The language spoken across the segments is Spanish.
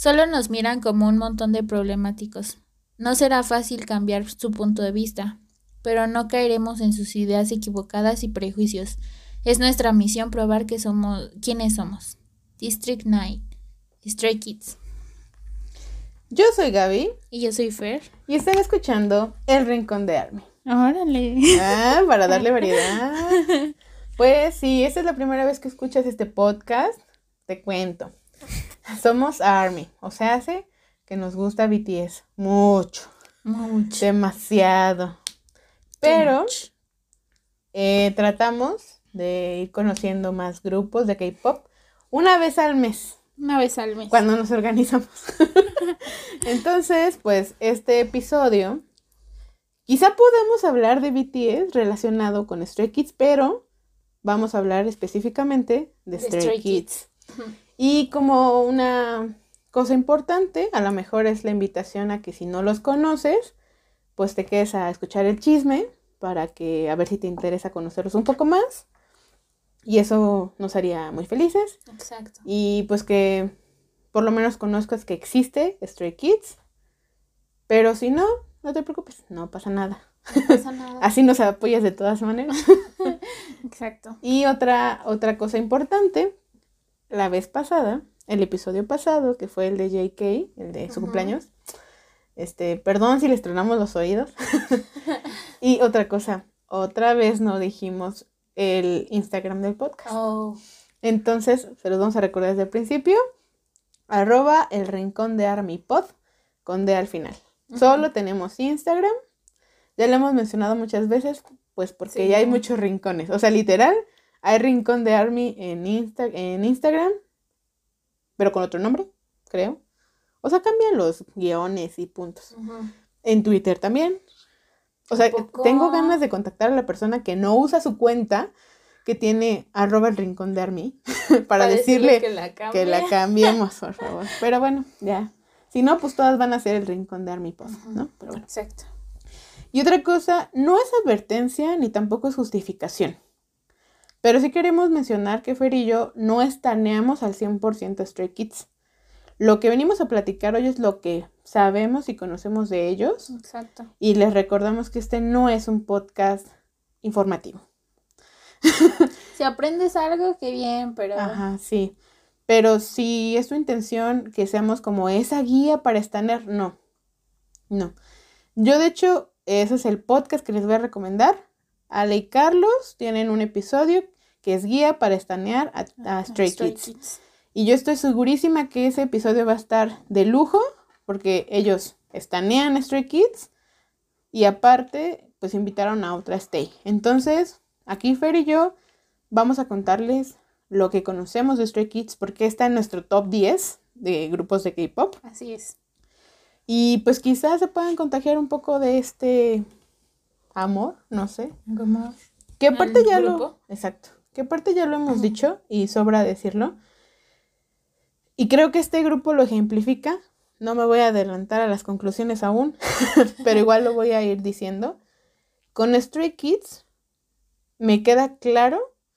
Solo nos miran como un montón de problemáticos. No será fácil cambiar su punto de vista, pero no caeremos en sus ideas equivocadas y prejuicios. Es nuestra misión probar que somos quiénes somos. District 9, Stray Kids. Yo soy Gaby. Y yo soy Fer. Y están escuchando El Rincón de Army. ¡Órale! Para darle variedad. Pues si esta es la primera vez que escuchas este podcast, te cuento. Somos Army, o sea, hace que nos gusta BTS mucho. Demasiado. Pero tratamos de ir conociendo más grupos de K-pop una vez al mes. Cuando nos organizamos. Entonces, pues, este episodio, quizá podamos hablar de BTS relacionado con Stray Kids, pero vamos a hablar específicamente de Stray Kids. Y como una cosa importante, a lo mejor es la invitación a que si no los conoces, pues te quedes a escuchar el chisme para que a ver si te interesa conocerlos un poco más. Y eso nos haría muy felices. Exacto. Y pues que por lo menos conozcas que existe Stray Kids. Pero si no, no te preocupes, no pasa nada. No pasa nada. Así nos apoyas de todas maneras. Exacto. Y otra cosa importante, la vez pasada, el episodio pasado, que fue el de JK, el de su cumpleaños. Perdón si les tronamos los oídos. Y otra cosa, otra vez no dijimos el Instagram del podcast. Entonces, se los vamos a recordar desde el principio. @el rincón de Army Pod, con D al final. Solo tenemos Instagram. Ya lo hemos mencionado muchas veces, pues porque ya hay muchos rincones. O sea, literal, hay Rincón de Army en Instagram, pero con otro nombre, creo. O sea, cambian los guiones y puntos. En Twitter también. O sea, tengo ganas de contactar a la persona que no usa su cuenta, que tiene @el rincón de Army, para decirle que la cambiemos, por favor. Pero bueno, ya. Si no, pues todas van a ser el Rincón de Army Pod, ¿no? Pero bueno. Exacto. Y otra cosa, no es advertencia ni tampoco es justificación. Pero sí queremos mencionar que Fer y yo no estaneamos al 100% Stray Kids. Lo que venimos a platicar hoy es lo que sabemos y conocemos de ellos. Exacto. Y les recordamos que este no es un podcast informativo. Si aprendes algo, qué bien, pero... Ajá, sí. Pero si es tu intención que seamos como esa guía para estanear, no. Yo, de hecho, ese es el podcast que les voy a recomendar. Ale y Carlos tienen un episodio que es guía para estanear a Stray Kids. Y yo estoy segurísima que ese episodio va a estar de lujo, porque ellos estanean a Stray Kids y aparte, pues invitaron a otra Stay. Entonces, aquí Fer y yo vamos a contarles lo que conocemos de Stray Kids, porque está en nuestro top 10 de grupos de K-pop. Así es. Y pues quizás se puedan contagiar un poco de este amor, no sé. ¿Cómo? Que aparte ya grupo. Exacto. Que aparte ya lo hemos dicho y sobra decirlo. Y creo que este grupo lo ejemplifica. No me voy a adelantar a las conclusiones aún, pero igual lo voy a ir diciendo. Con Stray Kids me queda claro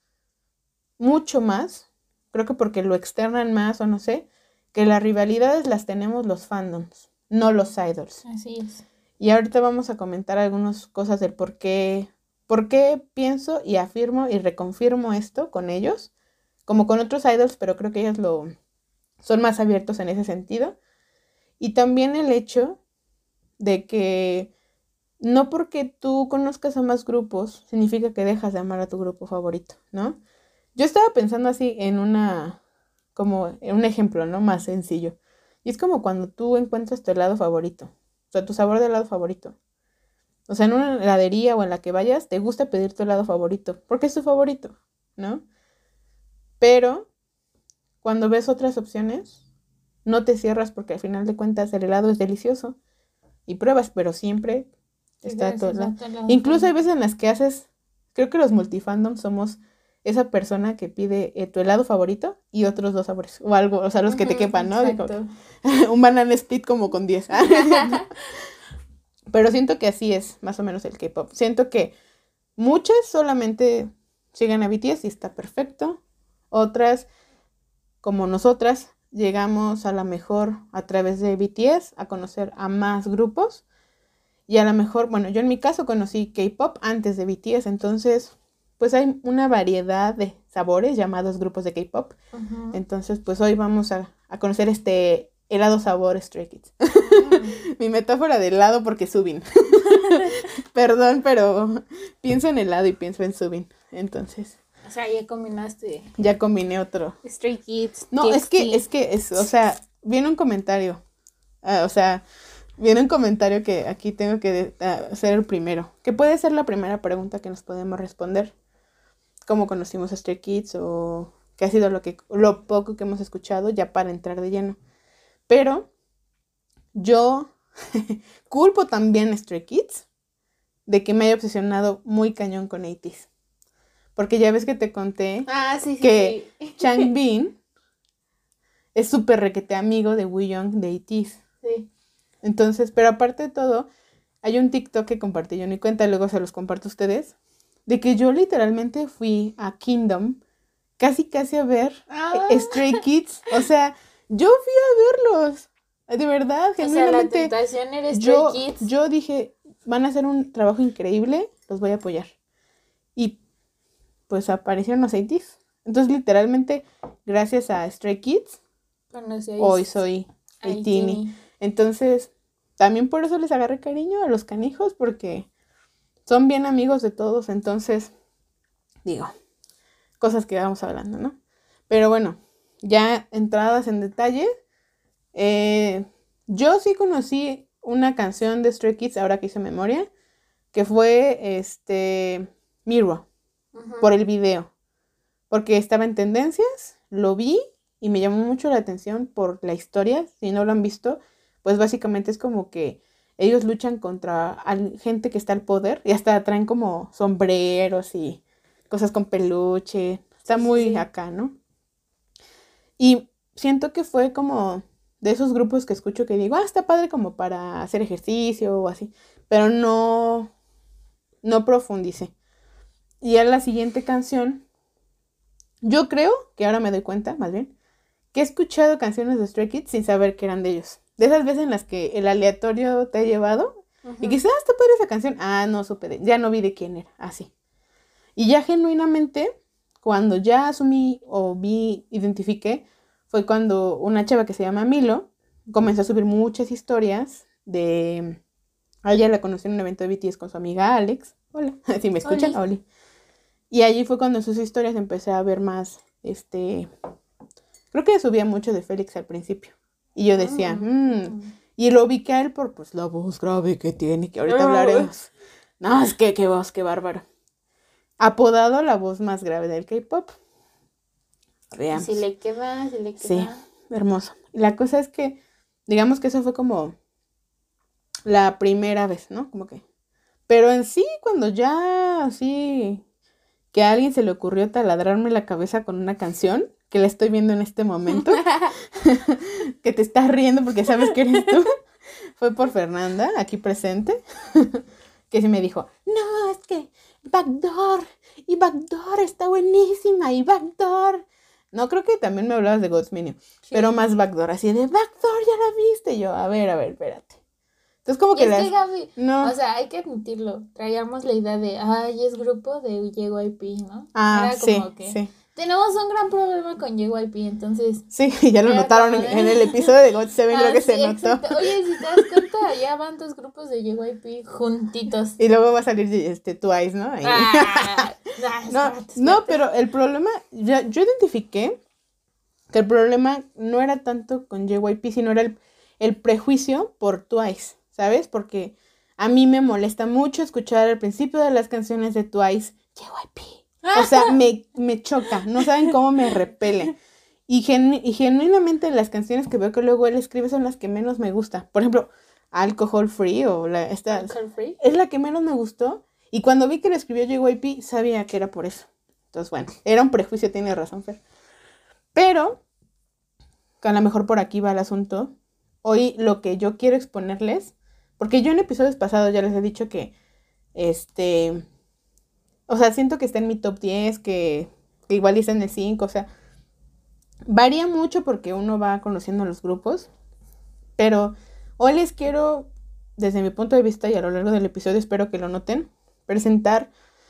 mucho más, creo que porque lo externan más o no sé, que las rivalidades las tenemos los fandoms, no los idols. Así es. Y ahorita vamos a comentar algunas cosas del por qué pienso y afirmo y reconfirmo esto con ellos, como con otros idols, pero creo que ellos son más abiertos en ese sentido. Y también el hecho de que no porque tú conozcas a más grupos significa que dejas de amar a tu grupo favorito, ¿no? Yo estaba pensando así en en un ejemplo, ¿no? Más sencillo. Y es como cuando tú encuentras tu helado favorito, o sea, tu sabor de helado favorito. O sea, en una heladería o en la que vayas, te gusta pedir tu helado favorito, porque es tu favorito, ¿no? Pero cuando ves otras opciones, no te cierras porque al final de cuentas el helado es delicioso y pruebas, pero siempre está todo helado. Incluso hay veces en las que creo que los multifandoms somos esa persona que pide tu helado favorito y otros 2 sabores o algo, o sea, los que te quepan, ¿no? Exacto. Un banana split como con 10. Pero siento que así es más o menos el K-pop. Siento que muchas solamente siguen a BTS y está perfecto. Otras, como nosotras, llegamos a lo mejor a través de BTS a conocer a más grupos. Y a lo mejor, bueno, yo en mi caso conocí K-pop antes de BTS, entonces pues hay una variedad de sabores llamados grupos de K-pop. Ujú. Entonces pues hoy vamos a conocer este helado sabor Stray Kids. Mi metáfora de helado porque Subin. Perdón, pero pienso en helado y pienso en Subin. Entonces O sea, ya combinaste ya combiné otro. Stray Kids. No, TXT. o sea, viene un comentario. Viene un comentario que aquí tengo que hacer el primero. Que puede ser la primera pregunta que nos podemos responder. ¿Cómo conocimos a Stray Kids? O qué ha sido lo poco que hemos escuchado ya para entrar de lleno. Pero yo culpo también a Stray Kids de que me haya obsesionado muy cañón con 80s. Porque ya ves que te conté Sí, que sí. Changbin es súper requete amigo de Wooyoung de 80s. Sí. Entonces, pero aparte de todo, hay un TikTok que compartí yo en mi cuenta, luego se los comparto a ustedes, de que yo literalmente fui a Kingdom casi a ver Stray Kids. O sea, yo fui a verlos. De verdad, O sea, la genuinamente. tentación era Stray Kids. Yo dije, van a hacer un trabajo increíble, los voy a apoyar. Y pues aparecieron los 80s. Entonces, literalmente, gracias a Stray Kids, Conocí a hoy soy 18. Entonces, también por eso les agarré cariño a los canijos, porque son bien amigos de todos. Entonces, digo, cosas que vamos hablando, ¿no? Pero bueno, ya entradas en detalle, yo sí conocí una canción de Stray Kids, ahora que hice memoria, que fue Mirror, por el video, porque estaba en tendencias, lo vi y me llamó mucho la atención por la historia. Si no lo han visto, pues básicamente es como que ellos luchan contra gente que está al poder y hasta traen como sombreros y cosas con peluche. Está muy acá, ¿no? Y siento que fue como de esos grupos que escucho que digo, está padre como para hacer ejercicio o así, pero no profundicé. Y a la siguiente canción, yo creo que ahora me doy cuenta, más bien, que he escuchado canciones de Stray Kids sin saber que eran de ellos. De esas veces en las que el aleatorio te ha llevado y que dices, está padre esa canción. No supe, ya no vi de quién era, así. Y ya genuinamente, cuando ya asumí o identifiqué, fue cuando una chava que se llama Milo comenzó a subir muchas historias de... A ella la conocí en un evento de BTS con su amiga Alex. Hola, si me escuchan, Oli. Y allí fue cuando en sus historias empecé a ver más, creo que subía mucho de Félix al principio. Y yo decía, y lo ubiqué a él por pues la voz grave que tiene, que ahorita hablaremos. No, es que qué voz, qué bárbaro. Apodado la voz más grave del K-pop. Veamos. Si le queda. Sí, hermoso. Y la cosa es que, digamos que eso fue como la primera vez, ¿no? Como que. Pero en sí, cuando ya así que a alguien se le ocurrió taladrarme la cabeza con una canción, que la estoy viendo en este momento, que te estás riendo porque sabes que eres tú, fue por Fernanda, aquí presente, que sí me dijo, no, es que Backdoor está buenísima, y Backdoor. No, creo que también me hablabas de God's Minion, pero más Backdoor, así de Backdoor, ya la viste. Y yo, a ver, espérate. Entonces como que Gaby, no. O sea, hay que admitirlo, traíamos la idea de, es grupo de JYP, ¿no? Era como que sí. Tenemos un gran problema con JYP, entonces... Sí, ya lo notaron en el episodio de God Seven, creo que se notó. Exacto. Oye, si te das cuenta, ya van 2 grupos de JYP juntitos. Y luego va a salir Twice, ¿no? No, pero el problema, yo identifiqué que el problema no era tanto con JYP, sino era el prejuicio por Twice, ¿sabes? Porque a mí me molesta mucho escuchar al principio de las canciones de Twice, JYP. O sea, me choca, no saben cómo me repele. Y genuinamente las canciones que veo que luego él escribe son las que menos me gusta. Por ejemplo, Alcohol Free o Alcohol Free es la que menos me gustó. Y cuando vi que lo escribió JYP, sabía que era por eso. Entonces, bueno, era un prejuicio, tiene razón, Fer. Pero, que a lo mejor por aquí va el asunto. Hoy lo que yo quiero exponerles, porque yo en episodios pasados ya les he dicho que, o sea, siento que está en mi top 10, que igual está en el 5, o sea, Varía mucho porque uno va conociendo los grupos, pero hoy les quiero, desde mi punto de vista y a lo largo del episodio espero que lo noten, presentar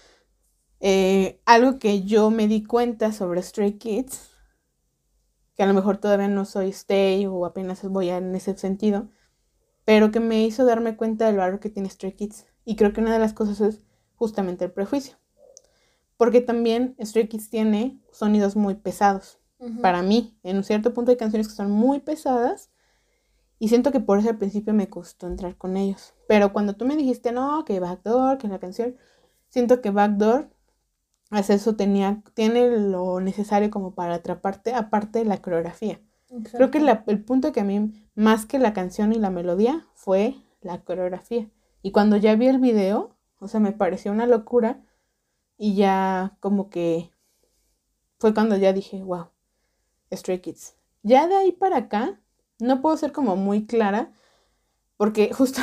algo que yo me di cuenta sobre Stray Kids, que a lo mejor todavía no soy Stay o apenas voy en ese sentido, pero que me hizo darme cuenta del valor que tiene Stray Kids. Y creo que una de las cosas es justamente el prejuicio. Porque también Stray Kids tiene sonidos muy pesados. Uh-huh. Para mí, en un cierto punto hay canciones que son muy pesadas y siento que por eso al principio me costó entrar con ellos. Pero cuando tú me dijiste, no, que Backdoor, que la canción, siento que Backdoor hace eso, tiene lo necesario como para atraparte, aparte de la coreografía. Exacto. Creo que el punto que a mí, más que la canción y la melodía, fue la coreografía. Y cuando ya vi el video, o sea, me pareció una locura. Y ya como que fue cuando ya dije, wow, Stray Kids. Ya de ahí para acá, no puedo ser como muy clara, porque justo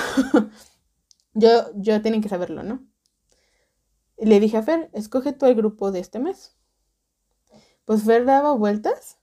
yo tienen que saberlo, ¿no? Y le dije a Fer, escoge tú el grupo de este mes. Pues Fer daba vueltas,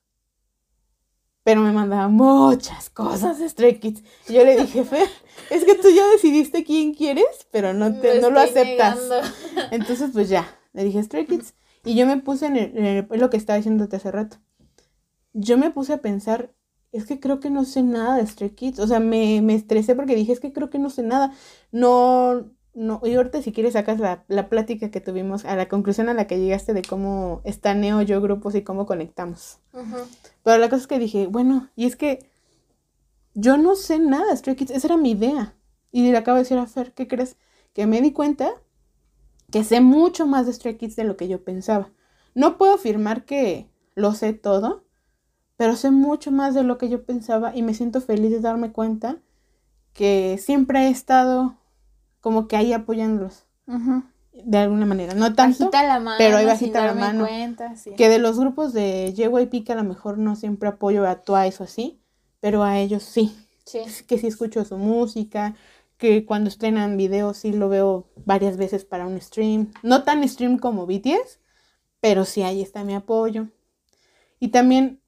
pero me mandaba muchas cosas de Stray Kids. Y yo le dije, Fer, es que tú ya decidiste quién quieres, pero no lo aceptas. Negando. Entonces, pues ya, le dije Stray Kids. Y yo me puse en lo que estaba diciéndote hace rato. Yo me puse a pensar, es que creo que no sé nada de Stray Kids. O sea, me estresé porque dije, es que creo que no sé nada. No, y ahorita si quieres sacas la plática que tuvimos, a la conclusión a la que llegaste de cómo estaneo yo grupos y cómo conectamos. Uh-huh. Pero la cosa es que dije, bueno, y es que yo no sé nada de Stray Kids, esa era mi idea. Y le acabo de decir a Fer, ¿qué crees? Que me di cuenta que sé mucho más de Stray Kids de lo que yo pensaba. No puedo afirmar que lo sé todo, pero sé mucho más de lo que yo pensaba y me siento feliz de darme cuenta que siempre he estado como que ahí apoyándolos. Uh-huh. De alguna manera. No tanto, bajita la mano, pero ahí bajita la mano. Cuenta, sí. Que de los grupos de JYP que a lo mejor no siempre apoyo a Twice o así, pero a ellos sí. Sí. Que sí escucho su música, que cuando estrenan videos sí lo veo varias veces para un stream. No tan stream como BTS, pero sí ahí está mi apoyo. Y también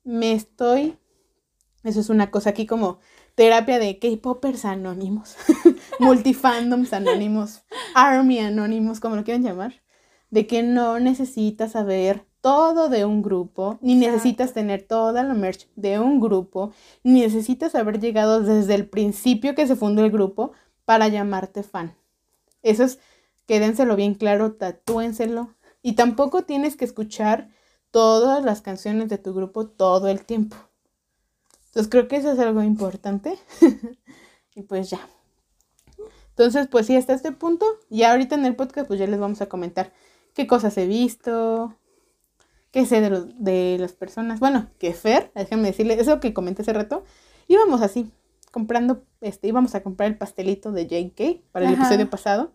eso es una cosa aquí como terapia de K-popers anónimos, multifandoms anónimos, army anónimos, como lo quieran llamar, de que no necesitas saber todo de un grupo, ni necesitas tener toda la merch de un grupo, ni necesitas haber llegado desde el principio que se fundó el grupo para llamarte fan. Eso es, quédenselo bien claro, tatúenselo. Y tampoco tienes que escuchar todas las canciones de tu grupo todo el tiempo. Entonces creo que eso es algo importante. Y pues ya. Entonces pues sí, hasta este punto. Y ahorita en el podcast pues ya les vamos a comentar qué cosas he visto, qué sé de las personas. Bueno, que Fer, déjenme decirle, eso que comenté hace rato, íbamos así, íbamos a comprar el pastelito de JK para el episodio pasado.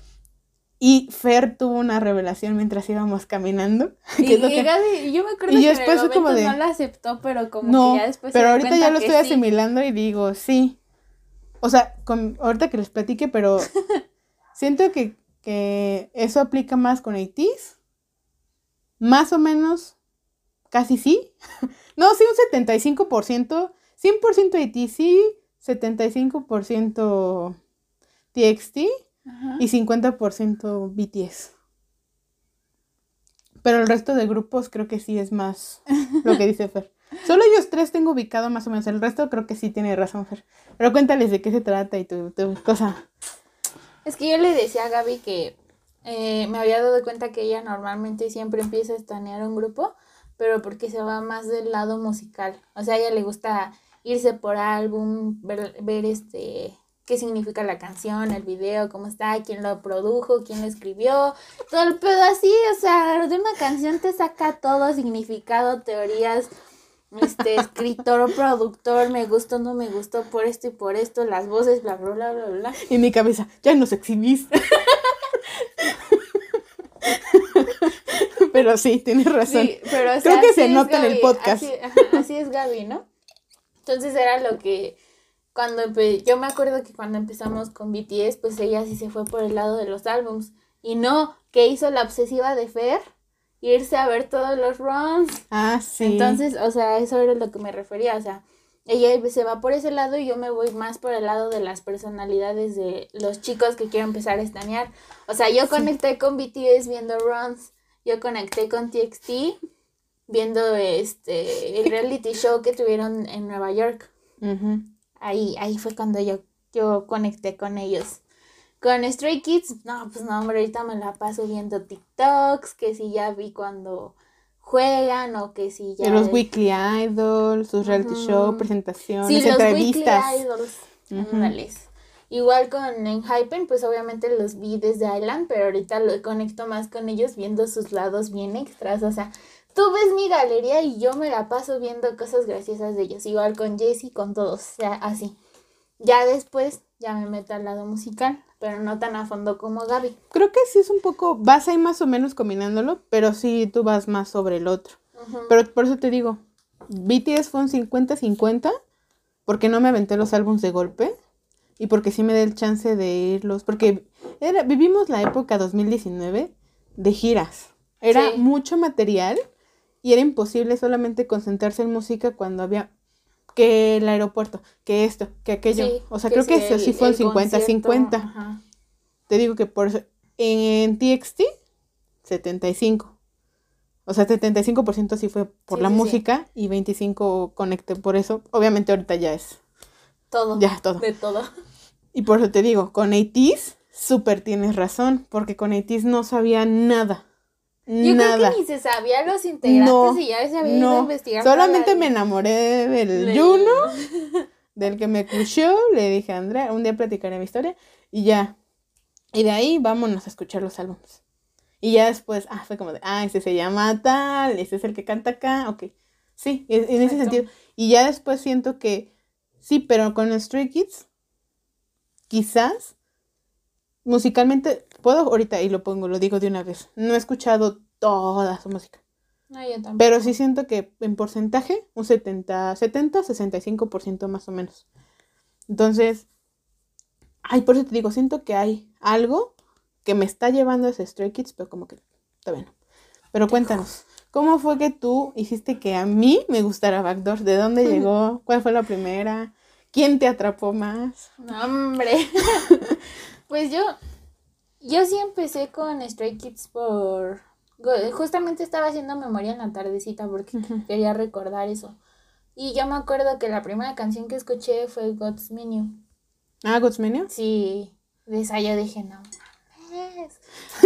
Y Fer tuvo una revelación mientras íbamos caminando. Y yo me acuerdo que en el momento como no la aceptó, pero como que ya después pero ahorita ya lo estoy asimilando y digo, sí. O sea, ahorita que les platique, pero siento que eso aplica más con ATEEZ. Más o menos, casi sí. No, sí, un 75%, 100% ATEEZ, sí, 75% TXT. Ajá. Y 50% BTS. Pero el resto de grupos creo que sí es más lo que dice Fer. Solo ellos tres tengo ubicado más o menos. El resto creo que sí tiene razón Fer. Pero cuéntales de qué se trata y tu cosa. Es que yo le decía a Gaby que me había dado cuenta que ella normalmente siempre empieza a estanear un grupo, pero porque se va más del lado musical. O sea, a ella le gusta irse por álbum, ver qué significa la canción, el video, cómo está, quién lo produjo, quién lo escribió, todo el pedo así, o sea, de una canción te saca todo, significado, teorías, escritor, productor, me gustó, no me gustó, por esto y por esto, las voces, bla, bla, bla, bla, bla. Y mi cabeza, ya nos exhibiste. Pero sí, tienes razón. Sí, pero, o sea, creo que se nota Gaby, en el podcast. Así es Gaby, ¿no? Entonces era lo que... yo me acuerdo que cuando empezamos con BTS, pues ella sí se fue por el lado de los álbums. Y no, que hizo la obsesiva de Fer irse a ver todos los runs. Ah, sí. Entonces, o sea, eso era lo que me refería, o sea, ella se va por ese lado y yo me voy más por el lado de las personalidades de los chicos que quiero empezar a estanear. O sea, yo conecté con BTS viendo runs, yo conecté con TXT viendo el reality show que tuvieron en Nueva York. Uh-huh. Ahí fue cuando yo conecté con ellos. Con Stray Kids, no, pues no, hombre, ahorita me la paso viendo TikToks, que si ya vi cuando juegan o que si ya... Los Weekly Idols, sus reality show, presentaciones, sí, entrevistas. Los Weekly Idols, Igual con Enhypen, pues obviamente los vi desde Island, pero ahorita lo conecto más con ellos viendo sus lados bien extras, o sea... Tú ves mi galería y yo me la paso viendo cosas graciosas de ellos. Igual con Jessie, con todos. O sea, así. Ya después, ya me meto al lado musical, pero no tan a fondo como Gaby. Creo que sí es un poco, vas ahí más o menos combinándolo, pero sí tú vas más sobre el otro. Uh-huh. Pero por eso te digo, BTS fue un 50-50, porque no me aventé los álbumes de golpe, y porque sí me da el chance de irlos, porque vivimos la época 2019 de giras. Era mucho material. Y era imposible solamente concentrarse en música cuando había que el aeropuerto, que esto, que aquello. Sí, o sea, creo que eso sí fue un 50-50. Te digo que por eso, en TXT, 75. O sea, 75% sí fue por la música y 25% conecté por eso. Obviamente ahorita ya es... Todo. Ya, todo. De todo. Y por eso te digo, con ATEEZ, súper tienes razón, porque con ATEEZ no sabía nada. Yo creo que ni se sabía los integrantes y ya se había ido a investigar. Solamente me enamoré del Juno, del que me crushó, le dije a Andrea, un día platicaré mi historia, y ya. Y de ahí vámonos a escuchar los álbumes. Y ya después, fue como de, ese se llama tal, ese es el que canta acá, ok. Sí, en ese sentido. Y ya después siento que, sí, pero con los Stray Kids, quizás... Musicalmente, puedo ahorita y lo digo de una vez. No he escuchado toda su música. No, yo tampoco. Pero sí siento que en porcentaje, un 65% más o menos. Entonces, por eso te digo, siento que hay algo que me está llevando a ese Stray Kids, pero como que todavía no. Pero cuéntanos, ¿cómo fue que tú hiciste que a mí me gustara Backdoor? ¿De dónde llegó? ¿Cuál fue la primera? ¿Quién te atrapó más? No, hombre. Pues yo sí empecé con Stray Kids por... Justamente estaba haciendo memoria en la tardecita porque quería recordar eso. Y yo me acuerdo que la primera canción que escuché fue God's Menu. ¿God's Menu? Sí. De esa yo dije, no mames.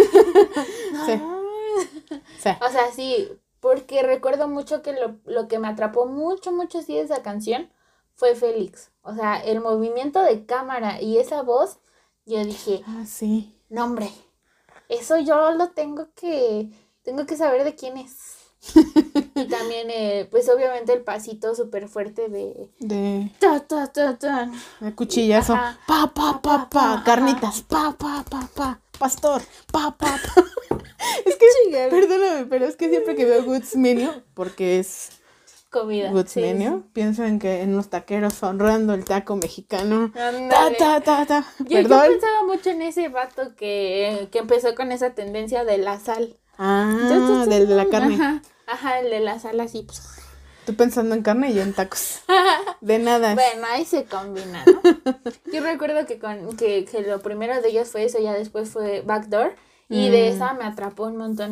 Sí. O sea, sí, porque recuerdo mucho que lo que me atrapó mucho sí de esa canción fue Félix. O sea, el movimiento de cámara y esa voz... Yo dije, sí. No, hombre, eso yo lo tengo que saber de quién es. Y también, pues obviamente el pasito súper fuerte de... Ta, ta, ta, ta. El cuchillazo. Pa, carnitas. Pa, pastor. Pa. Es que, perdóname, pero es que siempre que veo God's Menu, porque es... comida. God's Menu. Pienso en que en los taqueros honrando el taco mexicano. Ta. Yo pensaba mucho en ese vato que empezó con esa tendencia de la sal. Del de la carne. Ajá, el de la sal así. Tú pensando en carne y yo en tacos. De nada. Bueno, ahí se combina, ¿no? Yo recuerdo que lo primero de ellos fue eso, ya después fue Backdoor. Y de esa me atrapó un montón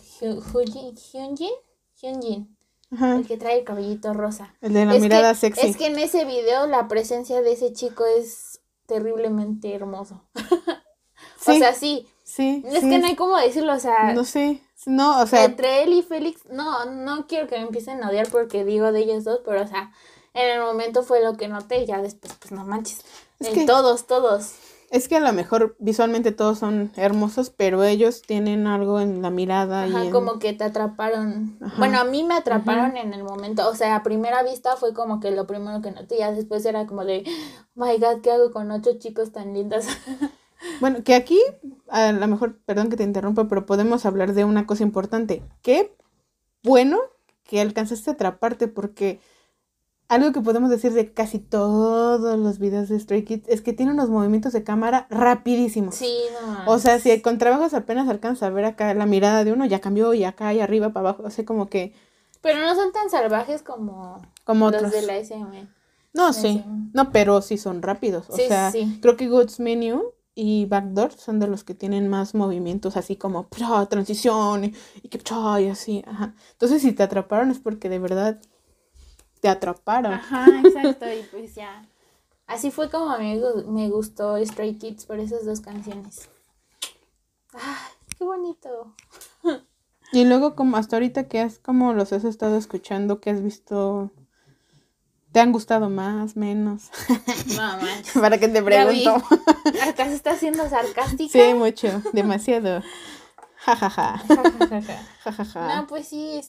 Hyunjin. Ajá. El que trae el cabellito rosa. El de la mirada sexy. Es que en ese video la presencia de ese chico es terriblemente hermoso. Sí. O sea, sí. Sí. Es que no hay cómo decirlo, o sea. No sé. No, o sea. Entre él y Félix, no quiero que me empiecen a odiar porque digo de ellos dos, pero o sea, en el momento fue lo que noté y ya después, pues no manches. Todos. Es que a lo mejor visualmente todos son hermosos, pero ellos tienen algo en la mirada. Ajá, como que te atraparon. Ajá. Bueno, a mí me atraparon en el momento. O sea, a primera vista fue como que lo primero que noté. Ya después era como de, oh my God, ¿qué hago con 8 chicos tan lindos? Bueno, que aquí, a lo mejor, perdón que te interrumpa, pero podemos hablar de una cosa importante. Qué bueno que alcanzaste a atraparte, porque algo que podemos decir de casi todos los videos de Stray Kids es que tiene unos movimientos de cámara rapidísimos. Sí, no. O sea, si con trabajos apenas alcanza a ver acá la mirada de uno, ya cambió y acá y arriba para abajo, o sea, como que... Pero no son tan salvajes como otros. los de la SM. No, sí. No, pero sí son rápidos. O sea, creo que Goods Menu y Backdoor son de los que tienen más movimientos así como transición y que y así. Ajá. Entonces, si te atraparon es porque de verdad te atraparon. Ajá, exacto. Y pues ya. Así fue como a mí me gustó Stray Kids por esas dos canciones. ¡Ay, qué bonito! Y luego, como hasta ahorita que como los has estado escuchando, que has visto, ¿te han gustado más, menos? No manches. Para que te pregunto. ¿Acá se está haciendo sarcástica? Sí, mucho, demasiado. Ja. No, pues sí,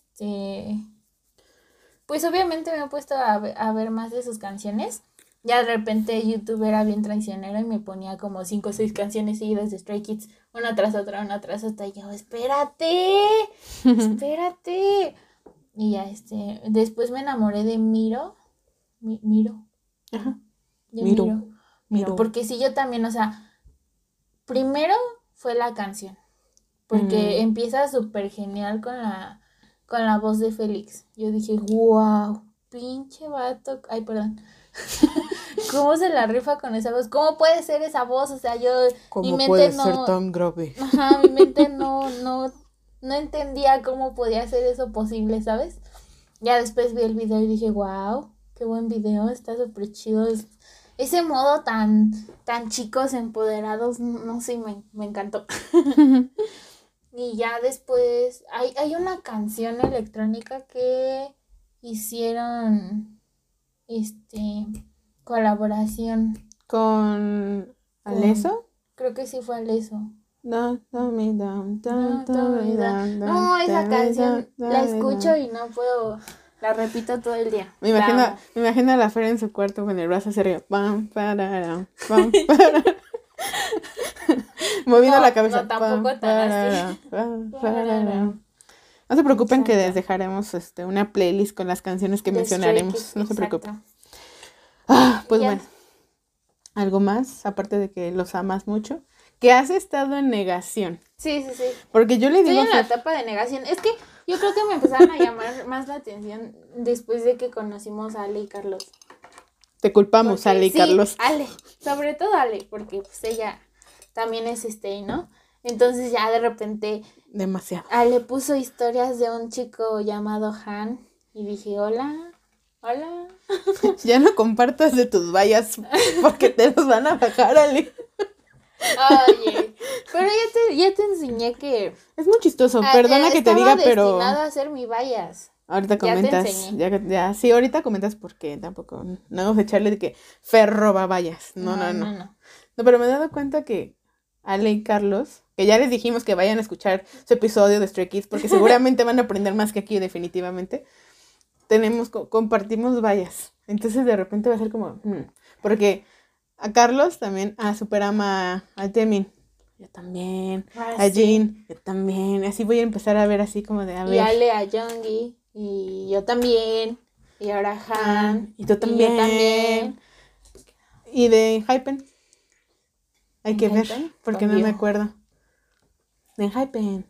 pues obviamente me he puesto a ver más de sus canciones. Ya de repente YouTube era bien traicionero y me ponía como 5 o 6 canciones seguidas de Stray Kids, una tras otra, y yo, espérate. Y ya, después me enamoré de Miro. Miro. Ajá. De Miro. Porque sí, yo también, o sea, primero fue la canción, porque empieza súper genial con la voz de Félix. Yo dije, wow, pinche vato. Ay, perdón. ¿Cómo se la rifa con esa voz? ¿Cómo puede ser esa voz? O sea, mi mente puede ser tan grave? Ajá, mi mente no entendía cómo podía ser eso posible, ¿sabes? Ya después vi el video y dije, wow, qué buen video, está súper chido. Ese modo tan chicos empoderados, no sé, me encantó. Y ya después hay una canción electrónica que hicieron colaboración con Alesso. Creo que sí fue Alesso. No, esa canción la escucho y no puedo, la repito todo el día. Me imagino a la Fer en su cuarto con el brazo hacia arriba. Moviendo la cabeza. No, tampoco tan así. No se preocupen. Exacto. Que les dejaremos una playlist con las canciones que mencionaremos. No se preocupen. Pues bueno. ¿Algo más? Aparte de que los amas mucho. Que has estado en negación. Sí. Porque yo le digo... Estoy en la etapa de negación. Es que yo creo que me empezaron a llamar más la atención después de que conocimos a Ale y Carlos. Te culpamos, porque, Ale y Carlos. Ale. Sobre todo Ale, porque pues ella también es ¿no? Entonces ya de repente... Demasiado. Ale puso historias de un chico llamado Han y dije, hola. Ya no compartas de tus vallas porque te los van a bajar, Ale. Oye, pero ya te enseñé que... Es muy chistoso, perdona que te diga, pero... Estaba destinado a hacer mi vallas. Ahorita comentas. Ya, sí, ahorita comentas porque tampoco... No vamos a echarle de que Fer roba vallas. No. No, pero me he dado cuenta que Ale y Carlos, que ya les dijimos que vayan a escuchar su episodio de Stray Kids porque seguramente van a aprender más que aquí definitivamente. Compartimos vallas. Entonces de repente va a ser como... Porque... A Carlos también, super ama a Temin. Yo también. A Jean, yo también. Así voy a empezar a ver así como de a ver. Y Ale a Youngie. Y yo también. Y ahora Han. Y tú también. Y yo también. Y de Hypen. Hay que ver, porque no me acuerdo. De Hypen.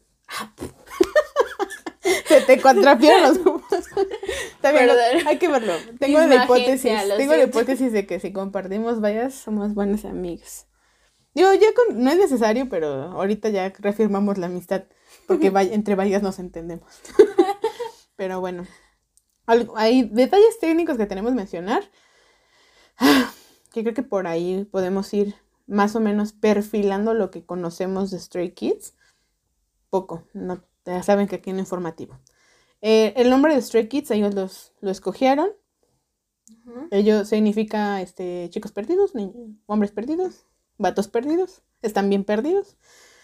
Se te contrapieron los ojos. También hay que verlo. Tengo la hipótesis de que si compartimos vallas somos buenos amigos. Digo, ya no es necesario, pero ahorita ya reafirmamos la amistad porque entre vallas nos entendemos. Pero bueno, hay detalles técnicos que tenemos que mencionar que creo que por ahí podemos ir más o menos perfilando lo que conocemos de Stray Kids. Poco, no, ya saben que aquí en informativo. El nombre de Stray Kids ellos lo escogieron. Uh-huh. Ellos significa chicos perdidos, hombres perdidos, vatos perdidos, están bien perdidos.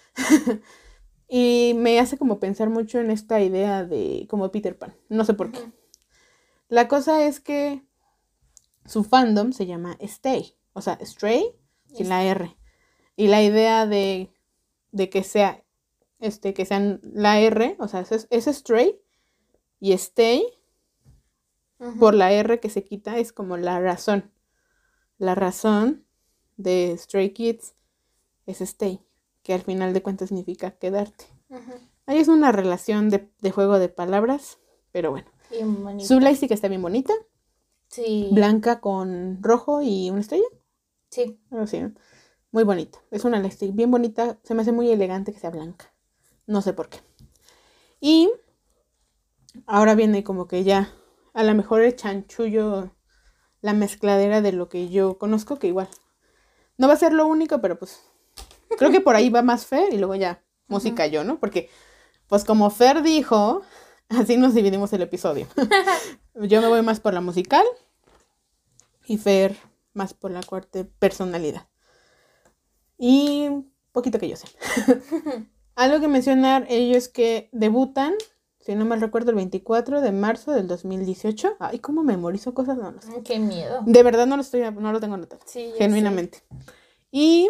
Y me hace como pensar mucho en esta idea de como Peter Pan, no sé por qué. Uh-huh. La cosa es que su fandom se llama Stay, o sea, Stray sin la R. Y la idea de que sea que sean la R, o sea, es Stray y Stay por la R que se quita, es como la razón. La razón de Stray Kids es stay, que al final de cuentas significa quedarte. Ahí es una relación de juego de palabras, pero bueno. Su lightstick está bien bonita. Sí. Blanca con rojo y una estrella. Sí. Sí, muy bonita. Es una lightstick bien bonita. Se me hace muy elegante que sea blanca. No sé por qué. Y ahora viene como que ya, a lo mejor el chanchullo, la mezcladera de lo que yo conozco, que igual no va a ser lo único, pero pues creo que por ahí va más Fer y luego ya música yo, ¿no? Porque pues como Fer dijo, así nos dividimos el episodio. Yo me voy más por la musical y Fer más por la cuarta personalidad. Y poquito que yo sé. Algo que mencionar, ellos que debutan, si no mal recuerdo, el 24 de marzo del 2018. Ay, ¿cómo memorizo cosas? No lo sé. Qué miedo. De verdad no lo tengo anotado. Sí, genuinamente. Y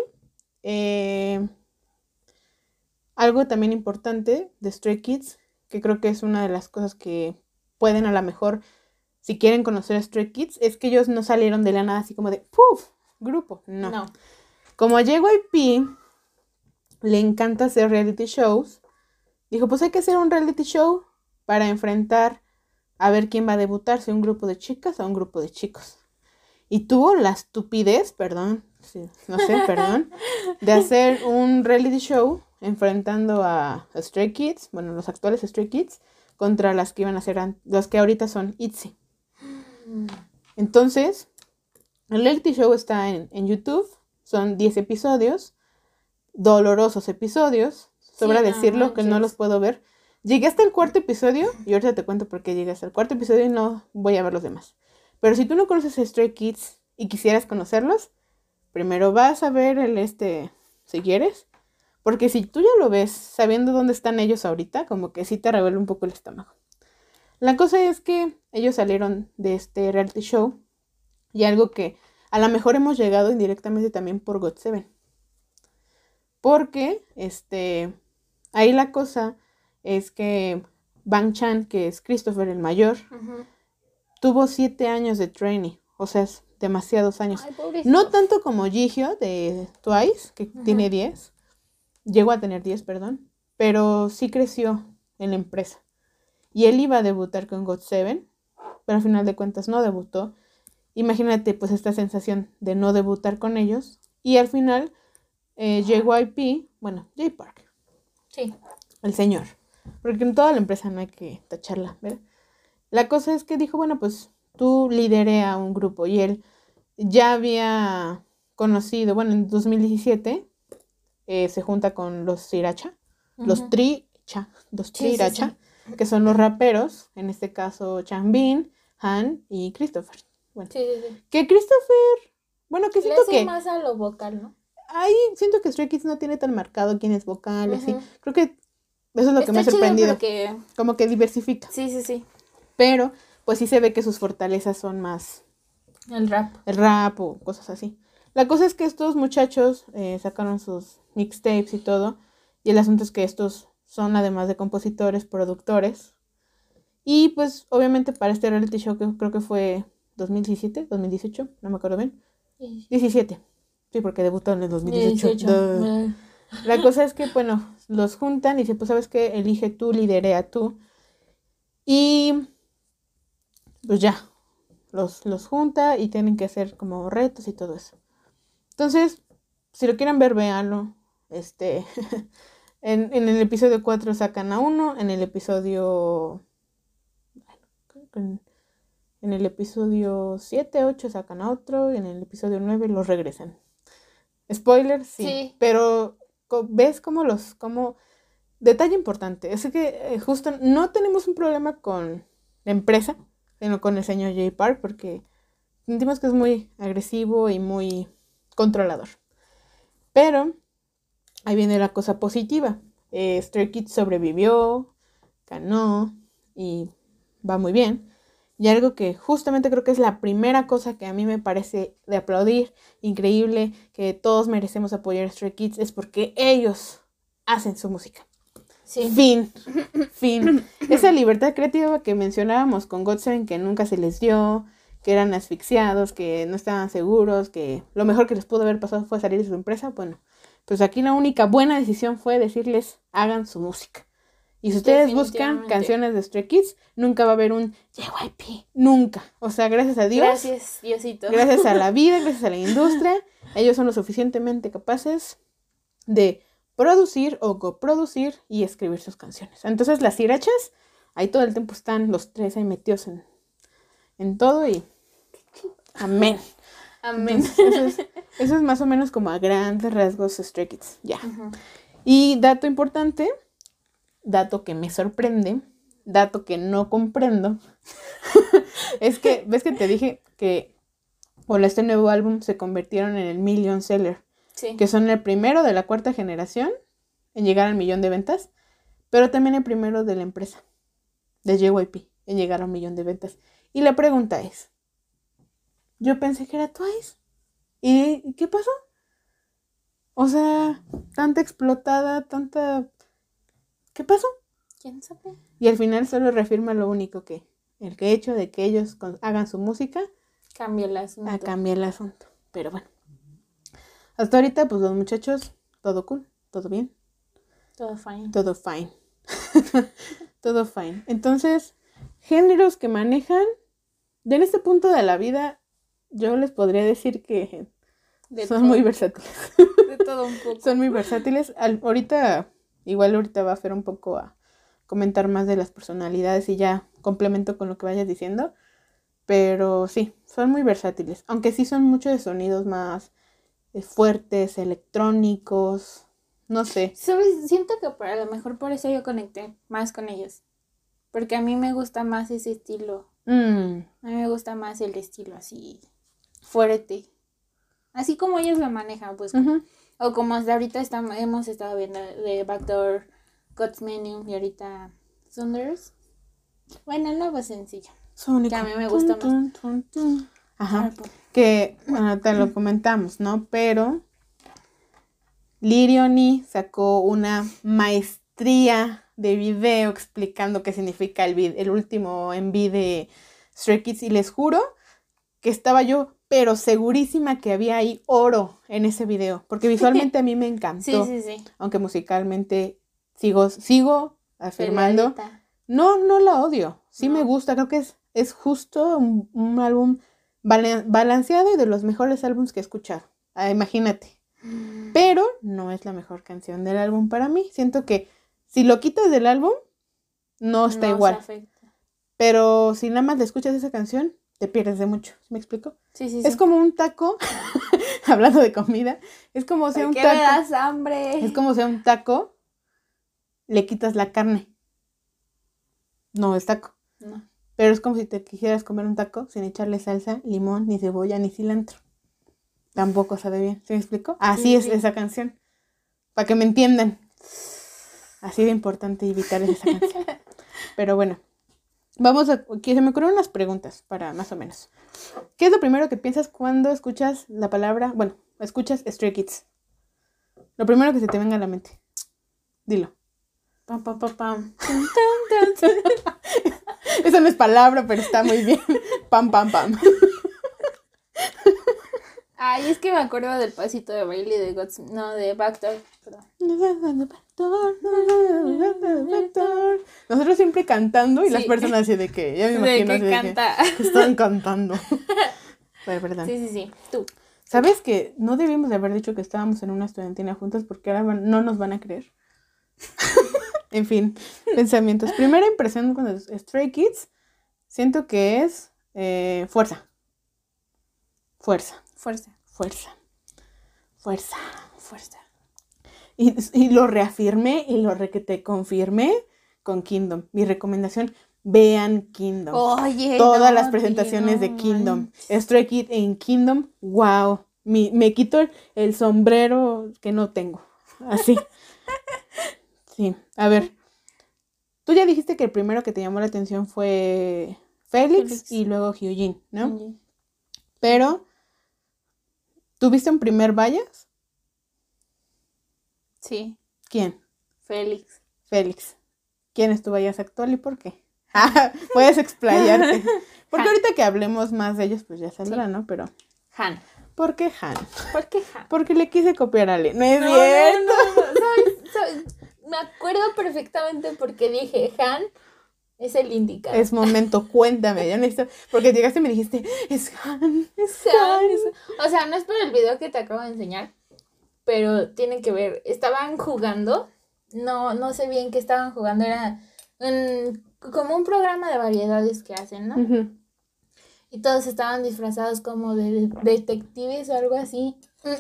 algo también importante de Stray Kids, que creo que es una de las cosas que pueden a lo mejor, si quieren conocer a Stray Kids, es que ellos no salieron de la nada así como de ¡puf! Grupo. No. Como a JYP le encanta hacer reality shows, dijo, pues hay que hacer un reality show para enfrentar a ver quién va a debutar, si un grupo de chicas o un grupo de chicos. Y tuvo la estupidez, perdón, de hacer un reality show enfrentando a Stray Kids, bueno, los actuales Stray Kids, contra las que iban a ser, las que ahorita son ITZY. Entonces, el reality show está en YouTube, son 10 episodios, dolorosos episodios, sobra decirlo que no los puedo ver. Llegué hasta el cuarto episodio y ahorita te cuento por qué llegué hasta el cuarto episodio y no voy a ver los demás. Pero si tú no conoces a Stray Kids y quisieras conocerlos, primero vas a ver si quieres, porque si tú ya lo ves sabiendo dónde están ellos ahorita, como que sí te revela un poco el estómago. La cosa es que ellos salieron de este reality show y algo que a lo mejor hemos llegado indirectamente también por GOT7. Porque, ahí la cosa es que Bang Chan, que es Christopher el mayor, tuvo 7 años de trainee, o sea, es demasiados años. Ay, no tanto como Jihyo de Twice, que tiene 10, llegó a tener 10, perdón, pero sí creció en la empresa. Y él iba a debutar con GOT7, pero al final de cuentas no debutó. Imagínate pues esta sensación de no debutar con ellos. Y al final JYP, bueno, J-Park. Sí. El señor. Porque en toda la empresa no hay que tacharla, ¿verdad? La cosa es que dijo, bueno, pues tú lideré a un grupo. Y él ya había conocido, bueno, en 2017 se junta con los Sriracha, los Sriracha, que son los raperos, en este caso Changbin, Han y Christopher. Bueno, que Christopher, bueno, que siento que más a lo vocal, ¿no? Ahí siento que Stray Kids no tiene tan marcado quién es vocal, así. Creo que eso es lo que me ha sorprendido. Porque... como que diversifica. Sí. Pero, pues sí se ve que sus fortalezas son más el rap o cosas así. La cosa es que estos muchachos sacaron sus mixtapes y todo. Y el asunto es que estos son, además de compositores, productores. Y pues, obviamente, para este reality show, que creo que fue 2017, 2018, no me acuerdo bien. 17. Sí, porque debutó en el 2018. La cosa es que, bueno, los juntan y dicen, pues, ¿sabes qué? Elige tú, liderea tú. Y pues ya, los junta y tienen que hacer como retos y todo eso. Entonces, si lo quieren ver, véanlo. En el episodio 4 sacan a uno, en el episodio... En el episodio 7, 8 sacan a otro, y en el episodio 9 los regresan. Spoiler, sí. Pero ves como detalle importante, es que justo no tenemos un problema con la empresa, sino con el señor J-Park, porque sentimos que es muy agresivo y muy controlador. Pero ahí viene la cosa positiva. Stray Kids sobrevivió, ganó y va muy bien. Y algo que justamente creo que es la primera cosa que a mí me parece de aplaudir, increíble, que todos merecemos apoyar a Stray Kids, es porque ellos hacen su música. Sí. Fin. Esa libertad creativa que mencionábamos con GOT7, que nunca se les dio, que eran asfixiados, que no estaban seguros, que lo mejor que les pudo haber pasado fue salir de su empresa, bueno, pues aquí la única buena decisión fue decirles, hagan su música. Y si ustedes buscan canciones de Stray Kids, nunca va a haber un JYP, nunca. O sea, gracias a Dios. Gracias, Diosito. Gracias a la vida, gracias a la industria, ellos son lo suficientemente capaces de producir o coproducir y escribir sus canciones. Entonces las irachas, ahí todo el tiempo están los tres ahí metidos en todo y amén. Amén. Entonces, eso es más o menos como a grandes rasgos Stray Kids, ya. Y dato importante, dato que me sorprende, dato que no comprendo, es que, ¿ves que te dije que con este nuevo álbum se convirtieron en el million seller? Sí. Que son el primero de la cuarta generación en llegar al 1,000,000 de ventas, pero también el primero de la empresa, de JYP, en llegar a 1,000,000 de ventas. Y la pregunta es, yo pensé que era Twice, ¿y qué pasó? O sea, tanta explotada, tanta... ¿Qué pasó? ¿Quién sabe? Y al final solo reafirma lo único que, el que hecho de que ellos hagan su música, cambia el asunto. Cambia el asunto, pero bueno. Hasta ahorita, pues los muchachos, todo cool, todo bien. Todo fine. Todo fine. Todo fine. Entonces, géneros que manejan, en este punto de la vida, yo les podría decir que son muy versátiles. De todo un poco. Son muy versátiles. Ahorita va a hacer un poco a comentar más de las personalidades y ya complemento con lo que vayas diciendo. Pero sí, son muy versátiles. Aunque sí son muchos de sonidos más fuertes, electrónicos, no sé. ¿Sabes? Siento que a lo mejor por eso yo conecté más con ellos. Porque a mí me gusta más ese estilo. A mí me gusta más el estilo así fuerte. Así como ellos lo manejan, pues. O como hasta ahorita hemos estado viendo de Backdoor, God's Menu y ahorita Thunders. Bueno, el nuevo sencillo. Sónico. Que a mí me gusta más. Ajá. Que, bueno, te lo comentamos, ¿no? Pero Lirioni sacó una maestría de video explicando qué significa el último MV de Stray Kids. Y les juro que estaba yo, pero segurísima que había ahí oro en ese video. Porque visualmente a mí me encantó. Sí. Aunque musicalmente sigo afirmando. No la odio. Sí, no. Me gusta. Creo que es justo un álbum balanceado y de los mejores álbumes que he escuchado. Imagínate. Pero no es la mejor canción del álbum para mí. Siento que si lo quitas del álbum, no está igual. Pero si nada más le escuchas esa canción, te pierdes de mucho. ¿Me explico? Sí. Es como un taco, hablando de comida, es como si un taco. ¿Por qué me das hambre? Es como si a un taco le quitas la carne. No es taco. No. Pero es como si te quisieras comer un taco sin echarle salsa, limón, ni cebolla, ni cilantro. Tampoco sabe bien. ¿Sí me explico? Así es esa canción. Para que me entiendan. Así de importante y vital es esa canción. Pero bueno. Que se me ocurren unas preguntas para más o menos. ¿Qué es lo primero que piensas cuando escuchas la palabra, escuchas Stray Kids? Lo primero que se te venga a la mente. Dilo. Pam, pam, pam, pam. Eso no es palabra, pero está muy bien. Pam, pam, pam. Ay, es que me acuerdo del pasito de baile de Backdoor. Nosotros siempre cantando y las personas así de que, ya me imagino así de que están cantando. Pero perdón. Sí. Tú. ¿Sabes que no debimos de haber dicho que estábamos en una estudiantina juntas porque ahora no nos van a creer? En fin, pensamientos. Primera impresión con los Stray Kids, siento que es fuerza. Y lo reafirmé y lo te confirmé con Kingdom. Mi recomendación, vean Kingdom. Oye, todas las presentaciones de Kingdom. Stray Kids en Kingdom, wow. Me quito el sombrero que no tengo. Así. Sí, a ver. Tú ya dijiste que el primero que te llamó la atención fue Félix. Y luego Hyojin, ¿no? Pero, ¿tuviste un primer bias? Sí. ¿Quién? Félix. Félix. ¿Quién es tu Vallas actual y por qué? Puedes explayarte. Porque Han. ahorita que hablemos más de ellos, pues ya saldrá, Sí. ¿no? Pero, Han. ¿por qué Han? ¿Por qué Han? Porque le quise copiar a Ale. No es No, cierto. no. ¿Sabes? Me acuerdo perfectamente porque dije, Han es el indicado. Es momento, cuéntame. Ya necesito. Porque llegaste y me dijiste, es Han. Es Han, Han. o sea, no es por el video que te acabo de enseñar, pero tiene que ver. Estaban jugando, no sé bien qué estaban jugando, era como un programa de variedades que hacen, ¿no? Ujú. Y todos estaban disfrazados como de detectives o algo así.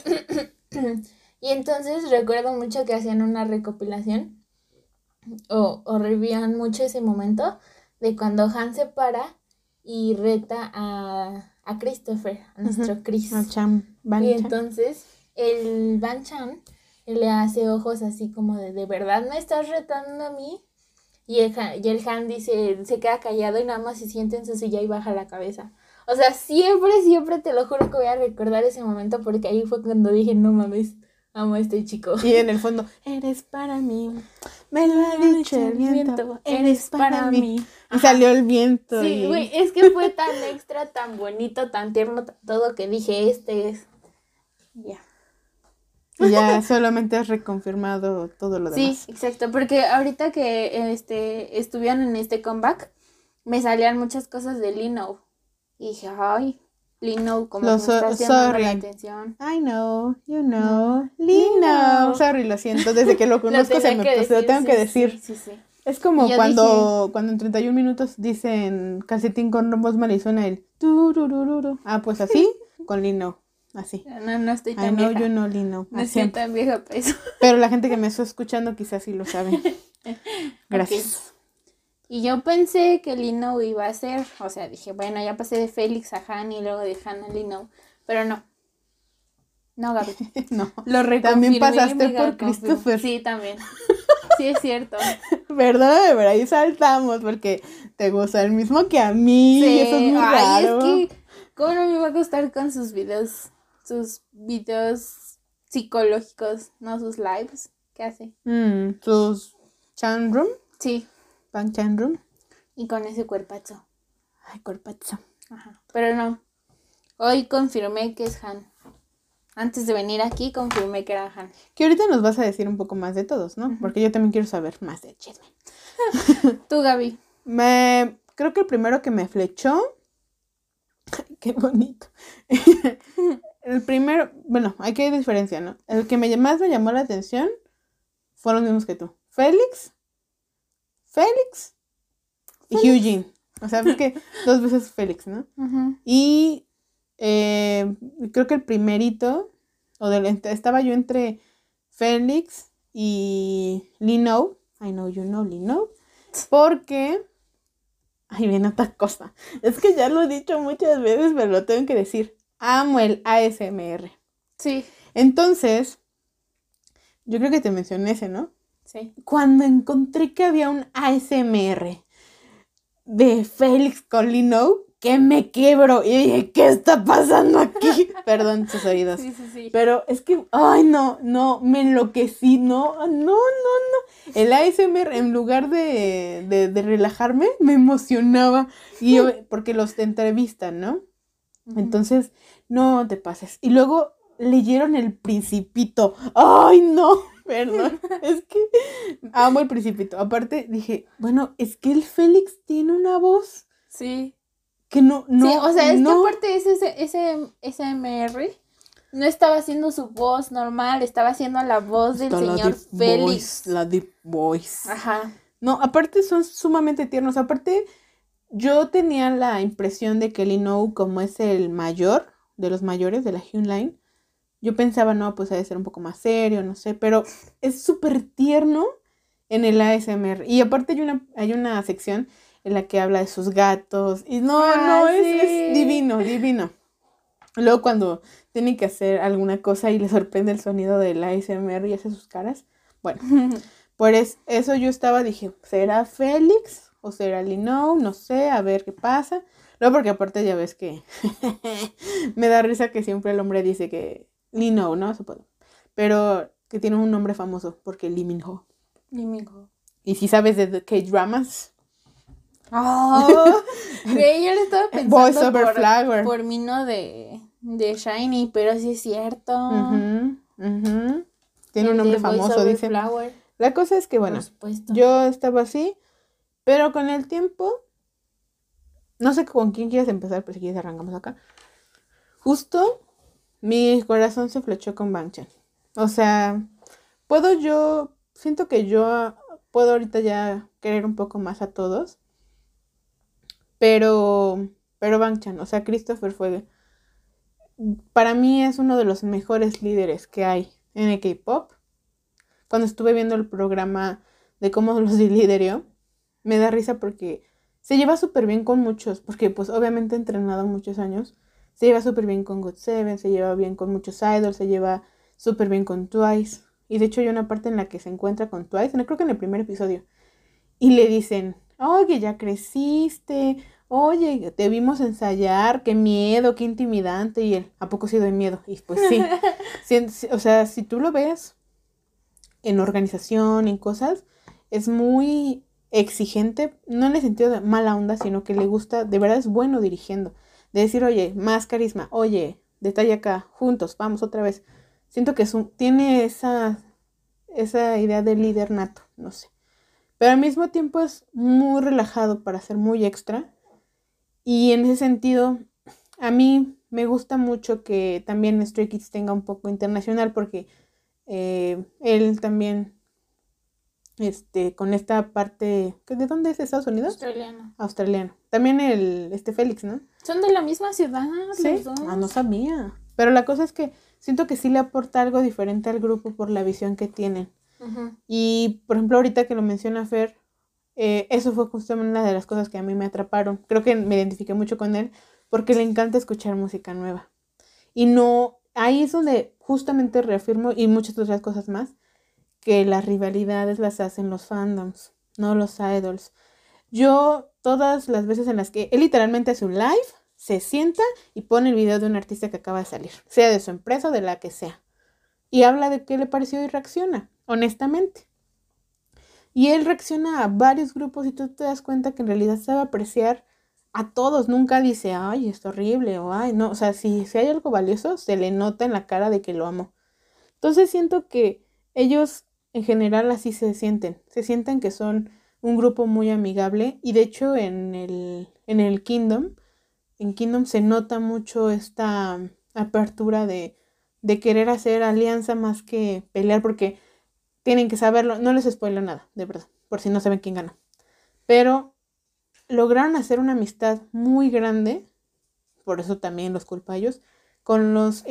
Y entonces recuerdo mucho que hacían una recopilación o revivían mucho ese momento de cuando Han se para y reta a Christopher, a nuestro Chris. Al Chan, Van Y Chan. entonces el Van Chan le hace ojos así como de verdad me estás retando a mí. Y el Han dice, se queda callado y nada más se siente en su silla y baja la cabeza. O sea, siempre te lo juro que voy a recordar ese momento porque ahí fue cuando dije, no mames, amo a este chico. Y en el fondo, eres para mí. Me lo ha dicho el viento. Eres para mí. Y Ajá. salió el viento. Sí, y... güey, es que fue tan extra, tan bonito, tan tierno, todo que dije, este es. Ya. Y ya solamente has reconfirmado todo lo demás. Sí, exacto, porque ahorita que estuvieron en este comeback, me salían muchas cosas de Lino. Y dije, ay, Lino, como Lo que me está llamando sorry. la atención. I know, you know, Lino. Sorry, lo siento, desde que lo conozco se me lo tengo que decir. Sí. Es como Y yo cuando en 31 minutos dicen calcetín con Rombos y suena el tururururu. Ah, pues así, con Lino, así. No estoy I tan know, vieja. you know, Lino. No Así. estoy tan vieja para eso. Pero la gente que me está escuchando quizás sí lo sabe. Gracias. Y yo pensé que Lino iba a ser, o sea, dije, bueno, ya pasé de Félix a Han y luego de Han a Lino, pero no. No, Gaby. No. Lo reconfirmé. También pasaste mega por Christopher. Sí, también. Sí, es cierto. Perdóname, pero ahí saltamos porque te gusta el mismo que a mí. Sí. Eso es muy Ay, raro. es que, ¿cómo no me va a gustar con sus videos psicológicos, no sus lives? ¿Qué hace? Tus Chandrum, Sí, Pan Chandrum. y con ese cuerpazo. Ay, corpazo. Ajá. Pero no. Hoy confirmé que es Han. Antes de venir aquí confirmé que era Han. Que ahorita nos vas a decir un poco más de todos, ¿no? Porque yo también quiero saber más del chisme. Tú, Gaby. Creo que el primero que me flechó. Qué bonito. El primero, bueno, aquí hay diferencia, ¿no? El que más me llamó la atención fueron los mismos que tú. Félix y Eugene. O sea, porque 2 veces Félix, ¿no? Uh-huh. Y creo que el primerito, estaba yo entre Félix y Lino. I know you know Lino. Porque, ay, viene otra cosa. Es que ya lo he dicho muchas veces, pero lo tengo que decir. Amo el ASMR. Sí. Entonces, yo creo que te mencioné ese, ¿no? Sí. Cuando encontré que había un ASMR de Félix con Lino, que me quiebro. Y dije, ¿qué está pasando aquí? Perdón sus oídos. Sí. Pero es que, ay, no, me enloquecí. No. El ASMR, en lugar de relajarme, me emocionaba. Y porque los entrevistan, ¿no? Uh-huh. Entonces, no te pases. Y luego leyeron El Principito. ¡Ay, no! Perdón. Es que amo El Principito. Aparte, dije, bueno, es que el Félix tiene una voz. Sí. Que no. Sí, o sea, es que aparte ese SMR no estaba haciendo su voz normal, estaba haciendo la voz del señor Félix. La Deep Voice. Ajá. No, aparte son sumamente tiernos. Aparte, yo tenía la impresión de que Lino, como es el mayor de los mayores de la Hyunline, yo pensaba, no, pues ha de ser un poco más serio, no sé, pero es súper tierno en el ASMR. Y aparte hay una sección en la que habla de sus gatos. Y es divino. Luego cuando tiene que hacer alguna cosa y le sorprende el sonido del ASMR y hace sus caras. Bueno, pues eso yo dije, ¿será Félix o será Lino? No sé, a ver qué pasa. Luego porque aparte ya ves que me da risa que siempre el hombre dice que Lino, ¿no? Se puede. Pero que tiene un nombre famoso porque Lee Min-ho. Y si sabes de K-dramas. Oh, güey, yo le estaba Boys pensando Over Flower. por Mino de Shiny, pero sí es cierto. Tiene un nombre famoso, dice. Flower. La cosa es que, bueno, yo estaba así, pero con el tiempo, no sé con quién quieres empezar, pero si quieres arrancamos acá. Justo mi corazón se flechó con Bangchan. O sea, siento que yo puedo ahorita ya querer un poco más a todos, pero Bangchan, o sea, Christopher para mí es uno de los mejores líderes que hay en el K-pop. Cuando estuve viendo el programa de cómo los lideró, me da risa porque se lleva súper bien con muchos, porque pues obviamente ha entrenado muchos años. Se lleva súper bien con GOT7, se lleva bien con muchos idols, se lleva súper bien con Twice. Y de hecho hay una parte en la que se encuentra con Twice, creo que en el primer episodio. Y le dicen, oye, ya creciste, oye, te vimos ensayar, qué miedo, qué intimidante. Y él, ¿a poco sí doy miedo? Y pues sí. O sea, si tú lo ves en organización, en cosas, es muy exigente, no en el sentido de mala onda, sino que le gusta, de verdad es bueno dirigiendo. De decir, oye, más carisma, oye, detalle acá, juntos, vamos otra vez. Siento que tiene esa idea de líder nato, no sé. Pero al mismo tiempo es muy relajado para ser muy extra. Y en ese sentido, a mí me gusta mucho que también Stray Kids tenga un poco internacional porque él también, con esta parte, ¿de dónde es? ¿De Estados Unidos? Australiano. También Félix, ¿no? Son de la misma ciudad, ¿sí? Los dos. No sabía. Pero la cosa es que siento que sí le aporta algo diferente al grupo por la visión que tienen. Y, por ejemplo, ahorita que lo menciona Fer, eso fue justamente una de las cosas que a mí me atraparon. Creo que me identifiqué mucho con él porque le encanta escuchar música nueva. Y no, ahí es donde justamente reafirmo, y muchas otras cosas más, que las rivalidades las hacen los fandoms, no los idols. Yo, todas las veces en las que él literalmente hace un live, se sienta y pone el video de un artista que acaba de salir, sea de su empresa o de la que sea. Y habla de qué le pareció y reacciona, honestamente. Y él reacciona a varios grupos y tú te das cuenta que en realidad sabe apreciar a todos. Nunca dice, ay, es horrible, o ay, no. O sea, si hay algo valioso, se le nota en la cara de que lo amo. Entonces siento que ellos en general así se sienten que son un grupo muy amigable. Y de hecho en el Kingdom, en Kingdom se nota mucho esta apertura de querer hacer alianza más que pelear, porque tienen que saberlo. No les spoilo nada, de verdad, por si no saben quién ganó. Pero lograron hacer una amistad muy grande, por eso también los culpo a ellos, con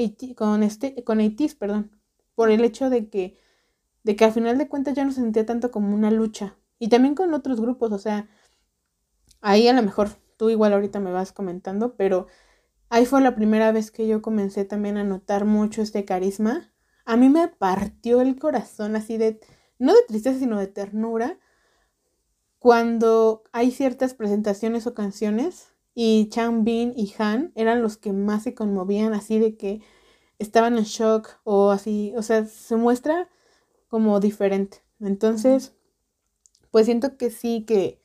ATEEZ, perdón, por el hecho de que al final de cuentas ya no se sentía tanto como una lucha. Y también con otros grupos, o sea, ahí a lo mejor tú igual ahorita me vas comentando, pero ahí fue la primera vez que yo comencé también a notar mucho este carisma. A mí me partió el corazón así no de tristeza, sino de ternura, cuando hay ciertas presentaciones o canciones y Changbin y Han eran los que más se conmovían, así de que estaban en shock o así, o sea, se muestra como diferente. Entonces, pues siento que sí, que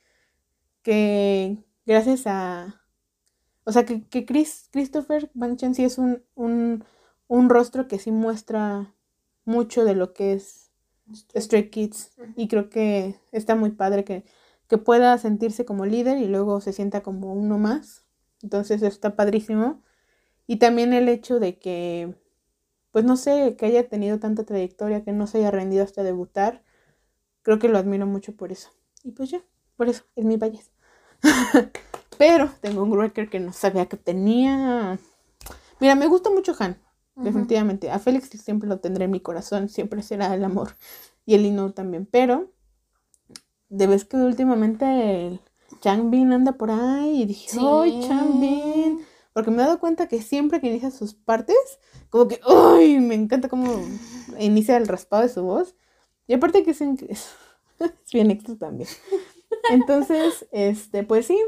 gracias a, o sea, que Christopher Bangchan sí es un rostro que sí muestra mucho de lo que es Stray Kids. Y creo que está muy padre que pueda sentirse como líder y luego se sienta como uno más. Entonces está padrísimo. Y también el hecho de que, pues no sé, que haya tenido tanta trayectoria, que no se haya rendido hasta debutar. Creo que lo admiro mucho por eso. Y pues ya, por eso es mi bias. Pero tengo un record que no sabía que tenía. Mira, me gusta mucho Han, definitivamente. A Félix siempre lo tendré en mi corazón, siempre será el amor. Y el Ino también. Pero, de vez que últimamente el Changbin anda por ahí y dije, ¡ay, Changbin! Porque me he dado cuenta que siempre que inicia sus partes, como que, ¡ay! Me encanta cómo inicia el raspado de su voz. Y aparte que es bien extra también. Entonces, pues sí,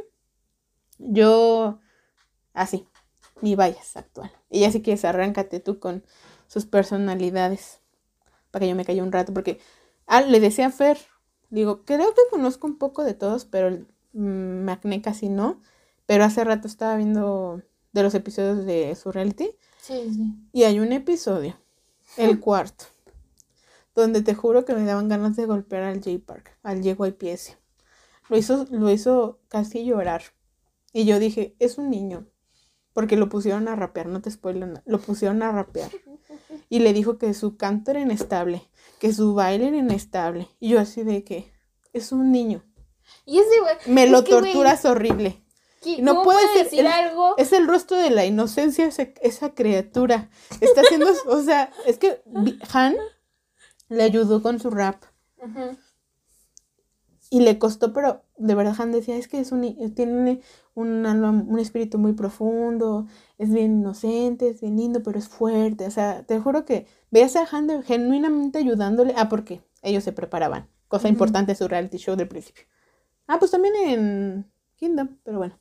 yo, así, mi bias actual. Y así que arráncate tú con sus personalidades, para que yo me calle un rato, porque, le decía a Fer, Digo, creo que conozco un poco de todos, pero el Macné casi no. Pero hace rato estaba viendo de los episodios de su reality. Sí. Y hay un episodio, el cuarto, donde te juro que me daban ganas de golpear al J-Park, al JYPS. Lo hizo casi llorar. Y yo dije, es un niño. Porque lo pusieron a rapear, no te spoilo nada. Lo pusieron a rapear. Y le dijo que su canto era inestable, que su baile era inestable. Y yo así de que es un niño. Y ese güey. Me lo torturas horrible. No ¿Cómo puede decir ser algo? Es el rostro de la inocencia esa criatura. Está haciendo, o sea, es que Han le ayudó con su rap. Uh-huh. Y le costó, pero de verdad Han decía, es que tiene un espíritu muy profundo, es bien inocente, es bien lindo, pero es fuerte. O sea, te juro que veías a Han genuinamente ayudándole. Porque ellos se preparaban. Cosa importante de su reality show del principio. Pues también en Kingdom, pero bueno.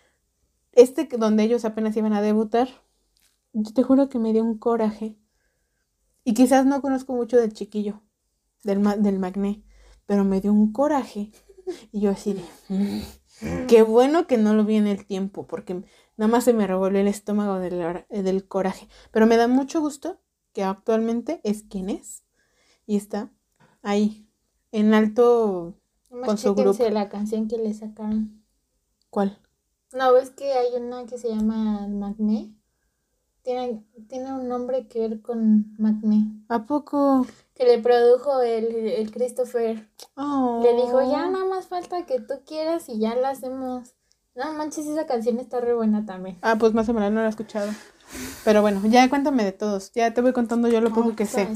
Donde ellos apenas iban a debutar, yo te juro que me dio un coraje. Y quizás no conozco mucho del chiquillo, del Magné, pero me dio un coraje. Y yo así de, qué bueno que no lo vi en el tiempo, porque nada más se me revolvió el estómago del coraje. Pero me da mucho gusto que actualmente es quien es. Y está ahí, en alto con su grupo. La canción que le sacaron. ¿Cuál? No, ves que hay una que se llama Magné. Tiene un nombre que ver con Magné. ¿A poco? Que le produjo el Christopher. Oh. Le dijo, ya nada más falta que tú quieras y ya la hacemos. No manches, esa canción está re buena también. Pues más o menos no la he escuchado. Pero bueno, ya cuéntame de todos. Ya te voy contando yo lo poco que sé.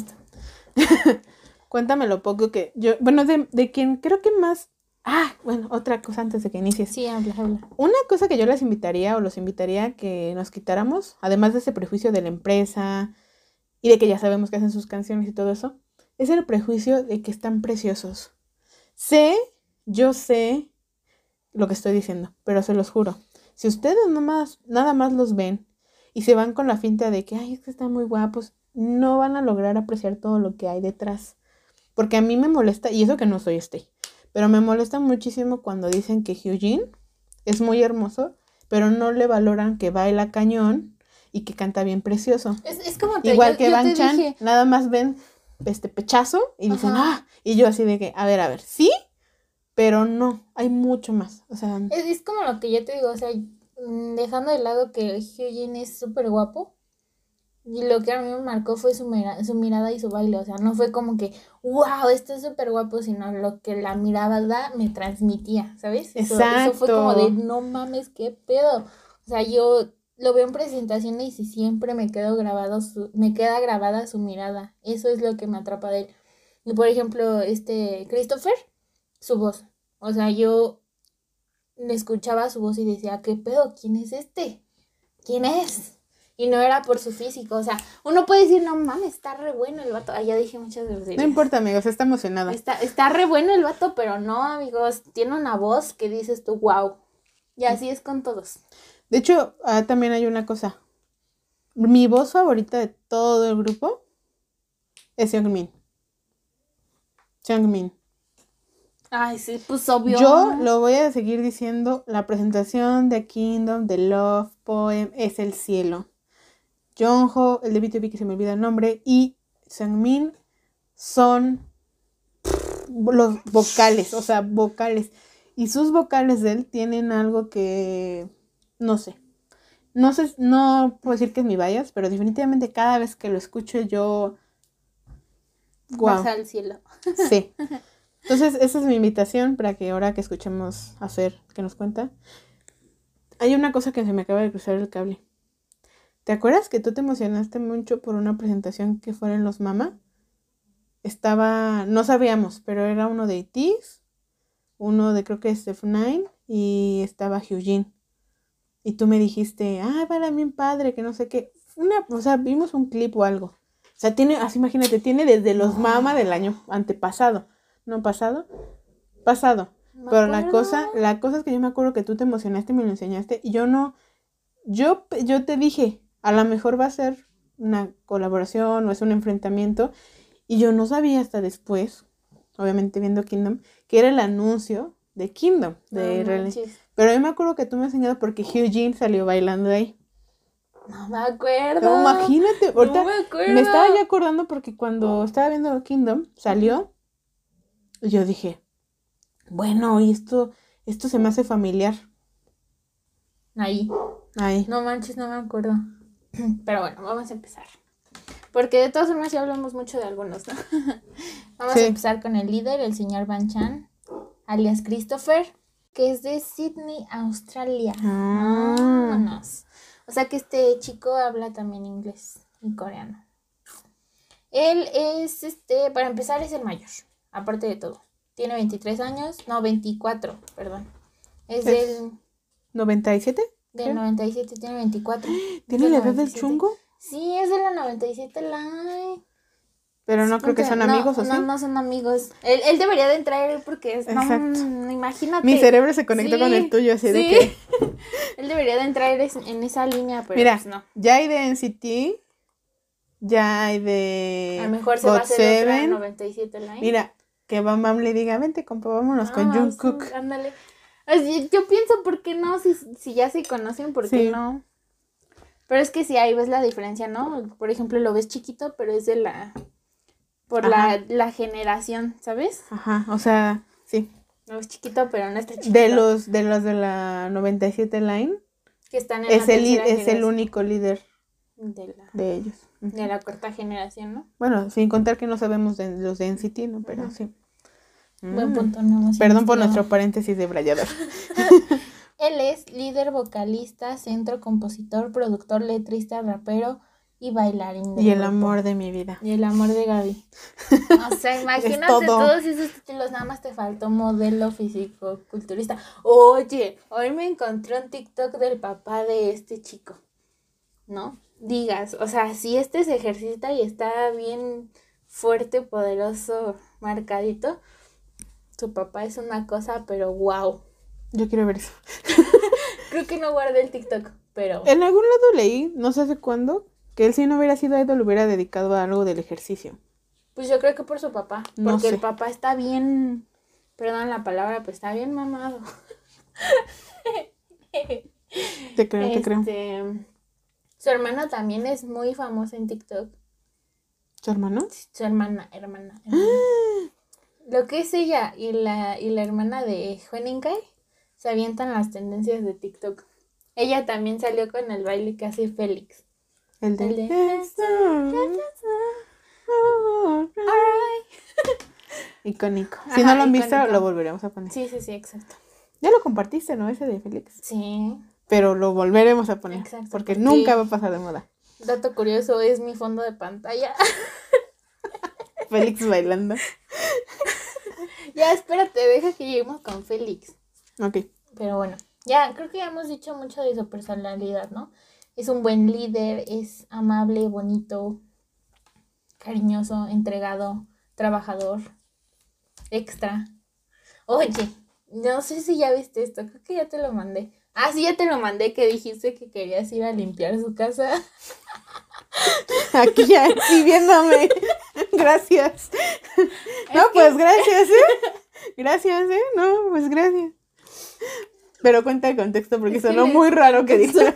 Cuéntame lo poco que yo... Bueno, de quien creo que más... bueno, otra cosa antes de que inicies. Sí, habla. Una cosa que yo los invitaría a que nos quitáramos, además de ese prejuicio de la empresa y de que ya sabemos que hacen sus canciones y todo eso, es el prejuicio de que están preciosos. Yo sé lo que estoy diciendo, pero se los juro. Si ustedes nada más los ven y se van con la finta de que, es que están muy guapos, no van a lograr apreciar todo lo que hay detrás. Porque a mí me molesta, y eso que no soy pero me molesta muchísimo cuando dicen que Hyojin es muy hermoso, pero no le valoran que baila cañón y que canta bien precioso. Es como igual que Bang Chan, nada más ven pechazo y dicen, y yo así de que, a ver, sí, pero no, hay mucho más. O sea, es como lo que yo te digo, o sea, dejando de lado que Hyojin es súper guapo. Y lo que a mí me marcó fue su mirada y su baile. O sea, no fue como que, wow, este es súper guapo, sino lo que la mirada me transmitía, ¿sabes? Exacto. Eso fue como de, no mames, qué pedo. O sea, yo lo veo en presentaciones y siempre me queda grabada su mirada. Eso es lo que me atrapa de él. Y por ejemplo, Christopher, su voz. O sea, yo le escuchaba su voz y decía, ¿qué pedo? ¿Quién es este? ¿Quién es? Y no era por su físico, o sea, uno puede decir, no mames, está re bueno el vato. Ya dije muchas veces. No importa, amigos, está emocionada. Está re bueno el vato, pero no, amigos, tiene una voz que dices tú, wow. Y así es con todos. De hecho, también hay una cosa. Mi voz favorita de todo el grupo es Seungmin. Ay, sí, pues obvio. Yo lo voy a seguir diciendo, la presentación de Kingdom, de Love Poem, es el cielo. Jongho, el de BTOB que se me olvida el nombre, y Seungmin son los vocales, y sus vocales de él tienen algo que no sé, no puedo decir que es mi bias, pero definitivamente cada vez que lo escucho yo vas al cielo. Sí. Entonces esa es mi invitación para que ahora que escuchemos a Fer que nos cuenta. Hay una cosa que se me acaba de cruzar el cable. ¿Te acuerdas que tú te emocionaste mucho por una presentación que fueron los Mama? No sabíamos, pero era uno de ITZY, uno de creo que es F9 y estaba Hyojin. Y tú me dijiste, para bien padre, que no sé qué. Vimos un clip o algo. O sea, imagínate, tiene desde los Mama del año antepasado. ¿No pasado? Pasado. Pero la cosa es que yo me acuerdo que tú te emocionaste y me lo enseñaste. Y yo te dije, a lo mejor va a ser una colaboración o es un enfrentamiento. Y yo no sabía hasta después. obviamente viendo Kingdom, que era el anuncio de Kingdom. Pero yo me acuerdo que tú me enseñaste porque Hyojin salió bailando ahí. No me acuerdo. No, imagínate, ahorita No me acuerdo. me estaba ya acordando porque cuando estaba viendo Kingdom salió y yo dije, bueno, y esto se me hace familiar. Ahí. Ahí. No manches, no me acuerdo. Pero bueno, vamos a empezar. Porque de todas formas ya hablamos mucho de algunos, ¿no? Vamos a empezar con el líder, el señor Ban Chan, alias Christopher, que es de Sydney, Australia. Vámonos. O sea que este chico habla también inglés y coreano. Él es, para empezar, es el mayor, aparte de todo. Tiene 23 años, no, 24, perdón. Es del... ¿97? Del 97, tiene 24. ¿Tiene la edad del chungo? Sí, es de la 97 Line. Pero no creo que son amigos, ¿o sí? No son amigos. Él debería de entrar porque es... Exacto. No, imagínate. Mi cerebro se conectó con el tuyo, así de que... Él debería de entrar en esa línea, pero mira, pues no. Ya hay de NCT, ya hay de... A lo mejor se va a hacer otra 97 Line. Mira, que Bam Bam le diga, vente, compa, vámonos con Jungkook. Sí, ándale. Yo pienso, ¿por qué no? Si ya se conocen, ¿por qué no? Pero es que sí, ahí ves la diferencia, ¿no? Por ejemplo, lo ves chiquito, pero es de la... Por la generación, ¿sabes? Ajá, o sea, sí. Lo ves chiquito, pero no está chiquito. De los de la 97 Line, que están en es el único líder de ellos. De la cuarta generación, ¿no? Bueno, sin contar que no sabemos de los de NCT, ¿no? Pero sí. Buen punto, no. Perdón por nuestro paréntesis de brallador. Él es líder, vocalista, centro, compositor, productor, letrista, rapero y bailarín. Y el amor de mi vida. Y el amor de Gaby. O sea, imagínate todos esos títulos, nada más te faltó modelo, físico, culturista. Oye, hoy me encontré un TikTok del papá de este chico, ¿no? Digas, o sea, si se ejercita y está bien fuerte, poderoso, marcadito, su papá es una cosa, pero wow. Yo quiero ver eso. Creo que no guardé el TikTok, pero... En algún lado leí, no sé hace cuándo, que él si no hubiera sido idol, hubiera dedicado a algo del ejercicio. Pues yo creo que por su papá, no porque sé. El papá está bien, perdón la palabra, pues está bien mamado. Te creo. Su hermana también es muy famosa en TikTok. ¿Su hermano? Su hermana. Lo que es ella y la hermana de Hueninkai se avientan las tendencias de TikTok. Ella también salió con el baile que hace Félix. El de... Icónico. Si no lo han visto, lo volveremos a poner. Sí, exacto. Ya lo compartiste, ¿no? Ese de Félix. Sí. Pero lo volveremos a poner. Exacto. Porque nunca va a pasar de moda. Dato curioso, es mi fondo de pantalla. Félix bailando. Ya, espérate, deja que lleguemos con Félix. Ok. Pero bueno, ya, creo que ya hemos dicho mucho de su personalidad, ¿no? Es un buen líder, es amable, bonito, cariñoso, entregado, trabajador, extra. Oye, no sé si ya viste esto, creo que ya te lo mandé. Ah, sí, ya te lo mandé, que dijiste que querías ir a limpiar su casa. Aquí ya, viéndome. Gracias. No, pues gracias, Gracias, No, pues gracias. Pero cuenta el contexto porque sonó muy raro que dijeras.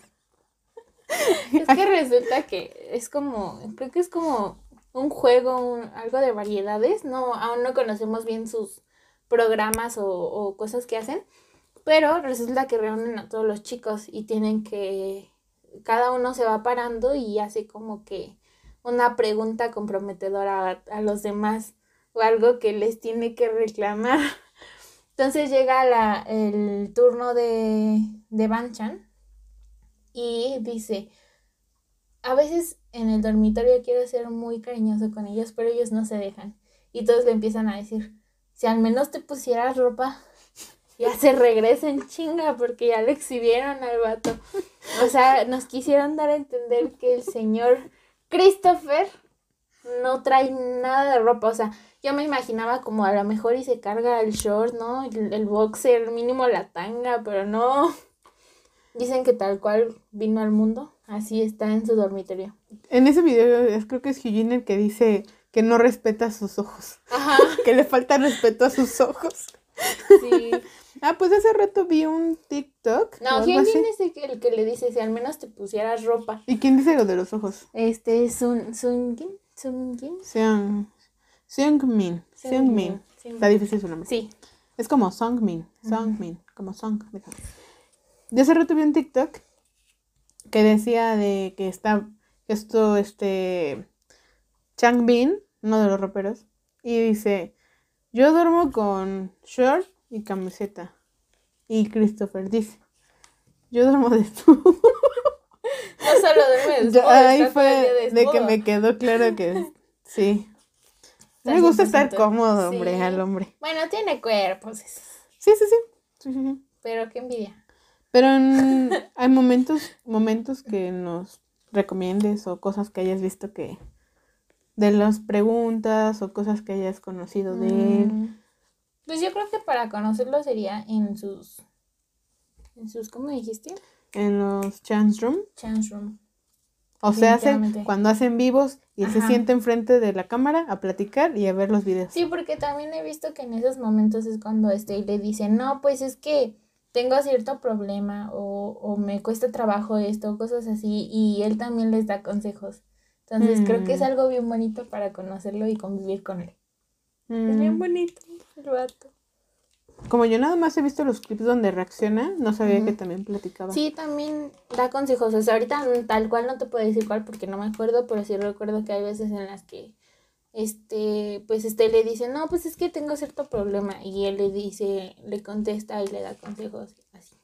Es que resulta que es como, creo que es como un juego, algo de variedades. No, aún no conocemos bien sus programas o cosas que hacen. Pero resulta que reúnen a todos los chicos y tienen que... Cada uno se va parando y hace como que una pregunta comprometedora a los demás o algo que les tiene que reclamar. Entonces llega el turno de Ban Chan y dice, a veces en el dormitorio quiero ser muy cariñoso con ellos, pero ellos no se dejan. Y todos le empiezan a decir, si al menos te pusieras ropa, ya se regresen chinga, porque ya lo exhibieron al vato. O sea, nos quisieron dar a entender que el señor Christopher no trae nada de ropa. O sea, yo me imaginaba como a lo mejor y se carga el short, ¿no? El boxer, mínimo la tanga, pero no. Dicen que tal cual vino al mundo, así está en su dormitorio. En ese video creo que es Hyojin el que dice, que no respeta sus ojos. Ajá. Que le falta respeto a sus ojos. Sí. Pues hace rato vi un TikTok. o No, algo ¿quién así. es el que le dice si al menos te pusieras ropa? ¿Y quién dice lo de los ojos? Es un Seungmin. Seungmin. Está difícil su nombre. Sí. Es como Songmin. Como Song. De hace rato vi un TikTok que decía de que Changbin, uno de los raperos, y dice, yo duermo con short y camiseta. Y Christopher dice, yo duermo desnudo. No solo duerme desnudo, Ahí está todo el día fue de desnudo. que me quedó claro que sí. Está Me gusta estar 100%. cómodo, Sí. hombre, al hombre. Bueno, tiene cuerpos, Sí. pero qué envidia. Pero hay momentos que nos recomiendes o cosas que hayas visto que de las preguntas o cosas que hayas conocido de él. Pues yo creo que para conocerlo sería en sus ¿cómo dijiste? En los chance room. Chance room. O sea, Definitivamente. cuando hacen vivos y se Ajá. siente enfrente de la cámara a platicar y a ver los videos. Sí, porque también he visto que en esos momentos es cuando le dice, no, pues es que tengo cierto problema o me cuesta trabajo esto, cosas así, y él también les da consejos. Entonces creo que es algo bien bonito para conocerlo y convivir con él. Es bien bonito el vato. Como yo nada más he visto los clips donde reacciona, no sabía que también platicaba. Sí, también da consejos. O sea, ahorita tal cual no te puedo decir cuál porque no me acuerdo, pero sí recuerdo que hay veces en las que le dice, no, pues es que tengo cierto problema. Y él le contesta y le da consejos así.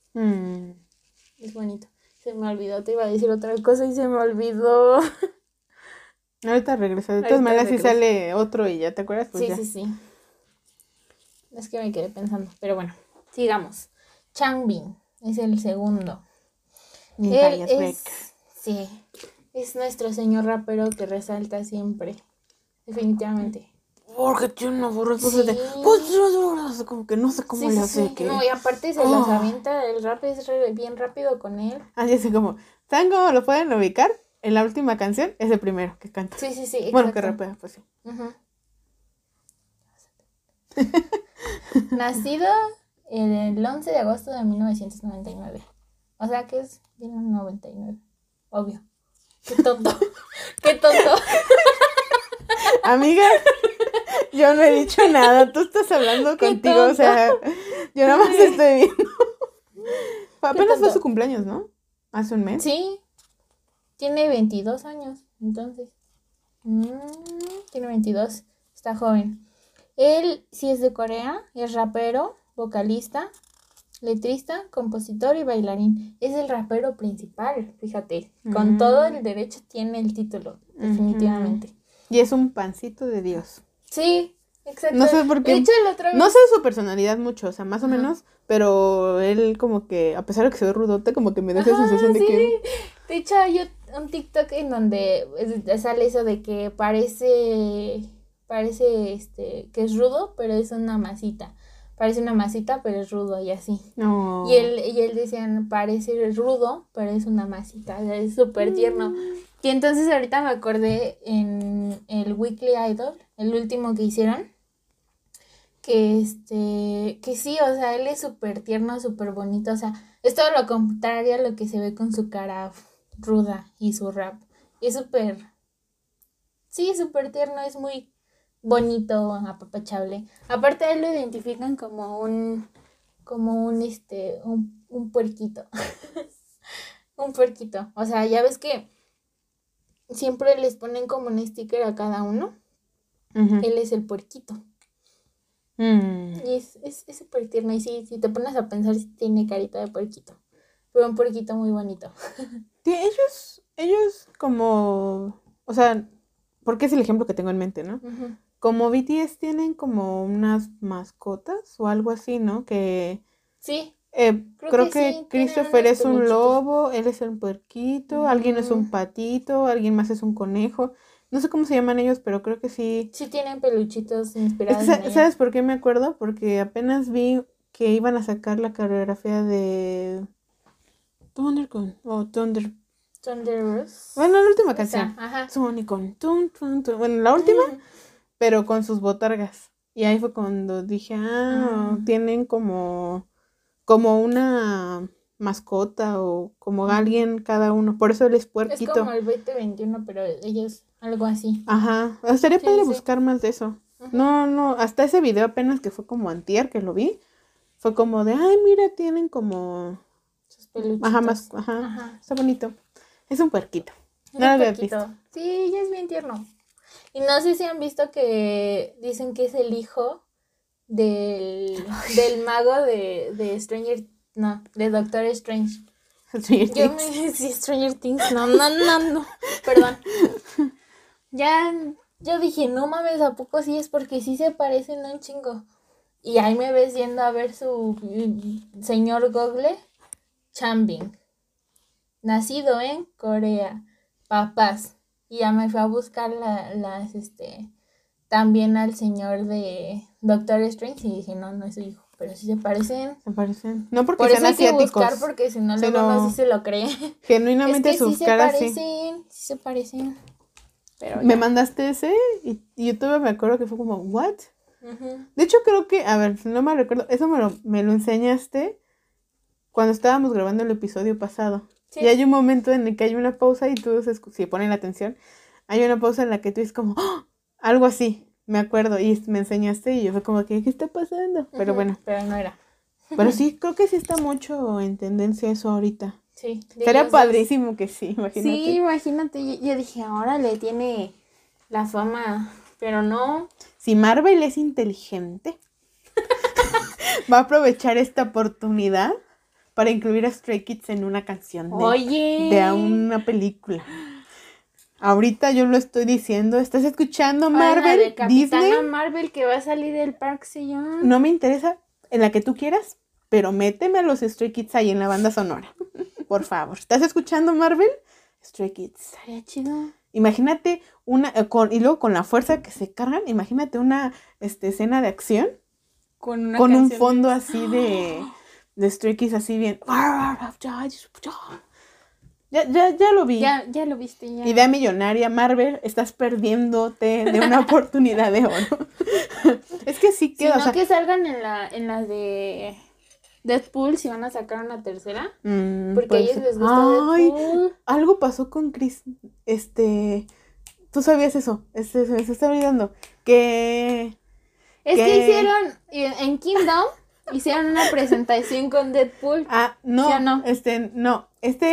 Es bonito. Se me olvidó, te iba a decir otra cosa y se me olvidó. Ahorita regreso. De todas maneras, si sale otro y ya te acuerdas, pues ya. Sí. Es que me quedé pensando. Pero bueno, sigamos. Changbin es el segundo. Él es nuestro señor rapero que resalta siempre. Definitivamente. Porque tiene una voz como que no sé cómo le hace. Sí. No, y aparte se los avienta, el rap es bien rápido con él. Así como, ¿saben cómo lo pueden ubicar? En la última canción es el primero que canta. Sí, exacto. Bueno, que rapea, pues sí. Nacido el 11 de agosto de 1999. O sea que es bien 99. Obvio. Qué tonto. Amiga, yo no he dicho nada. Tú estás hablando contigo, tonto. O sea, yo nada más estoy viendo. Apenas fue su cumpleaños, ¿no? ¿Hace un mes? Sí. Tiene 22 años, entonces. Tiene 22. Está joven. Él sí es de Corea, es rapero, vocalista, letrista, compositor y bailarín. Es el rapero principal, fíjate. Con todo el derecho tiene el título, definitivamente. Y es un pancito de Dios. Sí, exacto. No sé por qué. De hecho, la otra vez... No sé su personalidad mucho, o sea, más o menos, pero él como que, a pesar de que se ve rudote, como que me da esa sensación de que... De hecho, hay un TikTok en donde sale eso de que parece que es rudo, pero es una masita. Parece una masita, pero es rudo y así. No. Y él decía, parece rudo, pero es una masita. Es súper tierno. Y entonces ahorita me acordé en el Weekly Idol, el último que hicieron, que sí, o sea, él es súper tierno, súper bonito. O sea, es todo lo contrario a lo que se ve con su cara ruda y su rap. Es súper tierno, es muy bonito, apapachable. Aparte a él lo identifican como un puerquito. Un puerquito. O sea, ya ves que siempre les ponen como un sticker a cada uno. Él es el puerquito. Y es súper tierno. Y sí, si te pones a pensar, sí tiene carita de puerquito. Pero un puerquito muy bonito. Sí, ellos como, o sea, porque es el ejemplo que tengo en mente, ¿no? Como BTS tienen como unas mascotas o algo así, ¿no? Que sí. Creo que sí, Christopher es un lobo, él es un puerquito, alguien es un patito, alguien más es un conejo. No sé cómo se llaman ellos, pero creo que sí. Sí tienen peluchitos inspirados en ellos. ¿Sabes por qué me acuerdo? Porque apenas vi que iban a sacar la coreografía de Thundergun o Thunder. Thunderous. Bueno, la última canción. Ajá. Sony con bueno, la última, pero con sus botargas. Y ahí fue cuando dije, tienen como una mascota o como alguien cada uno. Por eso él es puerquito. Es como el 2021, pero ellos algo así. Ajá. Estaría padre buscar más de eso. No, hasta ese video apenas que fue como antier que lo vi. Fue como de, ay, mira, tienen como sus peluchitos. Ajá. Está bonito. Es un puerquito. No lo había visto. Sí, ya es bien tierno. Y no sé si han visto que dicen que es el hijo del mago de Stranger... No, de Doctor Strange. Stranger Things. No. Perdón. Yo dije, no mames, ¿a poco sí es? Porque sí se parecen un chingo. Y ahí me ves yendo a ver su señor Google Chanbin. Nacido en Corea. Papás. Y ya me fui a buscar también al señor de Doctor Strange y dije, no es su hijo, pero sí se parecen. Se parecen. No porque por sean eso hay asiáticos. Que buscar porque si no luego no sé si se lo creen. Genuinamente sus caras sí se parecen. Pero me mandaste ese y YouTube me acuerdo que fue como, ¿what? De hecho creo que, a ver, no me recuerdo, eso me lo enseñaste cuando estábamos grabando el episodio pasado. Sí. Y hay un momento en el que hay una pausa y tú, si ponen la atención, hay una pausa en la que tú dices como, ¡oh! Algo así, me acuerdo, y me enseñaste y yo fue como que, ¿qué está pasando? Pero bueno. Pero no era. Pero sí, creo que sí está mucho en tendencia eso ahorita. Sí. Sería padrísimo que sí, imagínate. Sí, imagínate, yo dije, ahora le tiene la fama, pero no. Si Marvel es inteligente, va a aprovechar esta oportunidad para incluir a Stray Kids en una canción de una película. Ahorita yo lo estoy diciendo. ¿Estás escuchando, Marvel? La de Capitana Disney Marvel que va a salir del Park Sillón. No me interesa, en la que tú quieras, pero méteme a los Stray Kids ahí en la banda sonora. Por favor. ¿Estás escuchando, Marvel? Stray Kids. Estaría chido. Imagínate y luego con la fuerza que se cargan, imagínate una escena de acción con un fondo así de Stray Kids así bien. Ya lo vi. Ya lo viste. Ya. Idea millonaria, Marvel, estás perdiéndote de una oportunidad de oro. Es que sí queda. Sino que salgan en las de Deadpool, si van a sacar una tercera. Porque a ellos les gusta Deadpool. Algo pasó con Chris. ¿Tú sabías eso? Se está olvidando. Que hicieron en Kingdom. Hicieron una presentación con Deadpool. No. ¿Sí o no? No.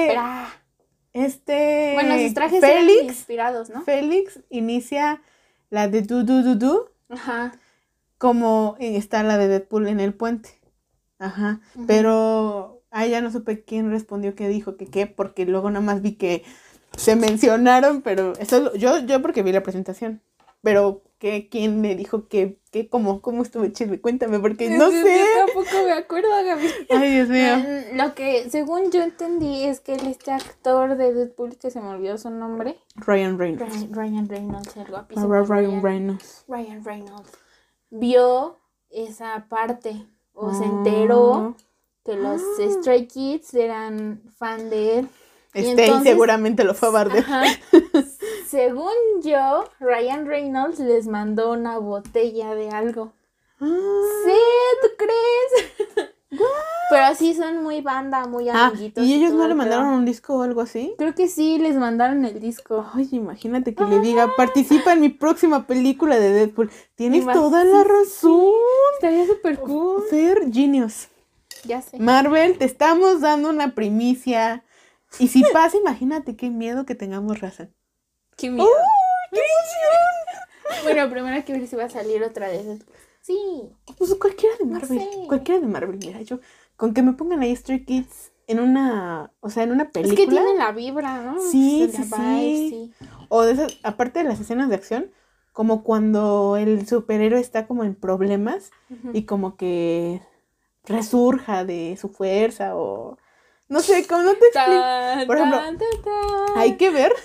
Bueno, sus trajes eran inspirados, ¿no? Félix inicia la de Du. Ajá. Como está la de Deadpool en el puente. Ajá. Pero ya no supe quién respondió qué dijo, qué, porque luego nada más vi que se mencionaron, pero eso yo porque vi la presentación. Pero ¿quién me dijo cómo estuvo chisme? Cuéntame, porque no sé. Yo tampoco me acuerdo, Gaby. Ay, Dios mío. Lo que, según yo entendí, es que actor de Deadpool, que se me olvidó su nombre. Ryan Reynolds. Ryan Reynolds, algo así. Ryan Reynolds. Vio esa parte, o se enteró que los Stray Kids eran fan de él. Y seguramente lo fue a bardear. Según yo, Ryan Reynolds les mandó una botella de algo. Sí, ¿tú crees? Pero sí son muy banda, muy amiguitos. ¿Y ellos no le mandaron un disco o algo así? Creo que sí, les mandaron el disco. Ay, imagínate que le diga, participa en mi próxima película de Deadpool. Tienes toda la razón. Estaría súper cool. Fer Genius. Ya sé. Marvel, te estamos dando una primicia. Y si pasa, imagínate qué miedo que tengamos razón. ¡Qué miedo! ¡Qué emoción! Bueno, primero hay que ver si va a salir otra vez. Sí. Pues cualquiera de Marvel. No sé. Cualquiera de Marvel, mira, yo. Con que me pongan ahí Stray Kids en una película. Es que tiene la vibra, ¿no? Sí. O de esas, aparte de las escenas de acción, como cuando el superhéroe está como en problemas y como que resurja de su fuerza o... No sé, ¿cómo no te explico? Por ejemplo, hay que ver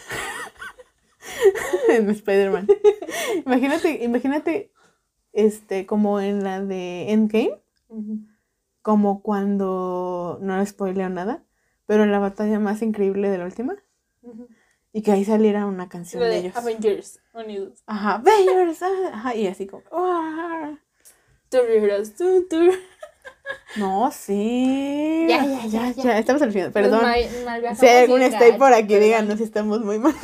en Spider-Man. Imagínate, como en la de Endgame, como cuando, no spoileo nada, pero en la batalla más increíble de la última, Y que ahí saliera una canción de ellos. Avengers Unidos. Ajá, Avengers. Ajá, y así como... ¡Oh! No, sí. Ya. Estamos al final. Perdón. Si hay algún stay por aquí, díganos si estamos muy mal.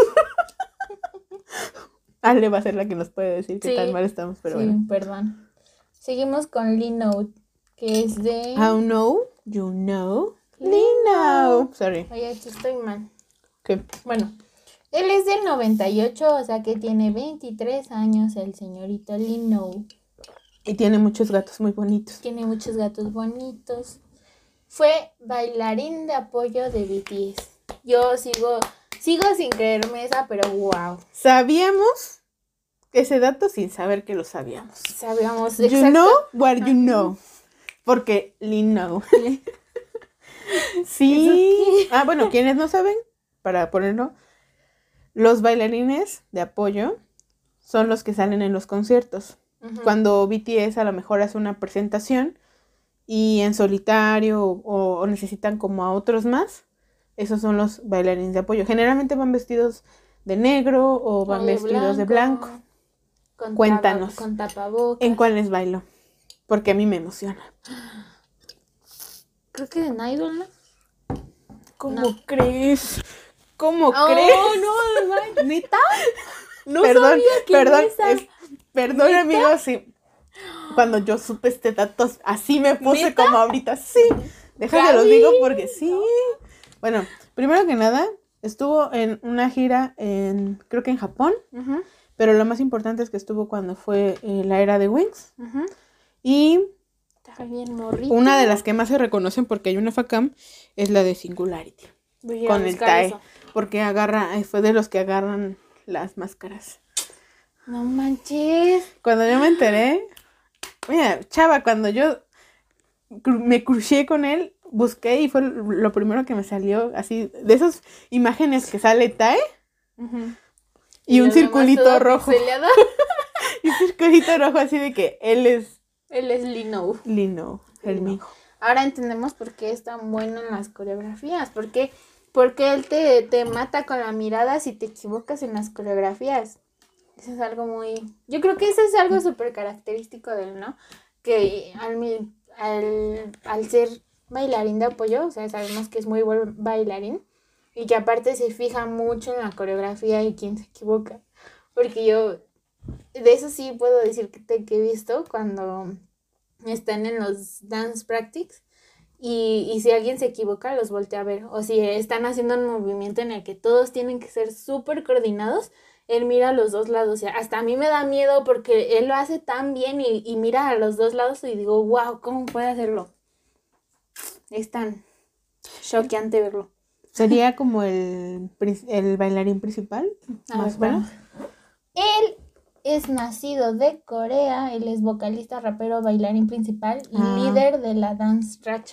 Ale va a ser la que nos puede decir qué tan mal estamos, pero bueno. Perdón. Seguimos con Lino, que es de... How know, you know, Lino. Sorry. Oye, estoy mal. ¿Qué? Bueno, él es del 98, o sea que tiene 23 años el señorito Lino. Y tiene muchos gatos muy bonitos. Tiene muchos gatos bonitos. Fue bailarín de apoyo de BTS. Yo sigo sin creerme esa, pero wow. Sabíamos ese dato sin saber que lo sabíamos. Sabíamos You know what you know. Porque Lino. Sí. Bueno, quienes no saben, para ponerlo, los bailarines de apoyo son los que salen en los conciertos. Uh-huh. Cuando BTS a lo mejor hace una presentación y en solitario o necesitan como a otros más, esos son los bailarines de apoyo. Generalmente van vestidos de negro o van vestidos de blanco. Cuéntanos. Con tapabocas. ¿En cuáles bailo? Porque a mí me emociona. Creo que en Idol, ¿no? ¿Cómo crees? ¿Cómo crees? No, ¿neta? No perdón, sabía que perdón, amigos, sí. Cuando yo supe este dato, así me puse. ¿Neta? Como ahorita. Sí, déjame los digo porque sí. Bueno, primero que nada, estuvo en una gira creo que en Japón. Uh-huh. Pero lo más importante es que estuvo cuando fue la era de Wings. Uh-huh. Y bien morrito. Una de las que más se reconocen porque hay una FACAM es la de Singularity. Con el TAE. Porque fue de los que agarran las máscaras. No manches. Cuando yo me enteré, mira, chava, cuando yo me crucé con él, busqué y fue lo primero que me salió, así, de esas imágenes que sale TAE. Uh-huh. Y un circulito rojo. Y un circulito rojo así de que él es Lino. Lino, el mijo. Ahora entendemos por qué es tan bueno en las coreografías. Porque él te mata con la mirada si te equivocas en las coreografías. Eso es algo muy... Yo creo que eso es algo súper característico de él, ¿no? Que al ser bailarín de apoyo, o sea, sabemos que es muy buen bailarín. Y que aparte se fija mucho en la coreografía y quién se equivoca. Porque yo, de eso sí puedo decir que he visto cuando están en los dance practice. Y si alguien se equivoca, los voltea a ver. O si están haciendo un movimiento en el que todos tienen que ser súper coordinados, él mira a los dos lados. O sea, hasta a mí me da miedo porque él lo hace tan bien y mira a los dos lados y digo, wow, ¿cómo puede hacerlo? Es tan choqueante verlo. ¿Sería como el bailarín principal? Más o menos. Él es nacido de Corea, él es vocalista, rapero, bailarín principal y líder de la Dance Racha.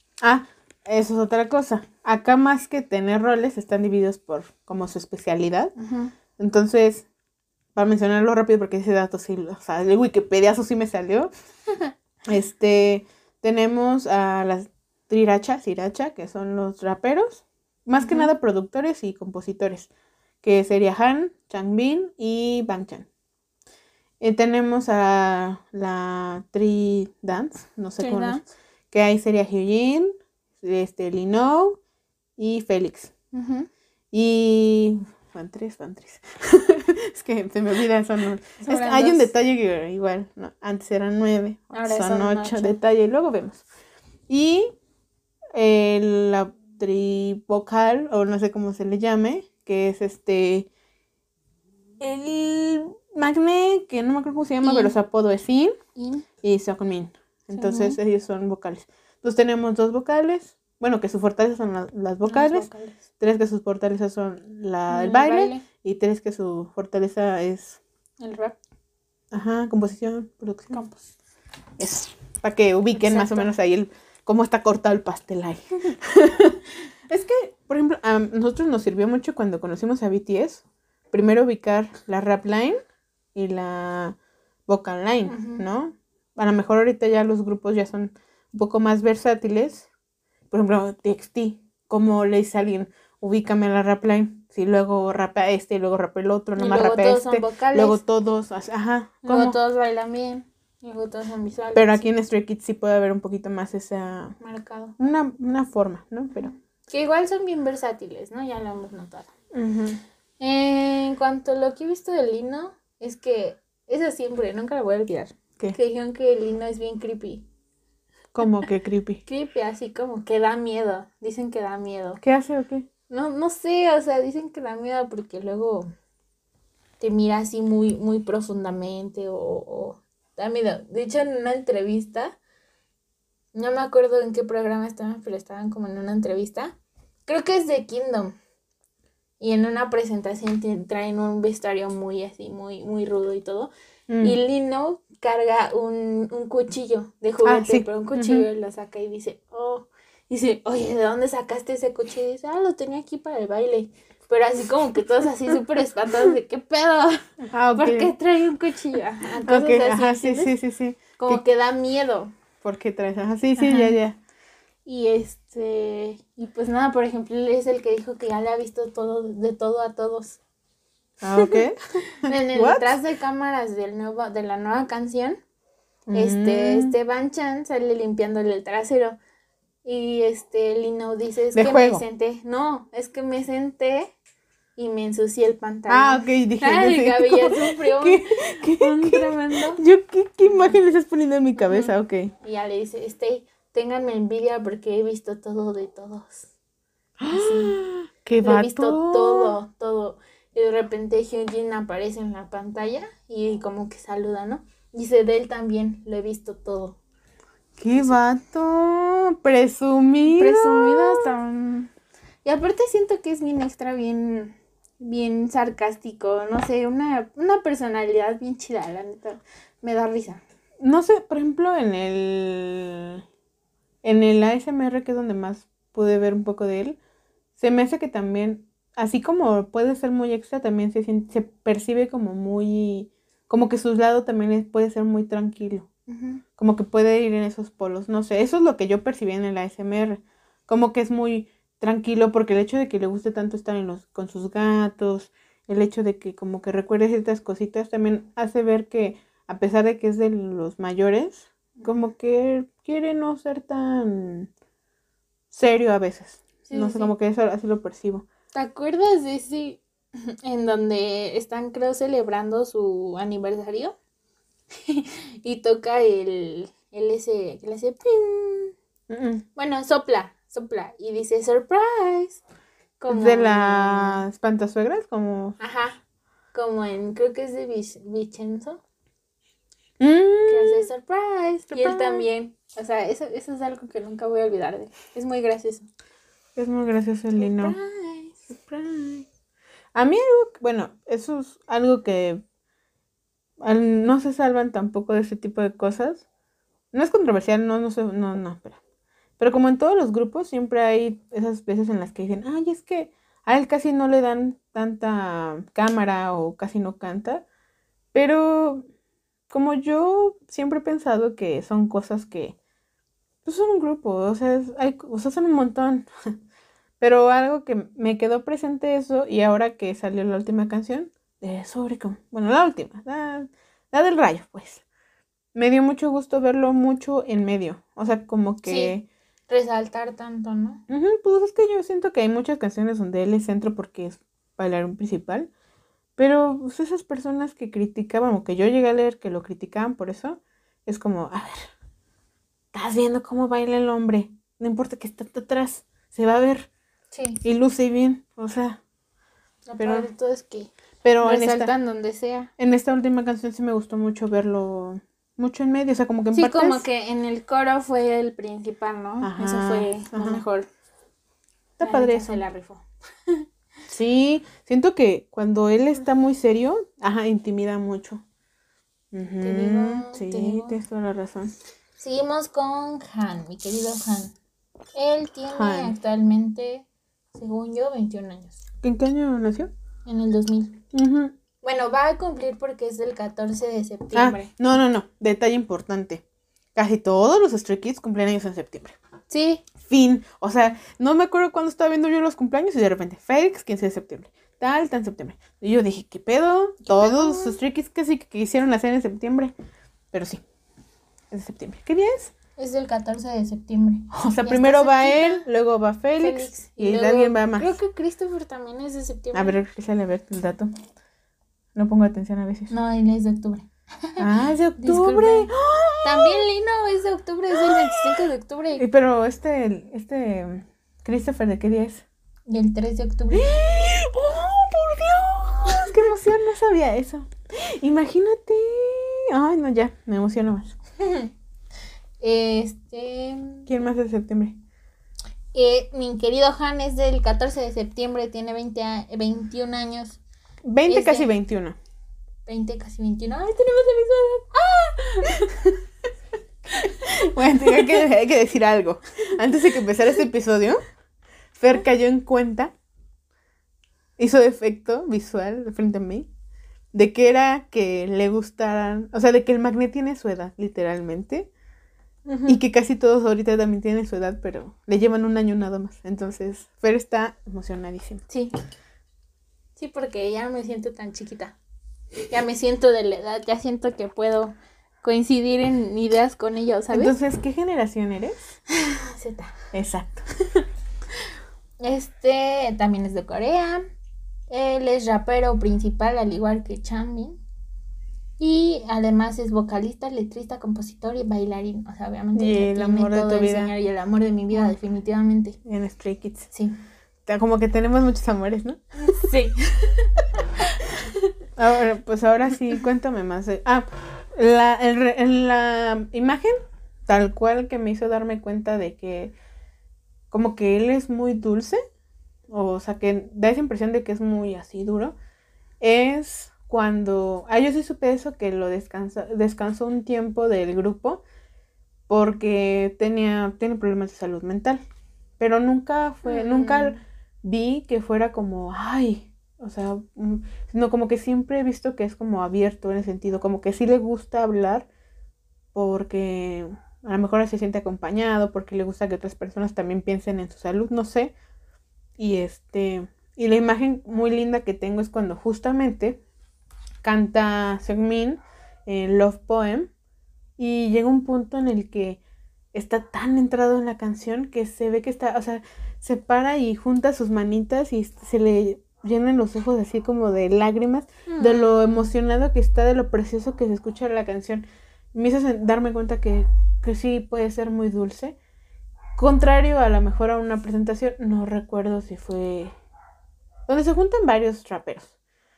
Eso es otra cosa. Acá más que tener roles están divididos por como su especialidad. Uh-huh. Entonces, para mencionarlo rápido porque ese dato sí, o sea, de Wikipedia eso sí me salió. Tenemos a las Sriracha, que son los raperos. Más que nada productores y compositores, que sería Han, Changbin y Bangchan. Tenemos a la Tri Dance, no sé cómo, que ahí sería Hyujin, Lino y Félix. Uh-huh. Y van tres. Es que se me olvidan, hay un detalle que igual, no, antes eran 9, ahora son 8 detalle, y luego vemos. Y la trivocal, o no sé cómo se le llame, que es el Magne, que no me acuerdo cómo se llama, pero su apodo es Sin y Seokmin. Entonces ellos son vocales. Entonces tenemos 2 vocales, bueno, que su fortaleza son las vocales, 3 que sus fortalezas son el baile, y 3 que su fortaleza es el rap. Ajá, composición, producción. Eso, para que ubiquen más o menos ahí cómo está cortado el pastel ahí. Es que, por ejemplo, a nosotros nos sirvió mucho cuando conocimos a BTS, primero ubicar la rap line y la vocal line, uh-huh. ¿no? A lo mejor ahorita ya los grupos ya son un poco más versátiles. Por ejemplo, TXT, ¿cómo le dice a alguien, ubícame a la rap line? si luego rapea este y luego rapea el otro, Y nomás luego rapea todos son este, vocales. luego todos, ajá, Luego ¿cómo? todos bailan bien. Luego todos son visuales. Pero aquí en Stray Kids sí puede haber un poquito más esa, Marcado. una forma, ¿no? Pero Que igual son bien versátiles, ¿no? Ya lo hemos notado. ujú. En cuanto a lo que he visto de Lino, es que eso siempre, nunca lo voy a olvidar. ¿Qué? Que dijeron que Lino es bien creepy. ¿Cómo que creepy? Creepy, así como que da miedo. Dicen que da miedo. ¿Qué hace o qué? No sé, o sea, dicen que da miedo porque luego te mira así muy, muy profundamente o da miedo. De hecho, en una entrevista, no me acuerdo en qué programa estaban, pero estaban como en una entrevista. Creo que es de Kingdom. Y en una presentación traen un vestuario muy así, muy, muy rudo y todo. Y Lino carga un cuchillo de juguete, sí. pero un cuchillo lo saca y dice, oye, ¿de dónde sacaste ese cuchillo? Y dice, lo tenía aquí para el baile. Pero así como que todos así súper espantados de, ¿qué pedo? Ah, ok. ¿Por qué trae un cuchillo? Ajá, cosas Ok, así, ajá, sí, ¿entiendes? sí. Como que da miedo. ¿Por qué traes? Ajá, sí, Ajá. ya. Y y pues nada, por ejemplo, él es el que dijo que ya le ha visto todo, de todo a todos. Ah, ok. En el What? detrás de cámaras de la nueva canción, Mm. Van Chan sale limpiándole el trasero. Y Lino dice, De juego. es que me senté y me ensucié el pantalón. Ah, ok, dije. Ay, Gaby ya sufrió un ¿Qué? tremendo. ¿Qué imagen le estás poniendo en mi cabeza? Ok. Y ya le dice, ténganme envidia porque he visto todo de todos. Así. ¡Qué Lo he visto vato! todo. Y de repente Hyunjin aparece en la pantalla y como que saluda, ¿no? Dice, de él también, lo he visto todo. ¡Qué vato! Presumido. Presumido hasta Y aparte siento que es bien extra, bien, bien sarcástico, no sé, una personalidad bien chida, la neta, me da risa. No sé, por ejemplo, en el ASMR, que es donde más pude ver un poco de él, se me hace que también, así como puede ser muy extra, también se percibe como muy, como que su lado también puede ser muy tranquilo. Uh-huh. Como que puede ir en esos polos, no sé, eso es lo que yo percibí en el ASMR, como que es muy tranquilo porque el hecho de que le guste tanto estar con sus gatos, el hecho de que como que recuerde ciertas cositas también hace ver que a pesar de que es de los mayores, como que quiere no ser tan serio a veces, Sí, no sé, sí. como que eso así lo percibo. ¿Te acuerdas de ese en donde están, creo, celebrando su aniversario? Y toca el ese, que le hace ping. Mm-mm. Bueno, sopla y dice surprise. Como De las espantasuegras, como... Ajá, como creo que es de Vincenzo, Mm, que hace surprise. Y él surprise. también. O sea, eso es algo que nunca voy a olvidar de él. Es muy gracioso. Es muy gracioso el Lino. Surprise. Surprise. A mí bueno, eso es algo que no se salvan tampoco de ese tipo de cosas. No es controversial, no sé, no, espera. Pero como en todos los grupos siempre hay esas veces en las que dicen, ay, es que a él casi no le dan tanta cámara o casi no canta. Pero como yo siempre he pensado que son cosas que, pues son un grupo, o sea, o sea, son un montón. Pero algo que me quedó presente eso, y ahora que salió la última canción de Soricom, bueno, la última, la del rayo, pues. Me dio mucho gusto verlo mucho en medio. O sea, como que. Sí, resaltar tanto, ¿no? Pues es que yo siento que hay muchas canciones donde él es centro porque es bailarín principal. Pero pues, esas personas que criticaban, o que yo llegué a leer que lo criticaban por eso, es como, a ver, estás viendo cómo baila el hombre. No importa que esté atrás, se va a ver. Sí. Y luce bien, o sea. Lo Pero, peor de todo es que pero resaltan donde sea. en esta última canción sí me gustó mucho verlo mucho en medio, o sea, como que en Sí, partes. como que en el coro fue el principal, ¿no? Ajá, Eso fue lo ajá. mejor. Está La padre neta eso. se la rifó. Sí, siento que cuando él está muy serio, intimida mucho. Te digo. Sí, tienes toda la razón. Seguimos con Han, mi querido Han. Él tiene Han. actualmente, según yo, 21 años. ¿En qué año nació? En el 2000. Ujú. Bueno, va a cumplir porque es del 14 de septiembre. No. Detalle importante. Casi todos los Stray Kids cumplen años en septiembre. Sí. Fin. O sea, no me acuerdo cuándo estaba viendo yo los cumpleaños y de repente, Félix, 15 de septiembre. tal, está en septiembre. Y yo dije, ¿qué pedo? Todos sus triquis que quisieron hacer en septiembre. Pero sí, es de septiembre. ¿Qué día es? Es del 14 de septiembre. O sea, Ya primero está va cerquita. él, luego va Félix y luego, alguien va más. Creo que Christopher también es de septiembre. A ver, ¿qué sale? A ver el dato. No pongo atención a veces. No, él es de octubre. Ah, es de octubre. Disculpen. También Lino es de octubre, es del 25 de octubre. Pero Christopher, ¿de qué día es? Del 3 de octubre. ¡Oh, por Dios! ¡Qué emoción! No sabía eso. Imagínate. Ay, no, ya, me emociono más. ¿Quién más es de septiembre? Mi querido Han es del 14 de septiembre, tiene 21 años. 20, casi 21. 20, casi 21. ¡Ay, tenemos la misma edad! ¡Ah! Bueno, hay que decir algo. Antes de que empezara este episodio, Fer cayó en cuenta, hizo efecto visual frente a mí, de que era que le gustaran, o sea, de que el Magnet tiene su edad, literalmente, y que casi todos ahorita también tienen su edad, pero le llevan un año nada más. Entonces, Fer está emocionadísima. Sí. Sí, porque ya no me siento tan chiquita. Ya me siento de la edad, ya siento que puedo coincidir en ideas con ellos, ¿sabes? Entonces, ¿qué generación eres? Z. Exacto. También es de Corea. Él es rapero principal, al igual que Changbin. Y además es vocalista, letrista, compositor y bailarín. O sea, obviamente Y el amor de todo tu el vida. señor y el amor de mi vida, definitivamente. En Stray Kids. Sí. Como que tenemos muchos amores, ¿no? Sí. Ahora, pues ahora sí, cuéntame más. En la imagen, tal cual que me hizo darme cuenta de que como que él es muy dulce, o sea, que da esa impresión de que es muy así duro, es cuando... yo sí supe eso, que lo descansó un tiempo del grupo porque tiene problemas de salud mental, pero nunca vi que fuera como, o sea, sino como que siempre he visto que es como abierto en el sentido, como que sí le gusta hablar porque a lo mejor se siente acompañado, porque le gusta que otras personas también piensen en su salud, no sé. Y la imagen muy linda que tengo es cuando justamente canta Seungmin en Love Poem y llega un punto en el que está tan entrado en la canción que se ve que está, o sea, se para y junta sus manitas y se le llenan los ojos así como de lágrimas de lo emocionado que está, de lo precioso que se escucha la canción. Me hizo darme cuenta que sí puede ser muy dulce. Contrario a lo mejor a una presentación, no recuerdo si fue donde se juntan varios raperos.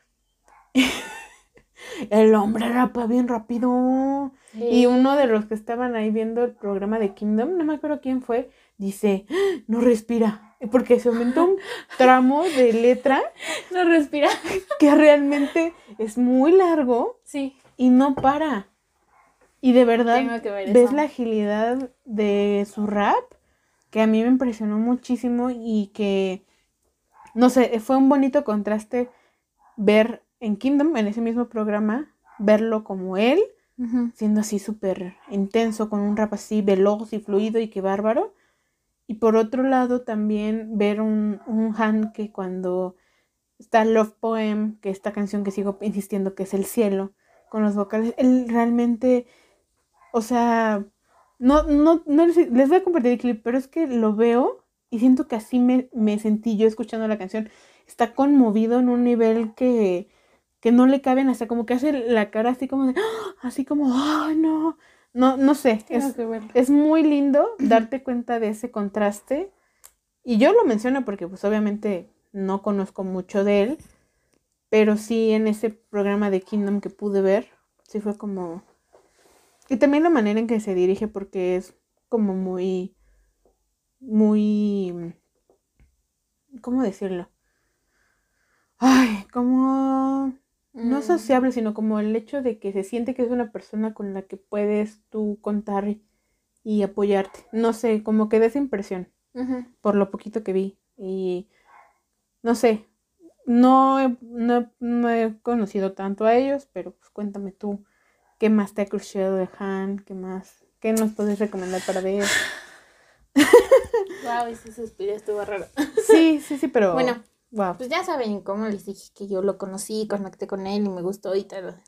El hombre rapa bien rápido. Sí. Y uno de los que estaban ahí viendo el programa de Kingdom, no me acuerdo quién fue, dice, no respira. Porque se aumentó un tramo de letra. No respira. Que realmente es muy largo. Sí. Y no para. Y de verdad, tengo que ver ves eso. la agilidad de su rap, que a mí me impresionó muchísimo y que, no sé, fue un bonito contraste ver en Kingdom, en ese mismo programa, verlo como él, siendo así súper intenso, con un rap así veloz y fluido y que bárbaro. Y por otro lado también ver un Han que cuando está Love Poem, que esta canción que sigo insistiendo que es El Cielo, con los vocales, él realmente, o sea, no les voy a compartir el clip, pero es que lo veo y siento que así me sentí yo escuchando la canción. Está conmovido en un nivel que no le caben, hasta como que hace la cara así como de, así como, no sé, es muy lindo darte cuenta de ese contraste. Y yo lo menciono porque pues obviamente no conozco mucho de él, pero sí en ese programa de Kingdom que pude ver, sí fue como... Y también la manera en que se dirige, porque es como muy, ¿cómo decirlo? Como... No sociable, sino como el hecho de que se siente que es una persona con la que puedes tú contar y apoyarte. No sé, como que da esa impresión, por lo poquito que vi. Y no sé, no he conocido tanto a ellos, pero pues cuéntame tú, ¿qué más te ha cruciado de Han? ¿Qué nos puedes recomendar para ver? Wow, ese suspiro estuvo raro. Sí, pero... Bueno, Wow. Pues ya saben cómo les dije que yo lo conocí, conecté con él y me gustó y tal.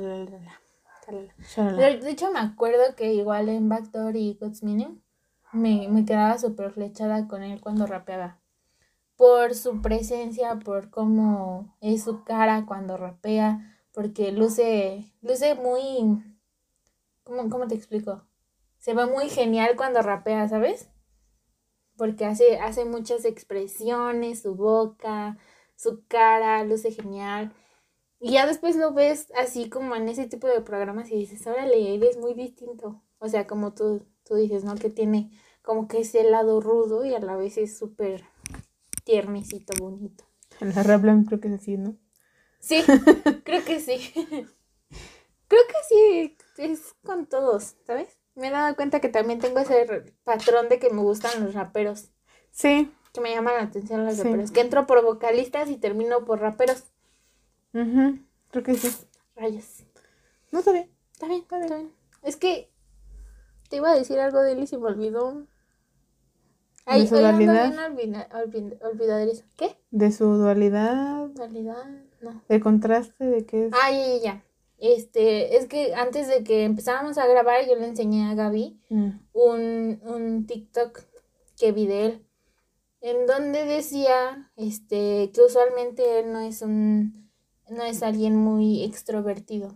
De hecho, me acuerdo que igual en Backdoor y God's Meaning me quedaba súper flechada con él cuando rapeaba. Por su presencia, por cómo es su cara cuando rapea, porque luce muy... ¿Cómo te explico? Se ve muy genial cuando rapea, ¿sabes? Porque hace muchas expresiones, su boca, su cara, luce genial. Y ya después lo ves así como en ese tipo de programas y dices, órale, eres muy distinto. O sea, como tú dices, ¿no? Que tiene como que ese lado rudo y a la vez es súper tiernecito, bonito. En la Rablan creo que es así, ¿no? Sí, creo que sí. Creo que sí, es con todos, ¿sabes? Me he dado cuenta que también tengo ese patrón de que me gustan los raperos. Sí. Que me llaman la atención los Sí. raperos. Que entro por vocalistas y termino por raperos. Creo que sí. Rayos. No está bien. Está bien. Es que te iba a decir algo de él y se me olvidó. ¿De su dualidad? Olvidaderizo. ¿Qué? De su dualidad. Dualidad, no. De contraste de qué es. Ya. Es que antes de que empezáramos a grabar, yo le enseñé a Gaby un TikTok que vi de él, en donde decía que usualmente él no es alguien muy extrovertido,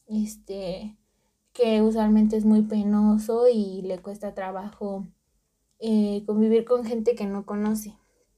que usualmente es muy penoso y le cuesta trabajo convivir con gente que no conoce,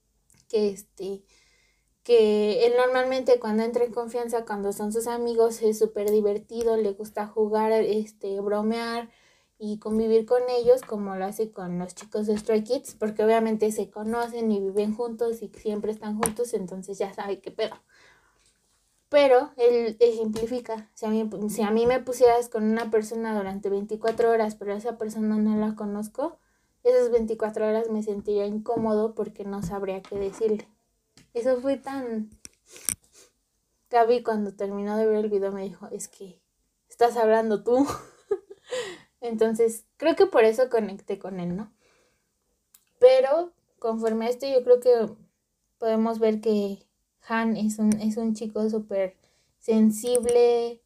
que él normalmente cuando entra en confianza, cuando son sus amigos, es súper divertido, le gusta jugar, bromear y convivir con ellos como lo hace con los chicos de Stray Kids, porque obviamente se conocen y viven juntos y siempre están juntos, entonces ya sabe qué pedo. Pero él ejemplifica, si a mí me pusieras con una persona durante 24 horas, pero a esa persona no la conozco, esas 24 horas me sentiría incómodo porque no sabría qué decirle. Eso fue tan... Gaby cuando terminó de ver el video me dijo, es que estás hablando tú. Entonces, creo que por eso conecté con él, ¿no? Pero conforme a esto yo creo que podemos ver que Han es un chico súper sensible,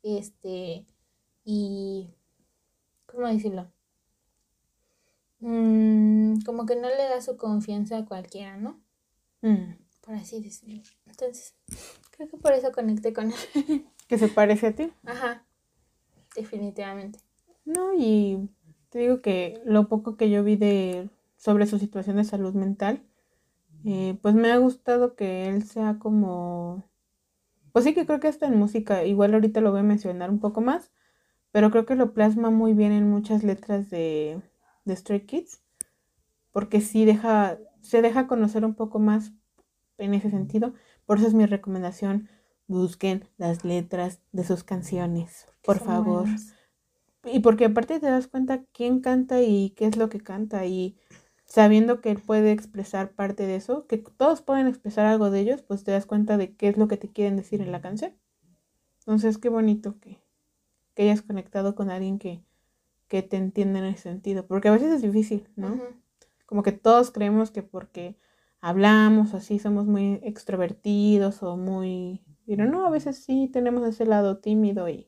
y... ¿cómo decirlo? Como que no le da su confianza a cualquiera, ¿no? Por así decirlo. Entonces, creo que por eso conecté con él. ¿Que se parece a ti? Ajá, definitivamente. No, y te digo que lo poco que yo vi sobre su situación de salud mental, pues me ha gustado que él sea como... Pues sí, que creo que hasta en música, igual ahorita lo voy a mencionar un poco más, pero creo que lo plasma muy bien en muchas letras de Stray Kids, porque sí se deja conocer un poco más en ese sentido. Por eso es mi recomendación, busquen las letras de sus canciones, por favor. Y porque aparte te das cuenta quién canta y qué es lo que canta, y sabiendo que él puede expresar parte de eso, que todos pueden expresar algo de ellos, pues te das cuenta de qué es lo que te quieren decir en la canción. Entonces, qué bonito que hayas conectado con alguien que te entiende en ese sentido, porque a veces es difícil, ¿no? Como que todos creemos que porque hablamos así somos muy extrovertidos o muy... Pero no, a veces sí tenemos ese lado tímido y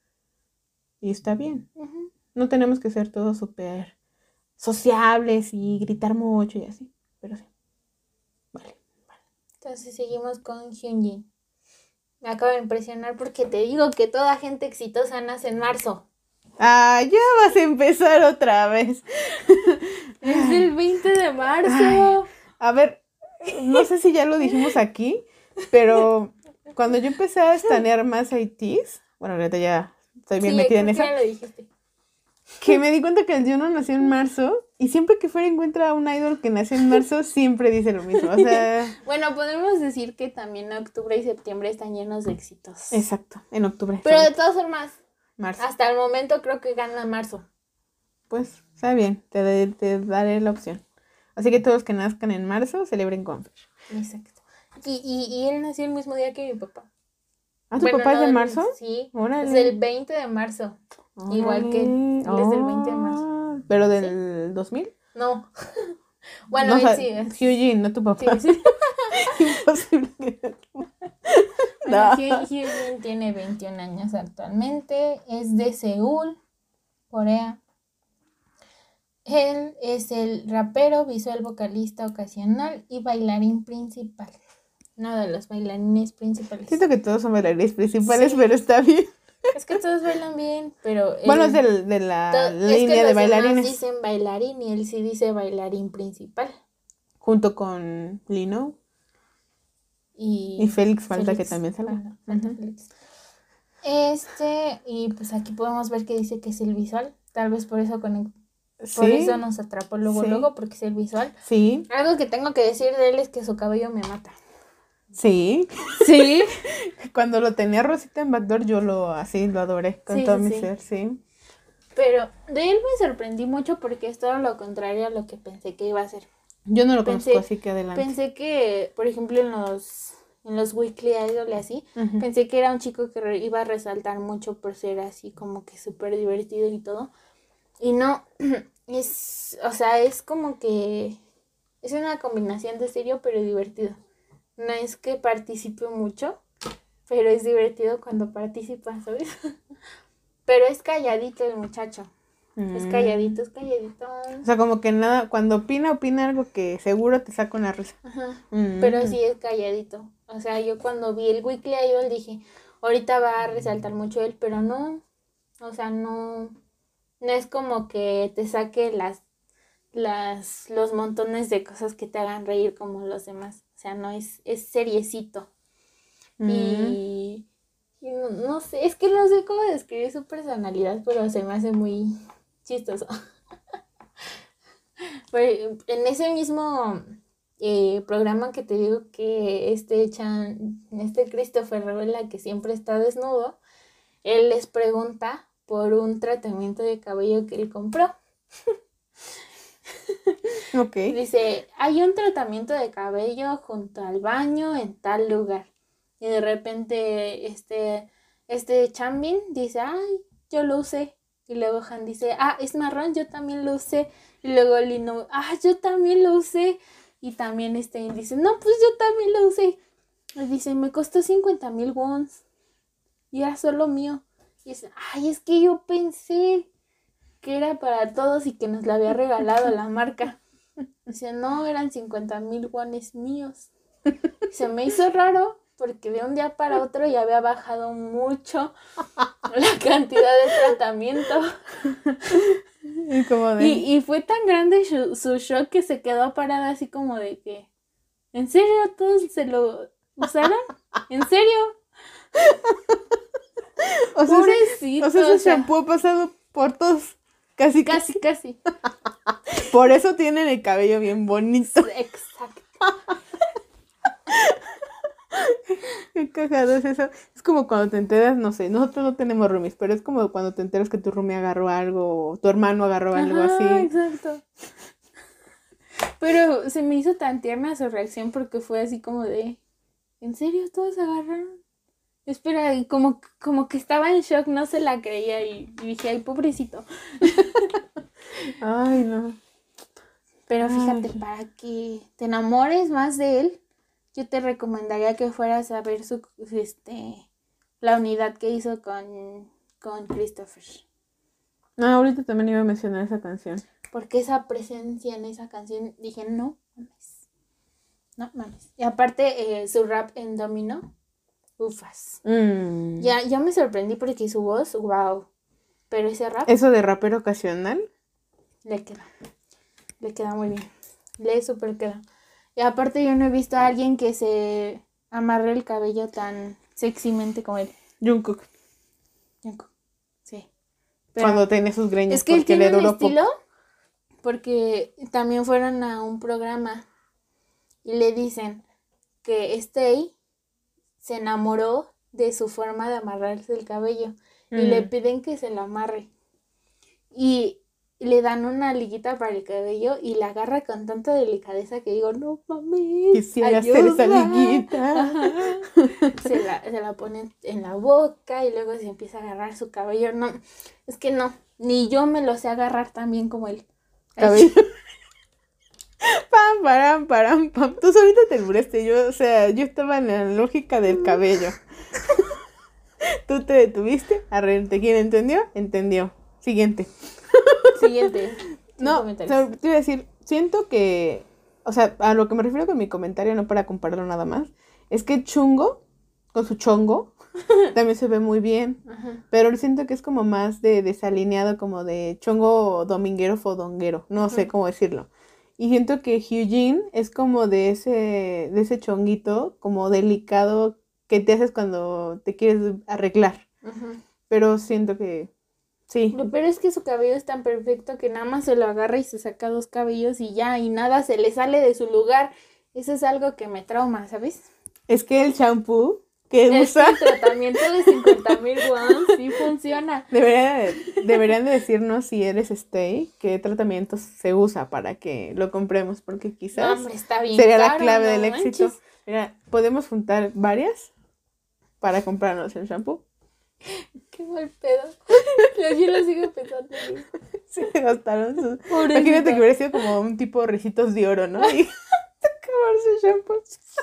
está bien. No tenemos que ser todos súper sociables y gritar mucho y así, pero sí. Vale. Entonces seguimos con Hyunjin. Me acabo de impresionar porque te digo que toda gente exitosa nace en marzo. Ya vas a empezar otra vez. Es el 20 de marzo. A ver, no sé si ya lo dijimos aquí, pero cuando yo empecé a estanear más ITs, bueno, ahorita ya estoy bien metida en eso. Ya lo dijiste. Que me di cuenta que el Juno nació en marzo, y siempre que fuera encuentra a un idol que nació en marzo, siempre dice lo mismo. O sea... Bueno, podemos decir que también octubre y septiembre están llenos de éxitos. Exacto, en octubre. Pero de todas formas, marzo. Hasta el momento creo que gana marzo. Pues, está bien, te daré la opción. Así que todos los que nazcan en marzo, celebren con Fer. Exacto. Y él nació el mismo día que mi papá. ¿Ah, tu papá es de marzo? Sí, Órale. es el 20 de marzo. Órale. Igual que él es del 20 de marzo. ¿Pero del 2000? No, Bueno, No, él sí es. Hyunjin, no tu papá. Sí, sí. Imposible que sea tu papá. Bueno, No. Hyunjin tiene 21 años actualmente, es de Seúl, Corea. Él es el rapero, visual, vocalista ocasional y bailarín principal. Uno de los bailarines principales. Siento que todos son bailarines principales, Sí. pero está bien. Es que todos bailan bien, pero Bueno, es de la es línea que de los demás bailarines. dicen bailarín y él sí dice bailarín principal. Junto con Lino y Félix, falta que también salga. Falta Félix. Y pues aquí podemos ver que dice que es el visual. Tal vez por eso por eso nos atrapó luego, porque es el visual. Sí. Algo que tengo que decir de él es que su cabello me mata. Sí. Sí. Cuando lo tenía Rosita en Backdoor, yo lo adoré con todo mi ser, sí. Pero de él me sorprendí mucho porque es todo lo contrario a lo que pensé que iba a ser. Yo no lo conozco, así que adelante. Pensé que, por ejemplo, en los Weekly Idol y así, pensé que era un chico que iba a resaltar mucho por ser así como que súper divertido y todo. Y no, es como que es una combinación de serio pero divertido. No es que participe mucho, pero es divertido cuando participa, ¿sabes? Pero es calladito el muchacho. Es calladito. O sea, como que nada, cuando opina algo que seguro te saca una risa. Ajá. Pero sí es calladito. O sea, yo cuando vi el Weekly Idol dije, ahorita va a resaltar mucho él, pero no. O sea, no es como que te saque los montones de cosas que te hagan reír como los demás. O sea, no es seriecito. Y no sé, es que no sé cómo describir su personalidad, pero se me hace muy chistoso. En ese mismo programa que te digo que este Christopher revela que siempre está desnudo, él les pregunta por un tratamiento de cabello que él compró. Ok. Dice, hay un tratamiento de cabello junto al baño en tal lugar. Y de repente este Chanbin dice, ay, yo lo usé. Y luego Han dice, es marrón, yo también lo usé. Y luego Lino, yo también lo usé. Y también dice, no, pues yo también lo usé. Y dice, me costó 50,000 wons. Y era solo mío. Y dice, es que yo pensé que era para todos y que nos la había regalado la marca. Dice, no, eran 50,000 wones míos. Se me hizo raro porque de un día para otro ya había bajado mucho la cantidad de tratamiento. Y fue tan grande su shock que se quedó parada así como de que, ¿en serio todos se lo usaron? ¿En serio? Pobrecito. O sea, ese shampoo ha pasado por todos. Casi. Por eso tienen el cabello bien bonito. Exacto. Qué cagado es eso. Es como cuando te enteras, no sé, nosotros no tenemos roomies, pero es como cuando te enteras que tu roomie agarró algo, o tu hermano agarró algo así. Exacto. Pero se me hizo tan tierna su reacción porque fue así como de, ¿en serio todos agarraron? Espera, y como que estaba en shock, no se la creía y dije, ay, pobrecito. Ay, no. Pero fíjate, para que te enamores más de él, yo te recomendaría que fueras a ver la unidad que hizo con Christopher. Ahorita también iba a mencionar esa canción. Porque esa presencia en esa canción, dije, no mames. Y aparte, su rap en Domino, ufas. Ya me sorprendí porque su voz, wow. Pero ese rap... ¿Eso de rapero ocasional? Le queda muy bien. Le súper queda. Y aparte yo no he visto a alguien que se amarre el cabello tan sexymente como él. Jungkook. Sí. Pero cuando tiene sus greñas. Es que él tiene un estilo porque también fueron a un programa y le dicen que Stay se enamoró de su forma de amarrarse el cabello y le piden que se lo amarre. Y le dan una liguita para el cabello y la agarra con tanta delicadeza que digo, no mames, quisiera hacer esa liguita. Se la pone en la boca y luego se empieza a agarrar su cabello. No, es que no, ni yo me lo sé agarrar tan bien como él. Cabello. param, pam. Tú solita te alburaste, yo estaba en la lógica del cabello. Tú te detuviste a reírte. ¿Quién entendió? Entendió. Siguiente. No, te iba a decir, siento que, a lo que me refiero con mi comentario, no para compararlo nada más, es que Chungo, con su chongo, también se ve muy bien. Ajá. Pero siento que es como más de desalineado, como de chongo dominguero fodonguero, no sé cómo decirlo. Y siento que Hyujin es como de ese chonguito, como delicado que te haces cuando te quieres arreglar. Ajá. Pero siento que sí. Pero es que su cabello es tan perfecto que nada más se lo agarra y se saca 2 cabellos y ya, y nada se le sale de su lugar. Eso es algo que me trauma, ¿sabes? Es que el shampoo que Es usa... el tratamiento de 50,000 won sí funciona. Deberían de decirnos, si eres Stay, qué tratamientos se usa para que lo compremos, porque quizás No, hombre, está bien sería la caro, clave no del éxito. manches. Mira, podemos juntar varias para comprarnos el shampoo. Qué mal pedo. Yo lo sigo pensando. Se gastaron sus... Pobrecito. Imagínate que hubiera sido como un tipo de ricitos de oro, ¿no? Y acabarse shampoo.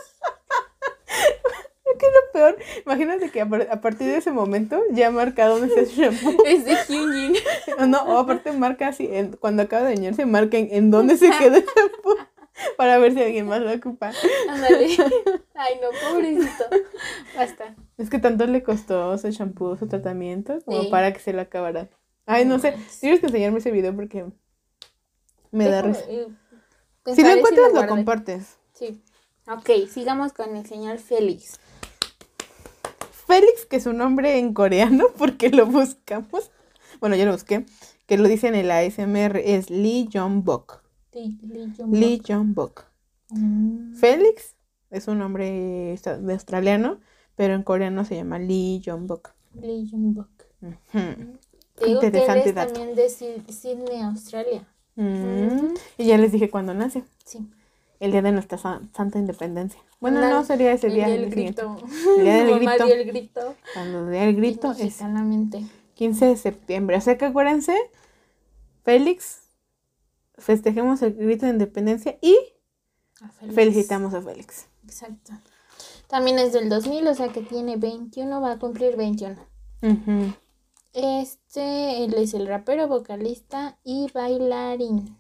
¿Qué es lo peor? Imagínate que a partir de ese momento ya ha marcado dónde está ese shampoo. Es de Hyunjin. No, o aparte marca así, cuando acaba de bañarse, marca en dónde se queda el shampoo para ver si alguien más lo ocupa. Ándale. Ay, no, pobrecito. Basta. Es que tanto le costó su shampoo, su tratamiento, como Sí. para que se lo acabara. Ay, no sé, tienes que enseñarme ese video porque me da risa. Si lo encuentras, lo compartes. Sí. Ok, sigamos con el señor Félix. Félix, que es su nombre en coreano, porque lo buscamos. Bueno, yo lo busqué. Que lo dice en el ASMR, es Lee Jong-bok. Lee Jong-bok. Félix es un nombre de australiano, pero en coreano se llama Lee Jong-bok. Lee Jong-bok. Qué Digo interesante que él es dato. también de Sydney, Australia. Y ya les dije cuándo nace. Sí. El día de nuestra santa independencia. Bueno, Ándale. no sería ese día. El el siguiente. grito. El día del Su mamá grito. dio el grito. Cuando dé el grito es Mexicanamente. 15 de septiembre. O sea que acuérdense, Félix, festejemos el grito de independencia y felicitamos a Félix. Exacto. También es del 2000, o sea que tiene 21, va a cumplir 21. Ujú. Él es el rapero, vocalista y bailarín.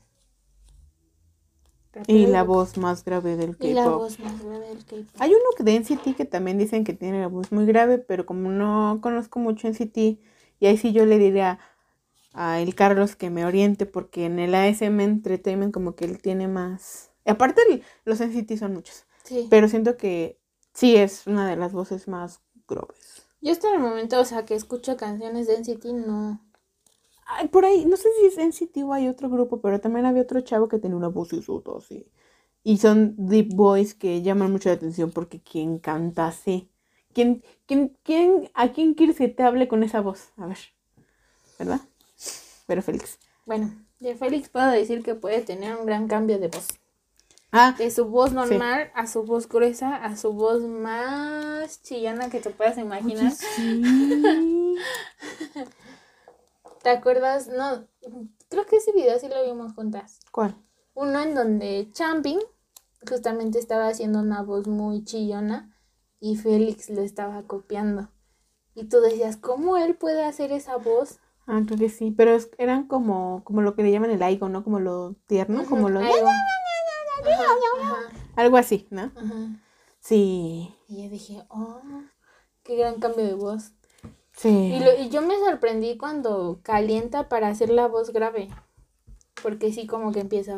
Y la voz más grave del K-pop. Y la voz más grave del K-pop. Hay uno de NCT que también dicen que tiene la voz muy grave, pero como no conozco mucho NCT, y ahí sí yo le diría a el Carlos que me oriente, porque en el ASM Entertainment como que él tiene más... Aparte los NCT son muchos, Sí. pero siento que sí es una de las voces más graves. Yo hasta el momento, o sea, que escucho canciones de NCT, no. Ay, por ahí, no sé si es NCT o hay otro grupo, pero también había otro chavo que tenía una voz así. Y son deep boys que llaman mucho la atención porque quien canta así. ¿A quién quieres que te hable con esa voz? A ver, ¿verdad? Pero Félix. Bueno, de Félix puedo decir que puede tener un gran cambio de voz. Ah, De su voz normal a su voz gruesa, a su voz más chillona que te puedas imaginar. sí. ¿Te acuerdas? No, creo que ese video sí lo vimos juntas. ¿Cuál? Uno en donde Champing justamente estaba haciendo una voz muy chillona y Félix lo estaba copiando. Y tú decías, ¿cómo él puede hacer esa voz? Ah, creo que sí, pero eran como lo que le llaman el aigo, ¿no? Como lo tierno, como lo... Algo. Ajá, Algo así, ¿no? ajá. Sí, Y yo dije, oh, qué gran cambio de voz. sí. Y yo me sorprendí cuando calienta para hacer la voz grave. Porque sí, como que empieza,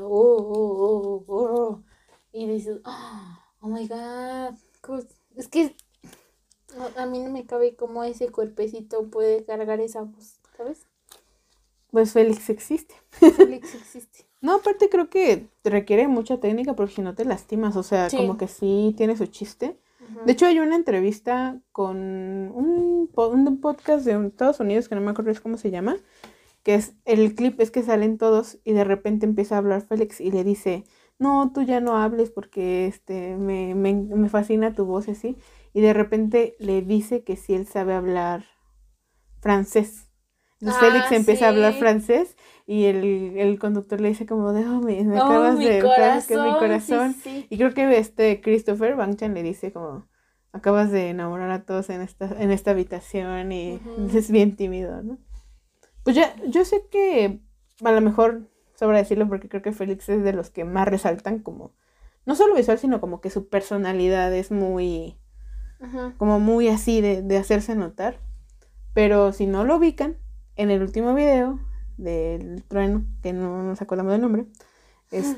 y dices, oh my God. Es que a mí no me cabe cómo ese cuerpecito puede cargar esa voz, ¿sabes? Pues Félix existe. Félix existe. No, aparte creo que requiere mucha técnica porque si no te lastimas, o sea, Sí. como que sí tiene su chiste. De hecho, hay una entrevista con un podcast de Estados Unidos, que no me acuerdo cómo se llama, que es, el clip es que salen todos y de repente empieza a hablar Félix y le dice, no, tú ya no hables porque me fascina tu voz así. Y de repente le dice que sí él sabe hablar francés. Entonces Félix empieza a hablar francés y el conductor le dice como de, me acabas de que mi corazón. Sí. Y creo que Christopher Banchan le dice como, acabas de enamorar a todos en esta habitación y es bien tímido, ¿no? Pues yo sé que a lo mejor sobra decirlo porque creo que Félix es de los que más resaltan como, no solo visual, sino como que su personalidad es muy, como muy así de hacerse notar. Pero si no lo ubican, en el último video del trueno, que no nos acordamos del nombre, es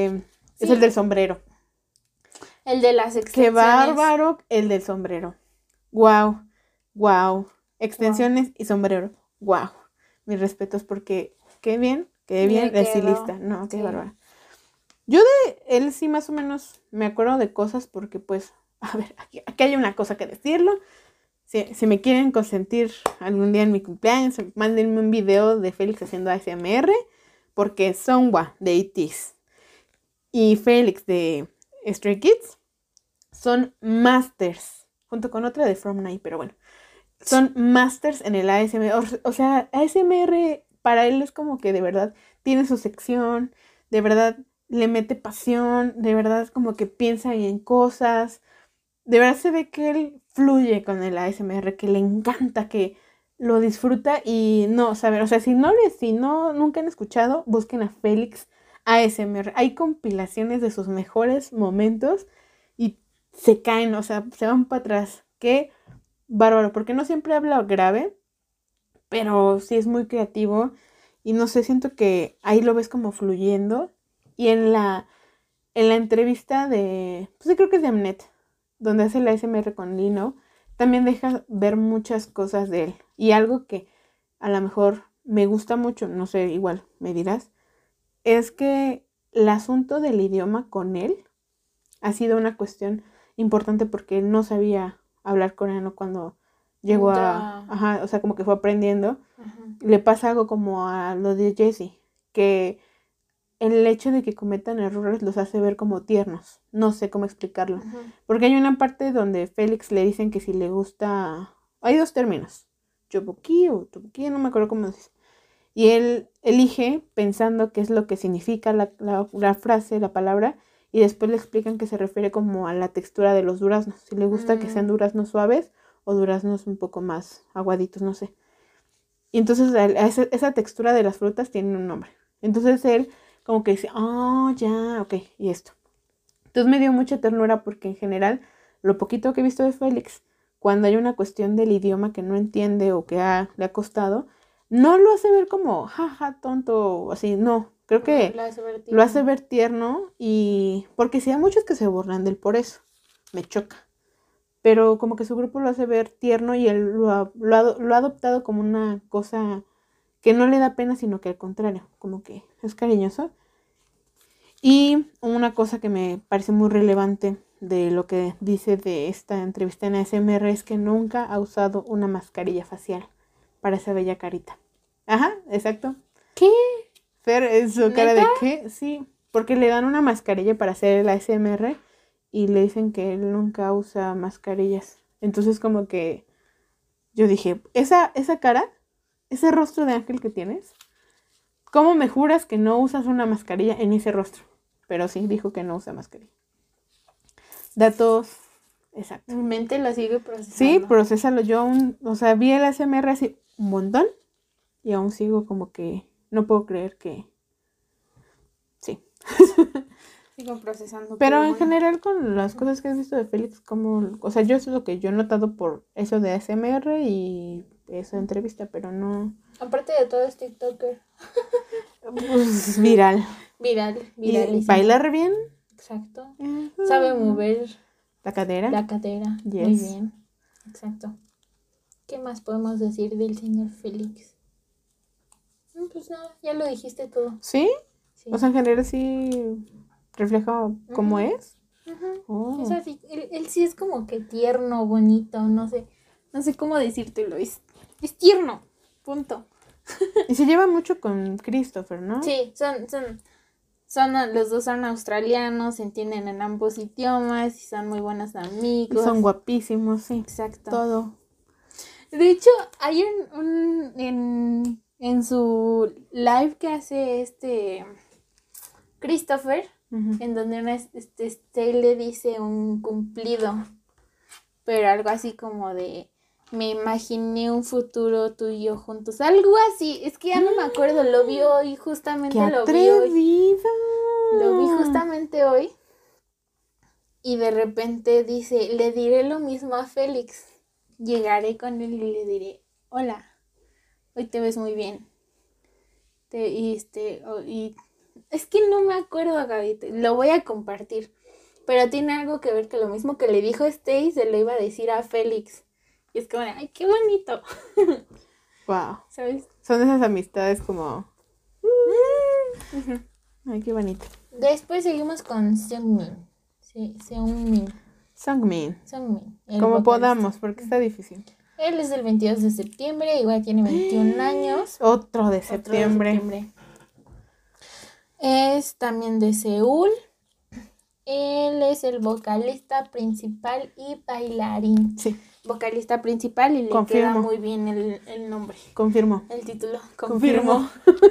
el del sombrero. El de las extensiones. ¡Qué bárbaro! El del sombrero. ¡Wow! ¡Wow! Extensiones y sombrero. ¡Wow! Mis respetos porque qué bien estilista. No, qué bárbaro. Yo de él sí más o menos me acuerdo de cosas porque pues, a ver, aquí hay una cosa que decirlo. Si me quieren consentir algún día en mi cumpleaños, mándenme un video de Félix haciendo ASMR, porque Songwa de ITZY y Félix de Stray Kids son masters, junto con otra de From Nine, pero bueno, son masters en el ASMR. O sea, ASMR para él es como que de verdad tiene su sección, de verdad le mete pasión, de verdad es como que piensa en cosas. De verdad se ve que él fluye con el ASMR, que le encanta, que lo disfruta y no, saber, o sea, si no nunca han escuchado, busquen a Félix ASMR. Hay compilaciones de sus mejores momentos y se caen, o sea, se van para atrás. Qué bárbaro, porque no siempre habla grave, pero sí es muy creativo y no sé, siento que ahí lo ves como fluyendo. Y en la entrevista pues creo que es de Mnet, donde hace la ASMR con Lino, también deja ver muchas cosas de él. Y algo que a lo mejor me gusta mucho, no sé, igual me dirás, es que el asunto del idioma con él ha sido una cuestión importante porque él no sabía hablar coreano cuando llegó o sea, como que fue aprendiendo. Le pasa algo como a lo de Jessie, que el hecho de que cometan errores los hace ver como tiernos. No sé cómo explicarlo. Porque hay una parte donde Félix le dicen que si le gusta... Hay dos términos. Chobuki o Tobuki, no me acuerdo cómo dice. Y él elige pensando qué es lo que significa la frase, la palabra. Y después le explican que se refiere como a la textura de los duraznos. Si le gusta que sean duraznos suaves o duraznos un poco más aguaditos, no sé. Y entonces esa textura de las frutas tiene un nombre. Entonces él como que dice, ya, ok, y esto. Entonces me dio mucha ternura porque en general, lo poquito que he visto de Félix, cuando hay una cuestión del idioma que no entiende o que le ha costado, no lo hace ver como, jaja, tonto, o así, no. Creo que lo hace ver tierno y... Porque sí hay muchos que se burlan de él por eso. Me choca. Pero como que su grupo lo hace ver tierno y él lo ha adoptado como una cosa que no le da pena, sino que al contrario, como que es cariñoso. Y una cosa que me parece muy relevante de lo que dice de esta entrevista en ASMR es que nunca ha usado una mascarilla facial para esa bella carita. Ajá, exacto. ¿Qué? Fer, ¿es su cara de qué? Sí, porque le dan una mascarilla para hacer el ASMR y le dicen que él nunca usa mascarillas. Entonces como que yo dije, esa cara, ese rostro de ángel que tienes, ¿cómo me juras que no usas una mascarilla en ese rostro? Pero sí, dijo que no usa mascarilla. Datos exactos. Mi mente lo sigue procesando. Sí, procésalo. Yo vi el ASMR así un montón y aún sigo como que no puedo creer que... Sí. Sigo procesando. Pero en general con las cosas que has visto de Félix, como... O sea, yo es lo que yo he notado por eso de ASMR y esa entrevista, pero no... Aparte de todo es TikToker. Pues, viral. Y bailar bien. Exacto. Sabe mover la cadera. Yes. Muy bien. Exacto. ¿Qué más podemos decir del señor Félix? Pues nada, ya lo dijiste todo. ¿Sí? O sea, en general sí refleja cómo es. O sea, sí, él sí es como que tierno, bonito, no sé cómo decírtelo, es tierno, punto. Y se lleva mucho con Christopher, ¿no? Sí, los dos son australianos, se entienden en ambos idiomas y son muy buenos amigos. Y son guapísimos, sí. Exacto. Todo. De hecho, hay en su live que hace Christopher, en donde Stay le dice un cumplido, pero algo así como de me imaginé un futuro tú y yo juntos, algo así, es que ya no me acuerdo, lo vi hoy, justamente ¡Qué lo vi hoy. atrevida! Lo vi justamente hoy y de repente dice, le diré lo mismo a Félix, llegaré con él y le diré, hola, hoy te ves muy bien. Y es que no me acuerdo, Gaby, lo voy a compartir. Pero tiene algo que ver que lo mismo que le dijo Stay se lo iba a decir a Félix. Y es como, ay, qué bonito. Wow. ¿Sabes? Son esas amistades como... Ay, qué bonito. Después seguimos con Seungmin. Sí, Seungmin. Sungmin. Seungmin. Como podamos, porque está difícil. Él es del 22 de septiembre, igual tiene 21 años. Otro de septiembre. Es también de Seúl. Él es el vocalista principal y bailarín. Sí. Vocalista principal y le queda muy bien el nombre. Confirmo. El título. Confirmo.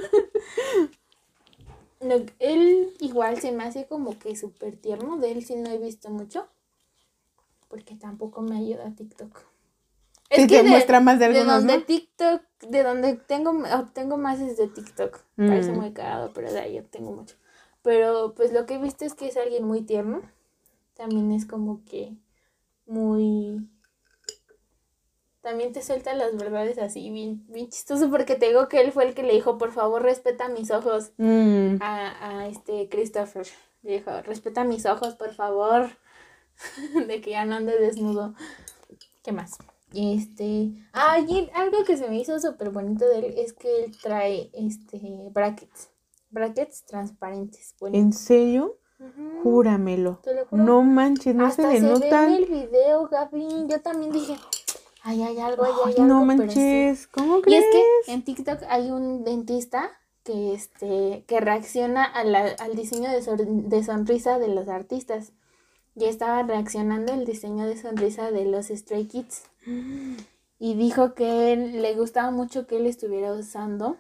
Él igual se me hace como que súper tierno. De él sí no he visto mucho. Porque tampoco me ayuda TikTok. Es que muestra más de algunos, de donde ¿no? TikTok, de donde obtengo más es de TikTok. Parece muy cagado, pero de ahí obtengo mucho. Pero pues lo que he visto es que es alguien muy tierno. También es como que muy... También te suelta las verdades así, bien, bien chistoso, porque te digo que él fue el que le dijo, por favor, respeta mis ojos a Christopher. Le dijo, respeta mis ojos, por favor, de que ya no ande desnudo. ¿Qué más? Y algo que se me hizo súper bonito de él es que él trae brackets transparentes. Bonitos. ¿En serio? Uh-huh. Júramelo. No manches, no hasta se le nota. Hasta se ve en el video, Gaby. Yo también dije, ay, hay algo, hay algo. No manches, sí. ¿Cómo crees? Y es que en TikTok hay un dentista que reacciona al diseño de sonrisa de los artistas. Y estaba reaccionando el diseño de sonrisa de los Stray Kids. Y dijo que le gustaba mucho que él estuviera usando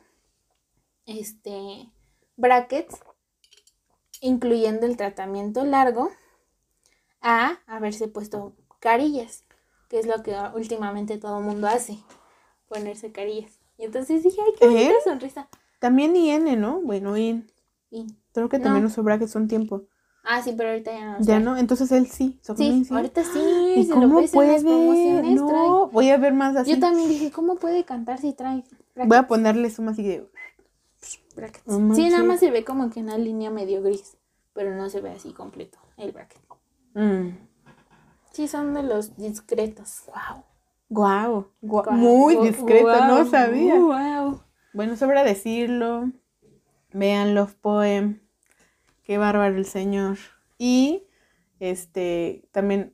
brackets, incluyendo el tratamiento largo, a haberse puesto carillas, que es lo que últimamente todo el mundo hace, ponerse carillas. Y entonces dije, ay, qué bonita sonrisa. También IN, ¿no? Bueno, IN. Creo que también usó brackets un tiempo. Ah, sí, pero ahorita ya no. Ya no, entonces él sí. Sí, ahorita sí. ¿Y se cómo lo ves puede? En las promociones, no, trae. Voy a ver más así. Yo también dije, ¿cómo puede cantar si trae brackets? Voy a ponerle suma así de... brackets. Sí, nada más se ve como que una línea medio gris, pero no se ve así completo el bracket. Sí, son de los discretos. Guau. Muy discreto, no sabía. Wow. Bueno, sobra decirlo. Vean Love Poem. Qué bárbaro el señor. Y también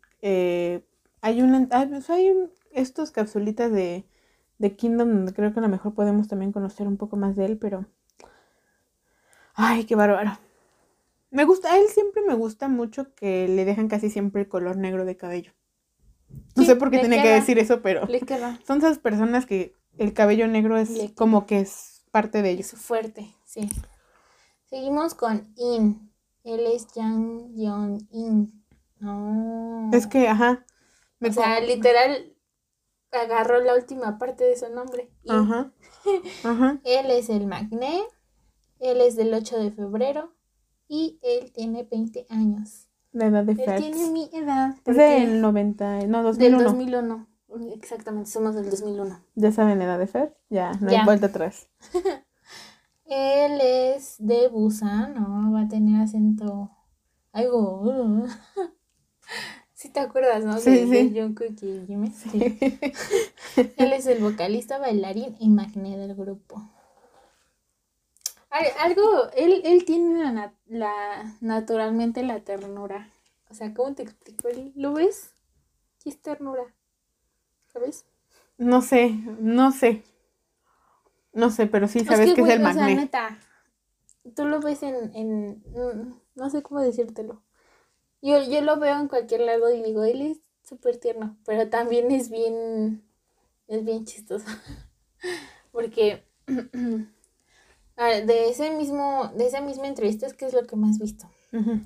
hay estos capsulitas de Kingdom donde creo que a lo mejor podemos también conocer un poco más de él, pero ay, qué bárbaro. Me gusta, a él siempre me gusta mucho que le dejan casi siempre el color negro de cabello. No sé por qué tiene que decir eso, pero son esas personas que el cabello negro es como que es parte de ellos. Es fuerte, sí. Seguimos con In. Él es Jang Yeon-in. No. Es que, O sea, literal, agarró la última parte de su nombre. Ajá. Él es el Magné. Él es del 8 de febrero. Y él tiene 20 años. La edad de Fats. Él tiene mi edad. Es del 90, no, 2001. Del 2001. Exactamente, somos del 2001. ¿Ya saben la edad de Fats? Ya, no hay vuelta atrás. Él es de Busan, ¿no? Va a tener acento algo... ¿Sí te acuerdas, no? Sí. De Jungkook y Jimin. Sí. Él es el vocalista, bailarín y magné del grupo. Él tiene naturalmente la ternura. O sea, ¿cómo te explico? ¿Lo ves? ¿Qué es ternura? ¿Sabes? No sé, pero sí sabes que es el magné. O sea, neta, tú lo ves en no sé cómo decírtelo. Yo lo veo en cualquier lado y digo, él es súper tierno, pero también es bien Es bien chistoso. Porque de esa misma entrevista es que es lo que más he visto. Ujú.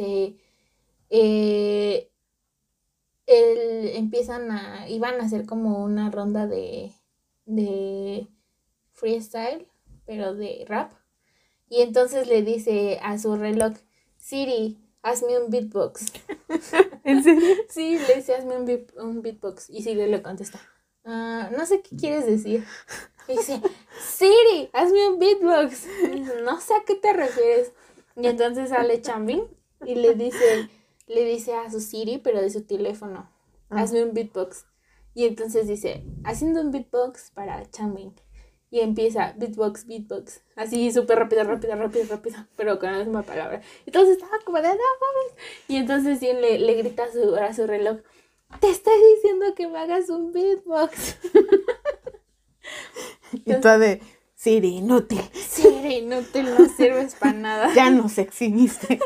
Él iban a hacer como una ronda de freestyle, pero de rap. Y entonces le dice a su reloj, Siri, hazme un beatbox. ¿En serio? Sí, le dice, hazme un beatbox. Y Siri le contesta, no sé qué quieres decir. Y dice, Siri, hazme un beatbox. Y dice, no sé a qué te refieres. Y entonces sale Changbin y le dice a su Siri, pero de su teléfono, hazme un beatbox. Y entonces dice, haciendo un beatbox para Changbin. Y empieza beatbox, beatbox. Así súper rápido, pero con la misma palabra. Entonces estaba como de, no mames. Y entonces Jin le grita a su reloj, te estoy diciendo que me hagas un beatbox. Y toda de, Siri, inútil. Siri, inútil, no sirves para nada. Ya nos exhibiste.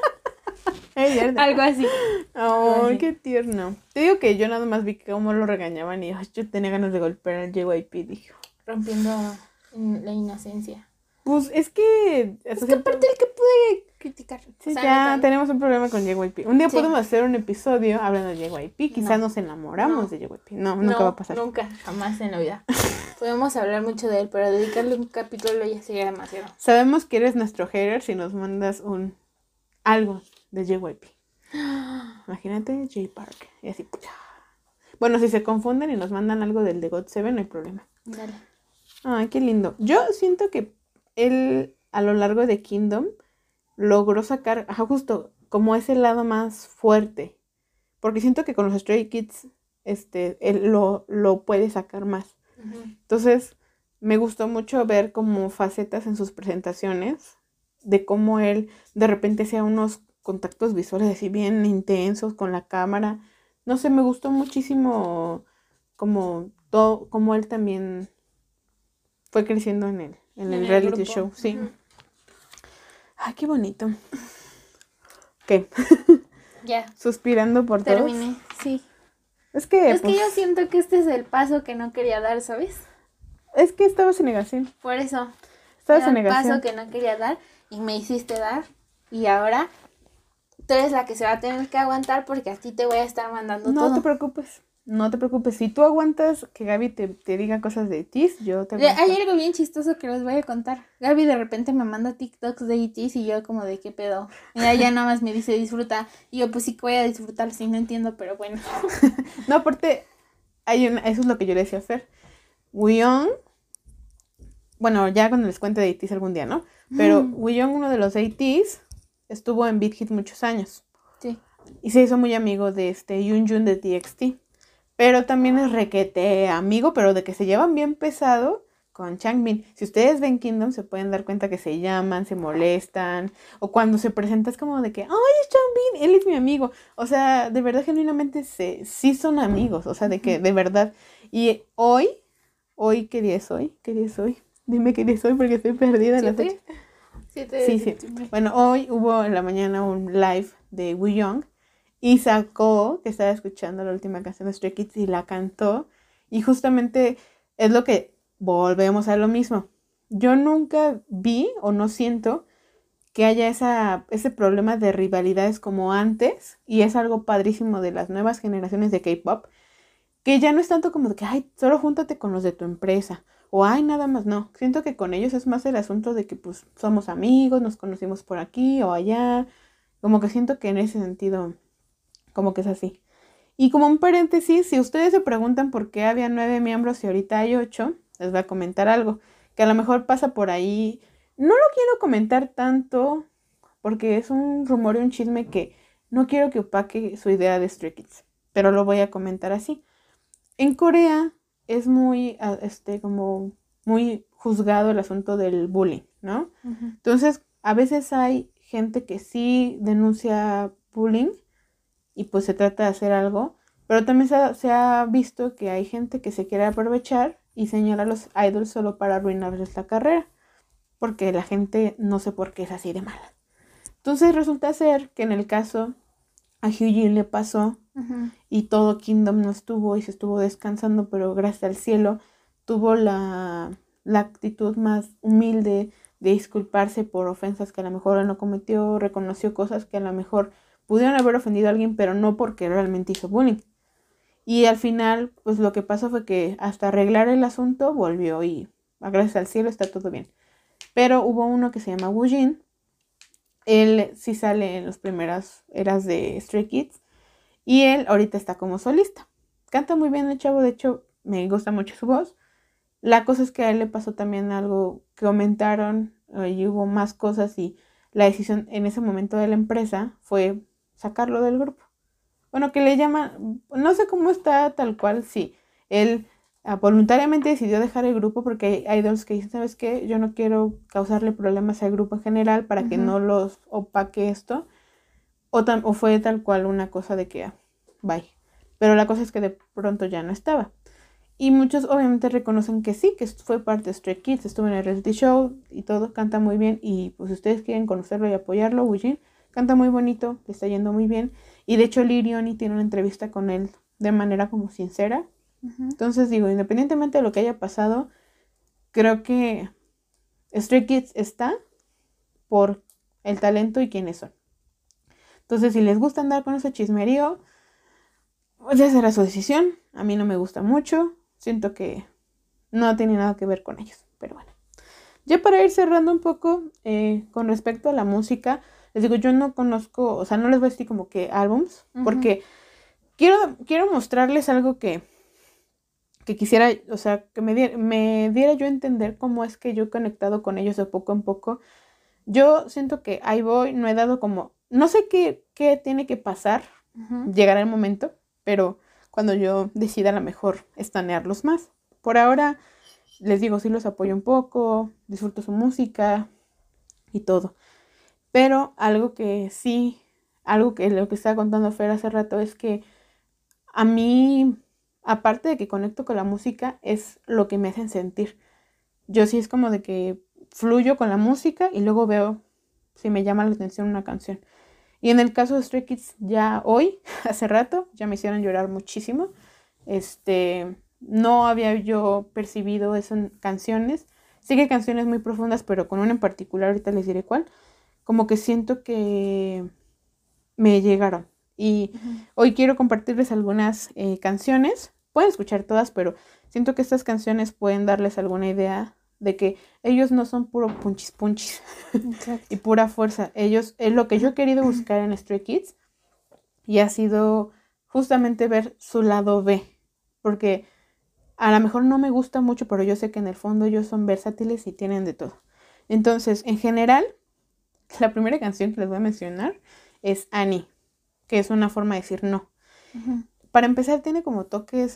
Algo así. Ay, qué tierno. Te digo que yo nada más vi cómo lo regañaban y yo tenía ganas de golpear al JYP, dije. Rompiendo la inocencia. Pues es que... Es que aparte el que pude criticar. Sí, o sea, ya tenemos un problema con JYP. Un día podemos hacer un episodio hablando de JYP. Quizás nos enamoramos de JYP. No, nunca va a pasar. Nunca, jamás en la vida. Podemos hablar mucho de él, pero dedicarle un capítulo ya sería demasiado. Sabemos que eres nuestro hater si nos mandas algo de JYP. Imagínate J Park. Y así. Bueno, si se confunden y nos mandan algo del de GOT7, no hay problema. Dale. Ay, qué lindo. Yo siento que él, a lo largo de Kingdom, logró sacar, justo como ese lado más fuerte. Porque siento que con los Stray Kids, él lo puede sacar más. Uh-huh. Entonces, me gustó mucho ver como facetas en sus presentaciones, de cómo él de repente hacía unos contactos visuales así bien intensos con la cámara. No sé, me gustó muchísimo como todo, como él también fue creciendo en el reality show, sí. Uh-huh. Ay, qué bonito. ¿Qué? Ya. Suspirando por todo. Terminé, sí. Es que yo siento que este es el paso que no quería dar, ¿sabes? Es que estabas en negación. Por eso. Estabas en negación. El paso que no quería dar y me hiciste dar. Y ahora tú eres la que se va a tener que aguantar porque a ti te voy a estar mandando todo. No te preocupes. No te preocupes, si tú aguantas que Gaby te diga cosas de ITZY, yo te aguanto. Hay algo bien chistoso que les voy a contar. Gaby de repente me manda TikToks de ITZY y yo como de qué pedo. Y ella nada más me dice disfruta. Y yo pues sí que voy a disfrutar, sí, no entiendo, pero bueno. No, aparte, eso es lo que yo le decía a Fer. Wooyoung, bueno, ya cuando les cuente de ITZY algún día, ¿no? Pero Wooyoung, uno de los ITZY, estuvo en Big Hit muchos años. Sí. Y se hizo muy amigo de Yoonjun de TXT. Pero también es requete amigo, pero de que se llevan bien pesado con Changbin. Si ustedes ven Kingdom, se pueden dar cuenta que se llaman, se molestan. O cuando se presenta es como de que, ¡ay, es Changbin! Él es mi amigo. O sea, de verdad, genuinamente, sí son amigos. O sea, de que, de verdad. Y hoy, ¿qué día es hoy? ¿Qué día es hoy? Dime qué día es hoy porque estoy perdida en la fecha. Sí. Bueno, hoy hubo en la mañana un live de Wooyoung. Y sacó, que estaba escuchando la última canción de Stray Kids y la cantó. Y justamente es lo que volvemos a lo mismo. Yo nunca vi o no siento que haya ese problema de rivalidades como antes. Y es algo padrísimo de las nuevas generaciones de K-pop. Que ya no es tanto como de que, ay, solo júntate con los de tu empresa. O, ay, nada más, no. Siento que con ellos es más el asunto de que, pues, somos amigos, nos conocimos por aquí o allá. Como que siento que en ese sentido... como que es así. Y como un paréntesis, si ustedes se preguntan por qué había 9 miembros y ahorita hay 8, les voy a comentar algo que a lo mejor pasa por ahí. No lo quiero comentar tanto porque es un rumor y un chisme que no quiero que opaque su idea de Stray Kids, pero lo voy a comentar así. En Corea es muy, como muy juzgado el asunto del bullying, ¿no? Uh-huh. Entonces, a veces hay gente que sí denuncia bullying y pues se trata de hacer algo, pero también se ha visto que hay gente que se quiere aprovechar y señala a los idols solo para arruinarles la carrera, porque la gente no sé por qué es así de mala. Entonces resulta ser que en el caso a Hyujin le pasó y todo Kingdom no estuvo y se estuvo descansando, pero gracias al cielo tuvo la actitud más humilde de disculparse por ofensas que a lo mejor él no cometió, reconoció cosas que a lo mejor pudieron haber ofendido a alguien, pero no porque realmente hizo bullying. Y al final, pues lo que pasó fue que hasta arreglar el asunto volvió y gracias al cielo está todo bien. Pero hubo uno que se llama Woo Jin. Él sí sale en las primeras eras de Stray Kids. Y él ahorita está como solista. Canta muy bien el chavo, de hecho me gusta mucho su voz. La cosa es que a él le pasó también algo que comentaron y hubo más cosas y la decisión en ese momento de la empresa fue sacarlo del grupo. Bueno, que le llaman, no sé cómo está tal cual, sí. Él voluntariamente decidió dejar el grupo porque hay idols que dicen, ¿sabes qué? Yo no quiero causarle problemas al grupo en general para que no los opaque esto. O fue tal cual una cosa de que, bye. Pero la cosa es que de pronto ya no estaba. Y muchos obviamente reconocen que sí, que fue parte de Stray Kids, estuvo en el reality show y todo, canta muy bien. Y pues si ustedes quieren conocerlo y apoyarlo, Woo Jin canta muy bonito, le está yendo muy bien. Y de hecho Lirioni tiene una entrevista con él de manera como sincera. Entonces digo, independientemente de lo que haya pasado, creo que Stray Kids está por el talento y quiénes son. Entonces si les gusta andar con ese chismerío, pues ya será su decisión. A mí no me gusta mucho. Siento que no tiene nada que ver con ellos. Pero bueno. Ya para ir cerrando un poco con respecto a la música, les digo, yo no conozco, o sea, no les voy a decir como que álbums, porque quiero mostrarles algo que quisiera, o sea, que me diera yo a entender cómo es que yo he conectado con ellos de poco en poco. Yo siento que ahí voy, no he dado como, no sé qué tiene que pasar, llegará el momento, pero cuando yo decida a lo mejor estanearlos más. Por ahora, les digo, sí los apoyo un poco, disfruto su música y todo. Pero algo que sí, algo que lo que estaba contando Fer hace rato es que a mí, aparte de que conecto con la música, es lo que me hacen sentir. Yo sí es como de que fluyo con la música y luego veo si me llama la atención una canción. Y en el caso de Stray Kids, ya hoy, hace rato, ya me hicieron llorar muchísimo. No había yo percibido eso en canciones. Sí que hay canciones muy profundas, pero con una en particular, ahorita les diré cuál. Como que siento que me llegaron. Y hoy quiero compartirles algunas canciones. Pueden escuchar todas, pero siento que estas canciones pueden darles alguna idea de que ellos no son puro punchis punchis y pura fuerza. Ellos, es lo que yo he querido buscar en Stray Kids y ha sido justamente ver su lado B, porque a lo mejor no me gusta mucho, pero yo sé que en el fondo ellos son versátiles y tienen de todo. Entonces, en general, la primera canción que les voy a mencionar es Annie, que es una forma de decir no. Para empezar, tiene como toques,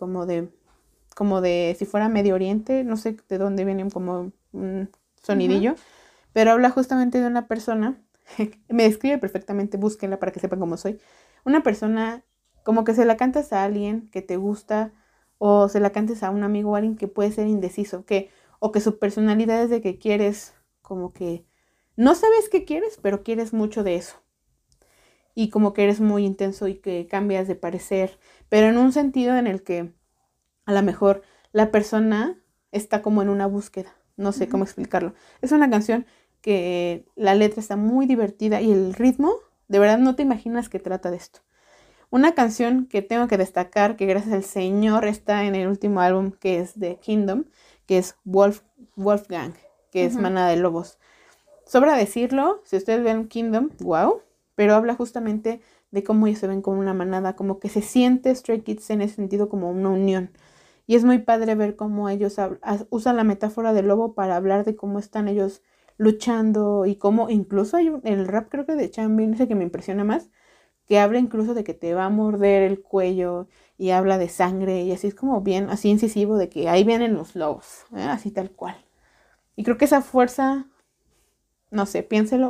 como de si fuera Medio Oriente, no sé de dónde vienen como un sonidillo, pero habla justamente de una persona, me describe perfectamente, búsquenla para que sepan cómo soy, una persona como que se la cantas a alguien que te gusta o se la cantes a un amigo o alguien que puede ser indeciso, o que su personalidad es de que quieres como que no sabes qué quieres, pero quieres mucho de eso. Y como que eres muy intenso y que cambias de parecer, pero en un sentido en el que a lo mejor la persona está como en una búsqueda. No sé cómo explicarlo. Es una canción que la letra está muy divertida y el ritmo, de verdad no te imaginas que trata de esto. Una canción que tengo que destacar, que gracias al Señor está en el último álbum que es de Kingdom, que es Wolfgang, que es Manada de Lobos. Sobra decirlo, si ustedes ven Kingdom, wow, pero habla justamente de cómo ellos se ven como una manada, como que se siente Stray Kids en ese sentido como una unión. Y es muy padre ver cómo ellos usan la metáfora del lobo para hablar de cómo están ellos luchando y cómo incluso hay el rap creo que de Changbin, ese que me impresiona más, que habla incluso de que te va a morder el cuello y habla de sangre y así es como bien, así incisivo de que ahí vienen los lobos, así tal cual. Y creo que esa fuerza, no sé, piénselo,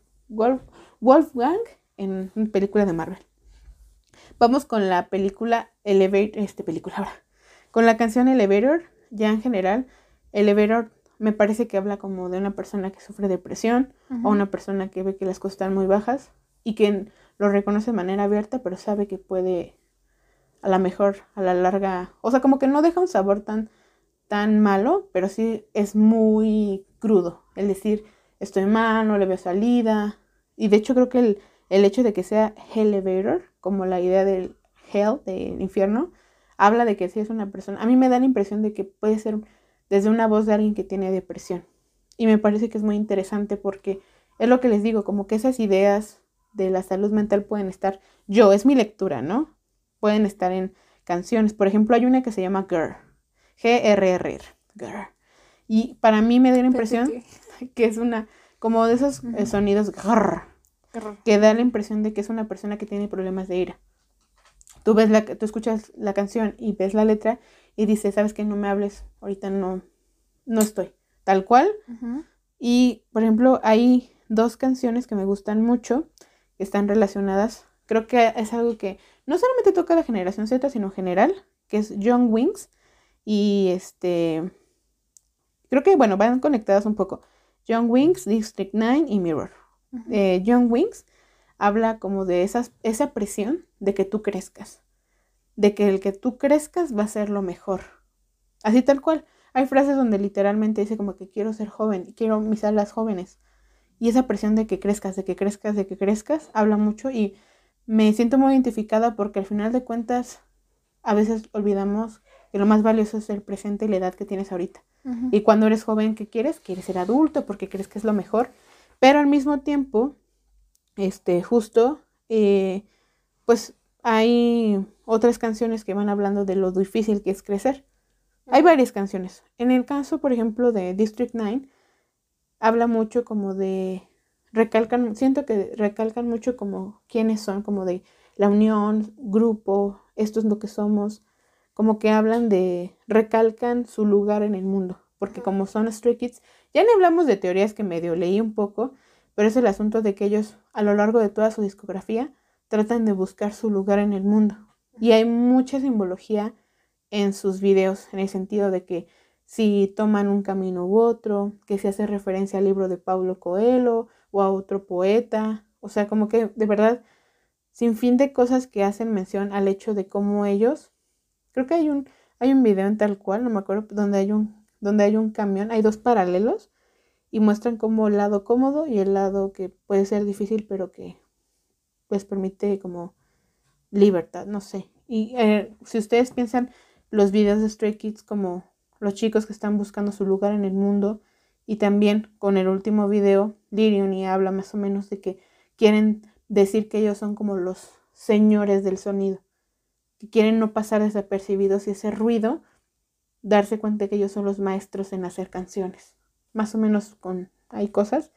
Wolfgang en una película de Marvel. Vamos con la película Elevator, con la canción Elevator, ya en general, Elevator me parece que habla como de una persona que sufre depresión o una persona que ve que las cosas están muy bajas y que lo reconoce de manera abierta, pero sabe que puede a lo mejor a la larga, o sea, como que no deja un sabor tan malo, pero sí es muy crudo. El decir, estoy mal, no le veo salida. Y de hecho creo que el hecho de que sea Elevator, como la idea del hell, del infierno, habla de que sí es una persona. A mí me da la impresión de que puede ser desde una voz de alguien que tiene depresión. Y me parece que es muy interesante porque es lo que les digo, como que esas ideas de la salud mental pueden estar, es mi lectura, ¿no? Pueden estar en canciones. Por ejemplo, hay una que se llama Girl. G-R-R. Girl. Y para mí me da la impresión que es una, como de esos sonidos que da la impresión de que es una persona que tiene problemas de ira. Tú escuchas la canción y ves la letra y dices, sabes que no me hables, ahorita no estoy, tal cual. Y, por ejemplo, hay 2 canciones que me gustan mucho, que están relacionadas. Creo que es algo que no solamente toca a la generación Z, sino en general, que es Young Wings. Y creo que, bueno, van conectadas un poco. Young Wings, District 9 y Mirror. Young Wings habla como de esa presión de que tú crezcas. De que el que tú crezcas va a ser lo mejor. Así tal cual. Hay frases donde literalmente dice como que quiero ser joven, quiero mis alas jóvenes. Y esa presión de que crezcas, de que crezcas, de que crezcas, habla mucho y me siento muy identificada porque al final de cuentas a veces olvidamos que lo más valioso es el presente y la edad que tienes ahorita. Y cuando eres joven, ¿qué quieres? Quieres ser adulto porque crees que es lo mejor. Pero al mismo tiempo, justo, pues hay otras canciones que van hablando de lo difícil que es crecer. Hay varias canciones. En el caso, por ejemplo, de District 9, habla mucho como de, siento que recalcan mucho como quiénes son, como de la unión, grupo, esto es lo que somos, como que recalcan su lugar en el mundo, porque como son Stray Kids, ya ni hablamos de teorías que medio leí un poco, pero es el asunto de que ellos a lo largo de toda su discografía tratan de buscar su lugar en el mundo. Y hay mucha simbología en sus videos, en el sentido de que si toman un camino u otro, que se hace referencia al libro de Paulo Coelho o a otro poeta, o sea, como que de verdad, sin fin de cosas que hacen mención al hecho de cómo ellos, creo que hay un video en tal cual, no me acuerdo, donde hay un camión, hay 2 paralelos y muestran como el lado cómodo y el lado que puede ser difícil, pero que pues permite como libertad, no sé. Y si ustedes piensan los videos de Stray Kids como los chicos que están buscando su lugar en el mundo, y también con el último video, Liriony habla más o menos de que quieren decir que ellos son como los señores del sonido, que quieren no pasar desapercibidos y ese ruido, darse cuenta que ellos son los maestros en hacer canciones. Más o menos hay cosas.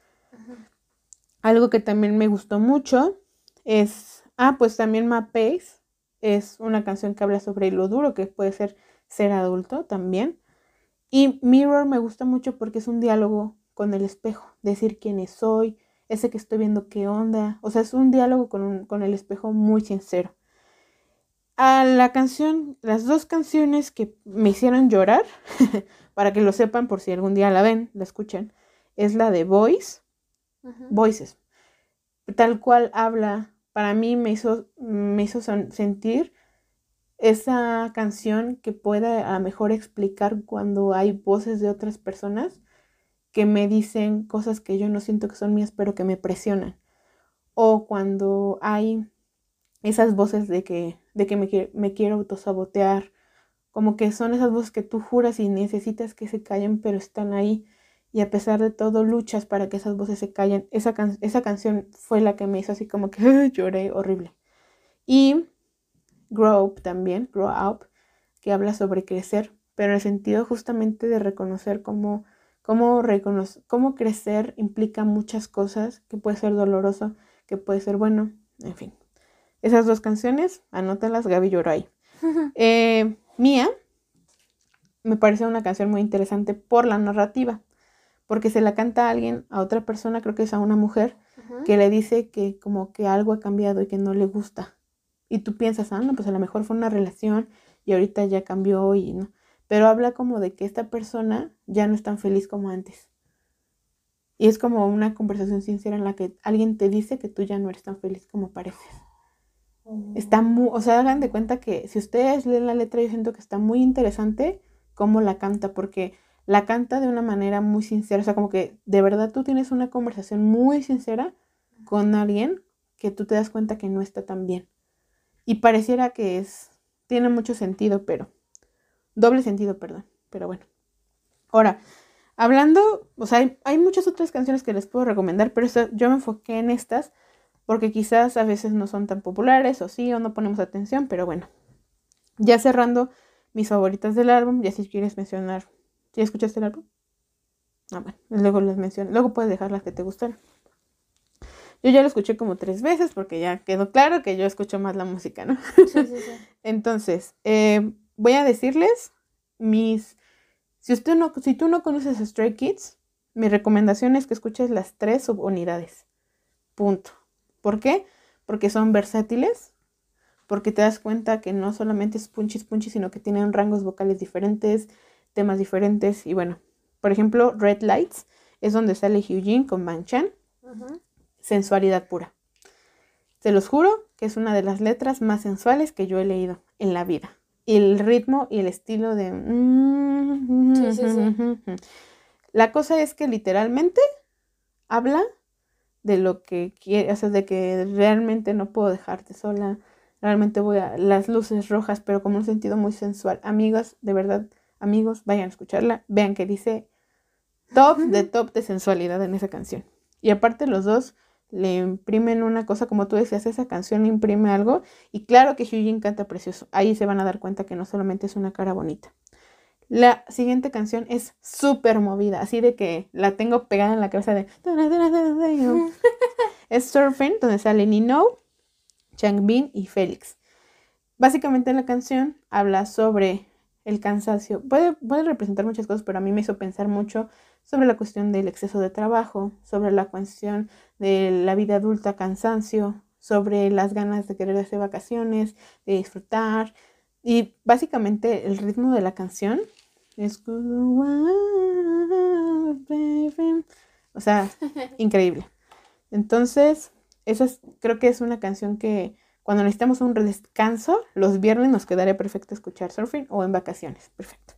Algo que también me gustó mucho es, pues también My Pace es una canción que habla sobre lo duro que puede ser adulto también. Y Mirror me gusta mucho porque es un diálogo con el espejo, decir quién soy, ese que estoy viendo qué onda, o sea, es un diálogo con el espejo muy sincero. A la canción, las 2 canciones que me hicieron llorar, para que lo sepan por si algún día la ven, la escuchan, es la de Voices. Tal cual habla, para mí me hizo sentir esa canción que pueda a lo mejor explicar cuando hay voces de otras personas que me dicen cosas que yo no siento que son mías, pero que me presionan. O cuando hay esas voces de que me quiero autosabotear, como que son esas voces que tú juras y necesitas que se callen, pero están ahí. Y a pesar de todo, luchas para que esas voces se callen. Esa canción fue la que me hizo así como que lloré horrible. Y Grow Up también, Grow Up, que habla sobre crecer, pero en el sentido justamente de reconocer cómo crecer implica muchas cosas, que puede ser doloroso, que puede ser bueno, en fin. Esas 2 canciones, anótalas, Gaby lloró ahí. Mía, me parece una canción muy interesante por la narrativa, porque se la canta a alguien, a otra persona, creo que es a una mujer, que le dice que como que algo ha cambiado y que no le gusta. Y tú piensas, no, pues a lo mejor fue una relación y ahorita ya cambió y no. Pero habla como de que esta persona ya no es tan feliz como antes. Y es como una conversación sincera en la que alguien te dice que tú ya no eres tan feliz como pareces. Está muy, o sea, hagan de cuenta que si ustedes leen la letra, yo siento que está muy interesante cómo la canta, porque la canta de una manera muy sincera, o sea, como que de verdad tú tienes una conversación muy sincera con alguien que tú te das cuenta que no está tan bien. Y pareciera que tiene mucho sentido, doble sentido, perdón, pero bueno. Ahora, hablando, o sea, hay muchas otras canciones que les puedo recomendar, pero yo me enfoqué en estas porque quizás a veces no son tan populares, o sí, o no ponemos atención, pero bueno. Ya cerrando mis favoritas del álbum, ya si quieres mencionar, ¿ya escuchaste el álbum? Ah, bueno, luego las menciono, luego puedes dejar las que te gustan. Yo ya lo escuché como 3 veces porque ya quedó claro que yo escucho más la música, ¿no? Sí, sí, sí. Entonces, voy a decirles si tú no conoces a Stray Kids, mi recomendación es que escuches las 3 subunidades. Punto. ¿Por qué? Porque son versátiles, porque te das cuenta que no solamente es punchy, sino que tienen rangos vocales diferentes, temas diferentes. Y bueno, por ejemplo, Red Lights es donde sale Hyujin con Bang Chan. Uh-huh. Sensualidad pura. Se los juro que es una de las letras más sensuales que yo he leído en la vida. Y el ritmo y el estilo de... Sí, sí, sí. La cosa es que literalmente habla de lo que quiere, o sea, de que realmente no puedo dejarte sola, realmente voy a las luces rojas, pero como un sentido muy sensual. Amigos, de verdad, amigos, vayan a escucharla, vean que dice top de sensualidad en esa canción. Y aparte los dos le imprimen una cosa, como tú decías, esa canción le imprime algo, y claro que Hyujin canta precioso, ahí se van a dar cuenta que no solamente es una cara bonita. La siguiente canción es súper movida, así de que la tengo pegada en la cabeza de... Es Surfing, donde sale Nino, Changbin y Félix. Básicamente la canción habla sobre el cansancio. Puede representar muchas cosas, pero a mí me hizo pensar mucho sobre la cuestión del exceso de trabajo, sobre la cuestión de la vida adulta, cansancio, sobre las ganas de querer hacer vacaciones, de disfrutar. Y básicamente el ritmo de la canción es... O sea, increíble. Entonces, creo que es una canción que cuando necesitamos un descanso, los viernes nos quedaría perfecto escuchar Surfing o en vacaciones. Perfecto.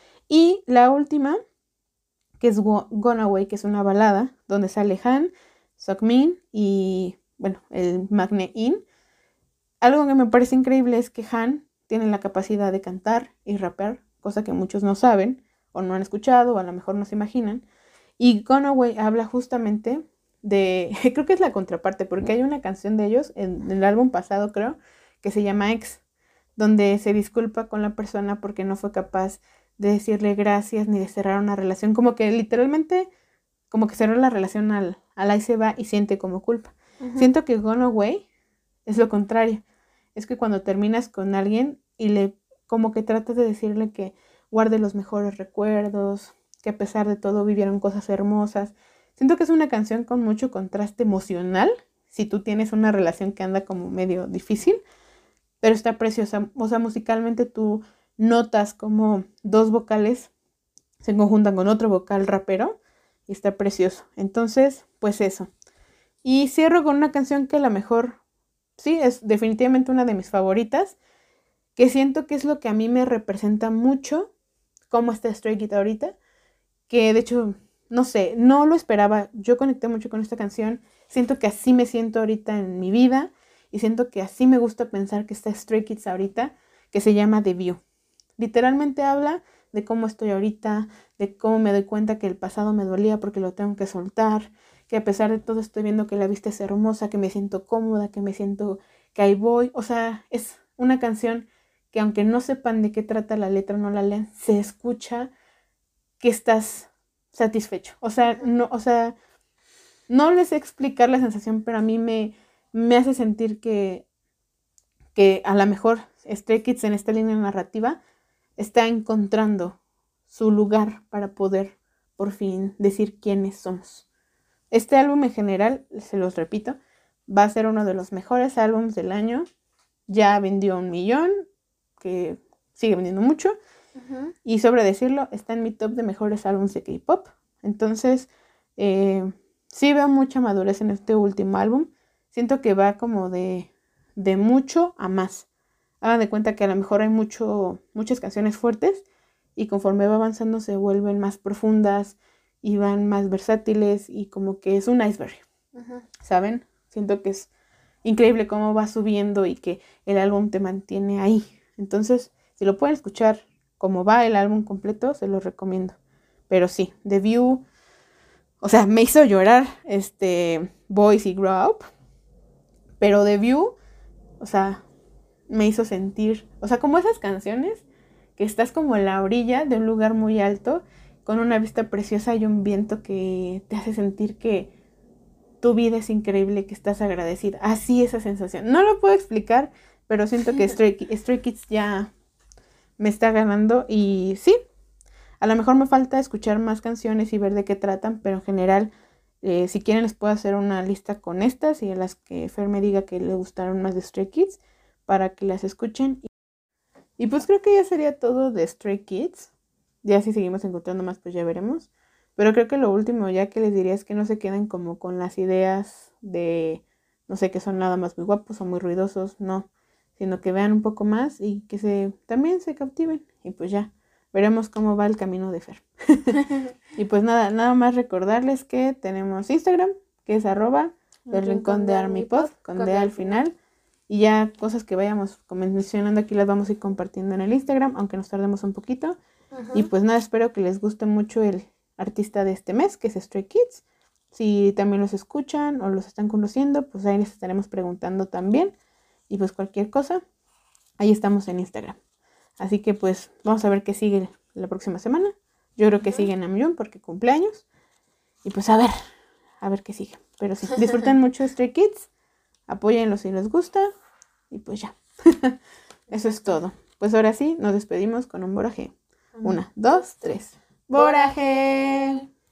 Y la última, que es Gone Away, que es una balada, donde sale Han, Seokmin y, bueno, el Magne In. Algo que me parece increíble es que Han tiene la capacidad de cantar y rapear, cosa que muchos no saben, o no han escuchado, o a lo mejor no se imaginan. Y Gone Away habla justamente creo que es la contraparte, porque hay una canción de ellos en el álbum pasado, creo, que se llama Ex, donde se disculpa con la persona porque no fue capaz de decirle gracias ni de cerrar una relación, como que literalmente, como que cerró la relación al ahí se va y siente como culpa. Uh-huh. Siento que Gone Away es lo contrario, es que cuando terminas con alguien y como que tratas de decirle que guarde los mejores recuerdos, que a pesar de todo vivieron cosas hermosas. Siento que es una canción con mucho contraste emocional, si tú tienes una relación que anda como medio difícil, pero está preciosa. O sea, musicalmente tú notas como 2 vocales se conjuntan con otro vocal rapero y está precioso. Entonces, pues eso. Y cierro con una canción que a lo mejor, sí, es definitivamente una de mis favoritas, que siento que es lo que a mí me representa mucho cómo está Stray Kids ahorita, que de hecho... No sé, no lo esperaba, yo conecté mucho con esta canción, siento que así me siento ahorita en mi vida y siento que así me gusta pensar que está Stray Kids ahorita, que se llama The View. Literalmente habla de cómo estoy ahorita, de cómo me doy cuenta que el pasado me dolía porque lo tengo que soltar, que a pesar de todo estoy viendo que la vista es hermosa, que me siento cómoda, que me siento que ahí voy. O sea, es una canción que aunque no sepan de qué trata la letra, no la lean, se escucha que estás... satisfecho. O sea, no les sé explicar la sensación, pero a mí me hace sentir que a lo mejor Stray Kids en esta línea narrativa está encontrando su lugar para poder por fin decir quiénes somos. Este álbum en general, se los repito, va a ser uno de los mejores álbumes del año. Ya vendió 1 millón, que sigue vendiendo mucho. Uh-huh. Y sobre decirlo, está en mi top de mejores álbumes de K-pop. Entonces, Sí veo mucha madurez en este último álbum. Siento que va como de mucho a más. Hagan de cuenta que a lo mejor hay muchas canciones fuertes y conforme va avanzando se vuelven más profundas y van más versátiles y como que es un iceberg, ¿saben? Siento que es increíble cómo va subiendo y que el álbum te mantiene ahí. Entonces, si lo pueden escuchar como va el álbum completo, se los recomiendo. Pero sí, The View, o sea, me hizo llorar Boys y Grow Up, pero The View, o sea, me hizo sentir, o sea, como esas canciones que estás como en la orilla de un lugar muy alto, con una vista preciosa y un viento que te hace sentir que tu vida es increíble, que estás agradecida. Así esa sensación. No lo puedo explicar, pero siento que Stray Kids ya me está ganando y sí, a lo mejor me falta escuchar más canciones y ver de qué tratan, pero en general, si quieren les puedo hacer una lista con estas y a las que Fer me diga que le gustaron más de Stray Kids para que las escuchen. Y pues creo que ya sería todo de Stray Kids. Ya si seguimos encontrando más, pues ya veremos. Pero creo que lo último ya que les diría es que no se queden como con las ideas de, no sé, que son nada más muy guapos o muy ruidosos, no. Sino que vean un poco más y que también se cautiven. Y pues ya, veremos cómo va el camino de Fer. Y pues nada más recordarles que tenemos Instagram, que es @el rincón de ArmyPod, con D al final. Y ya cosas que vayamos mencionando aquí las vamos a ir compartiendo en el Instagram, aunque nos tardemos un poquito. Y pues nada, espero que les guste mucho el artista de este mes, que es Stray Kids. Si también los escuchan o los están conociendo, pues ahí les estaremos preguntando también. Y pues cualquier cosa, ahí estamos en Instagram. Así que pues vamos a ver qué sigue la próxima semana. Yo creo que sigue Namjoon porque cumpleaños. Y pues a ver qué sigue. Pero sí, disfruten mucho Stray Kids. Apóyenlos si les gusta. Y pues ya. Eso es todo. Pues ahora sí, nos despedimos con un boraje. 1, 2, 3. ¡Boraje!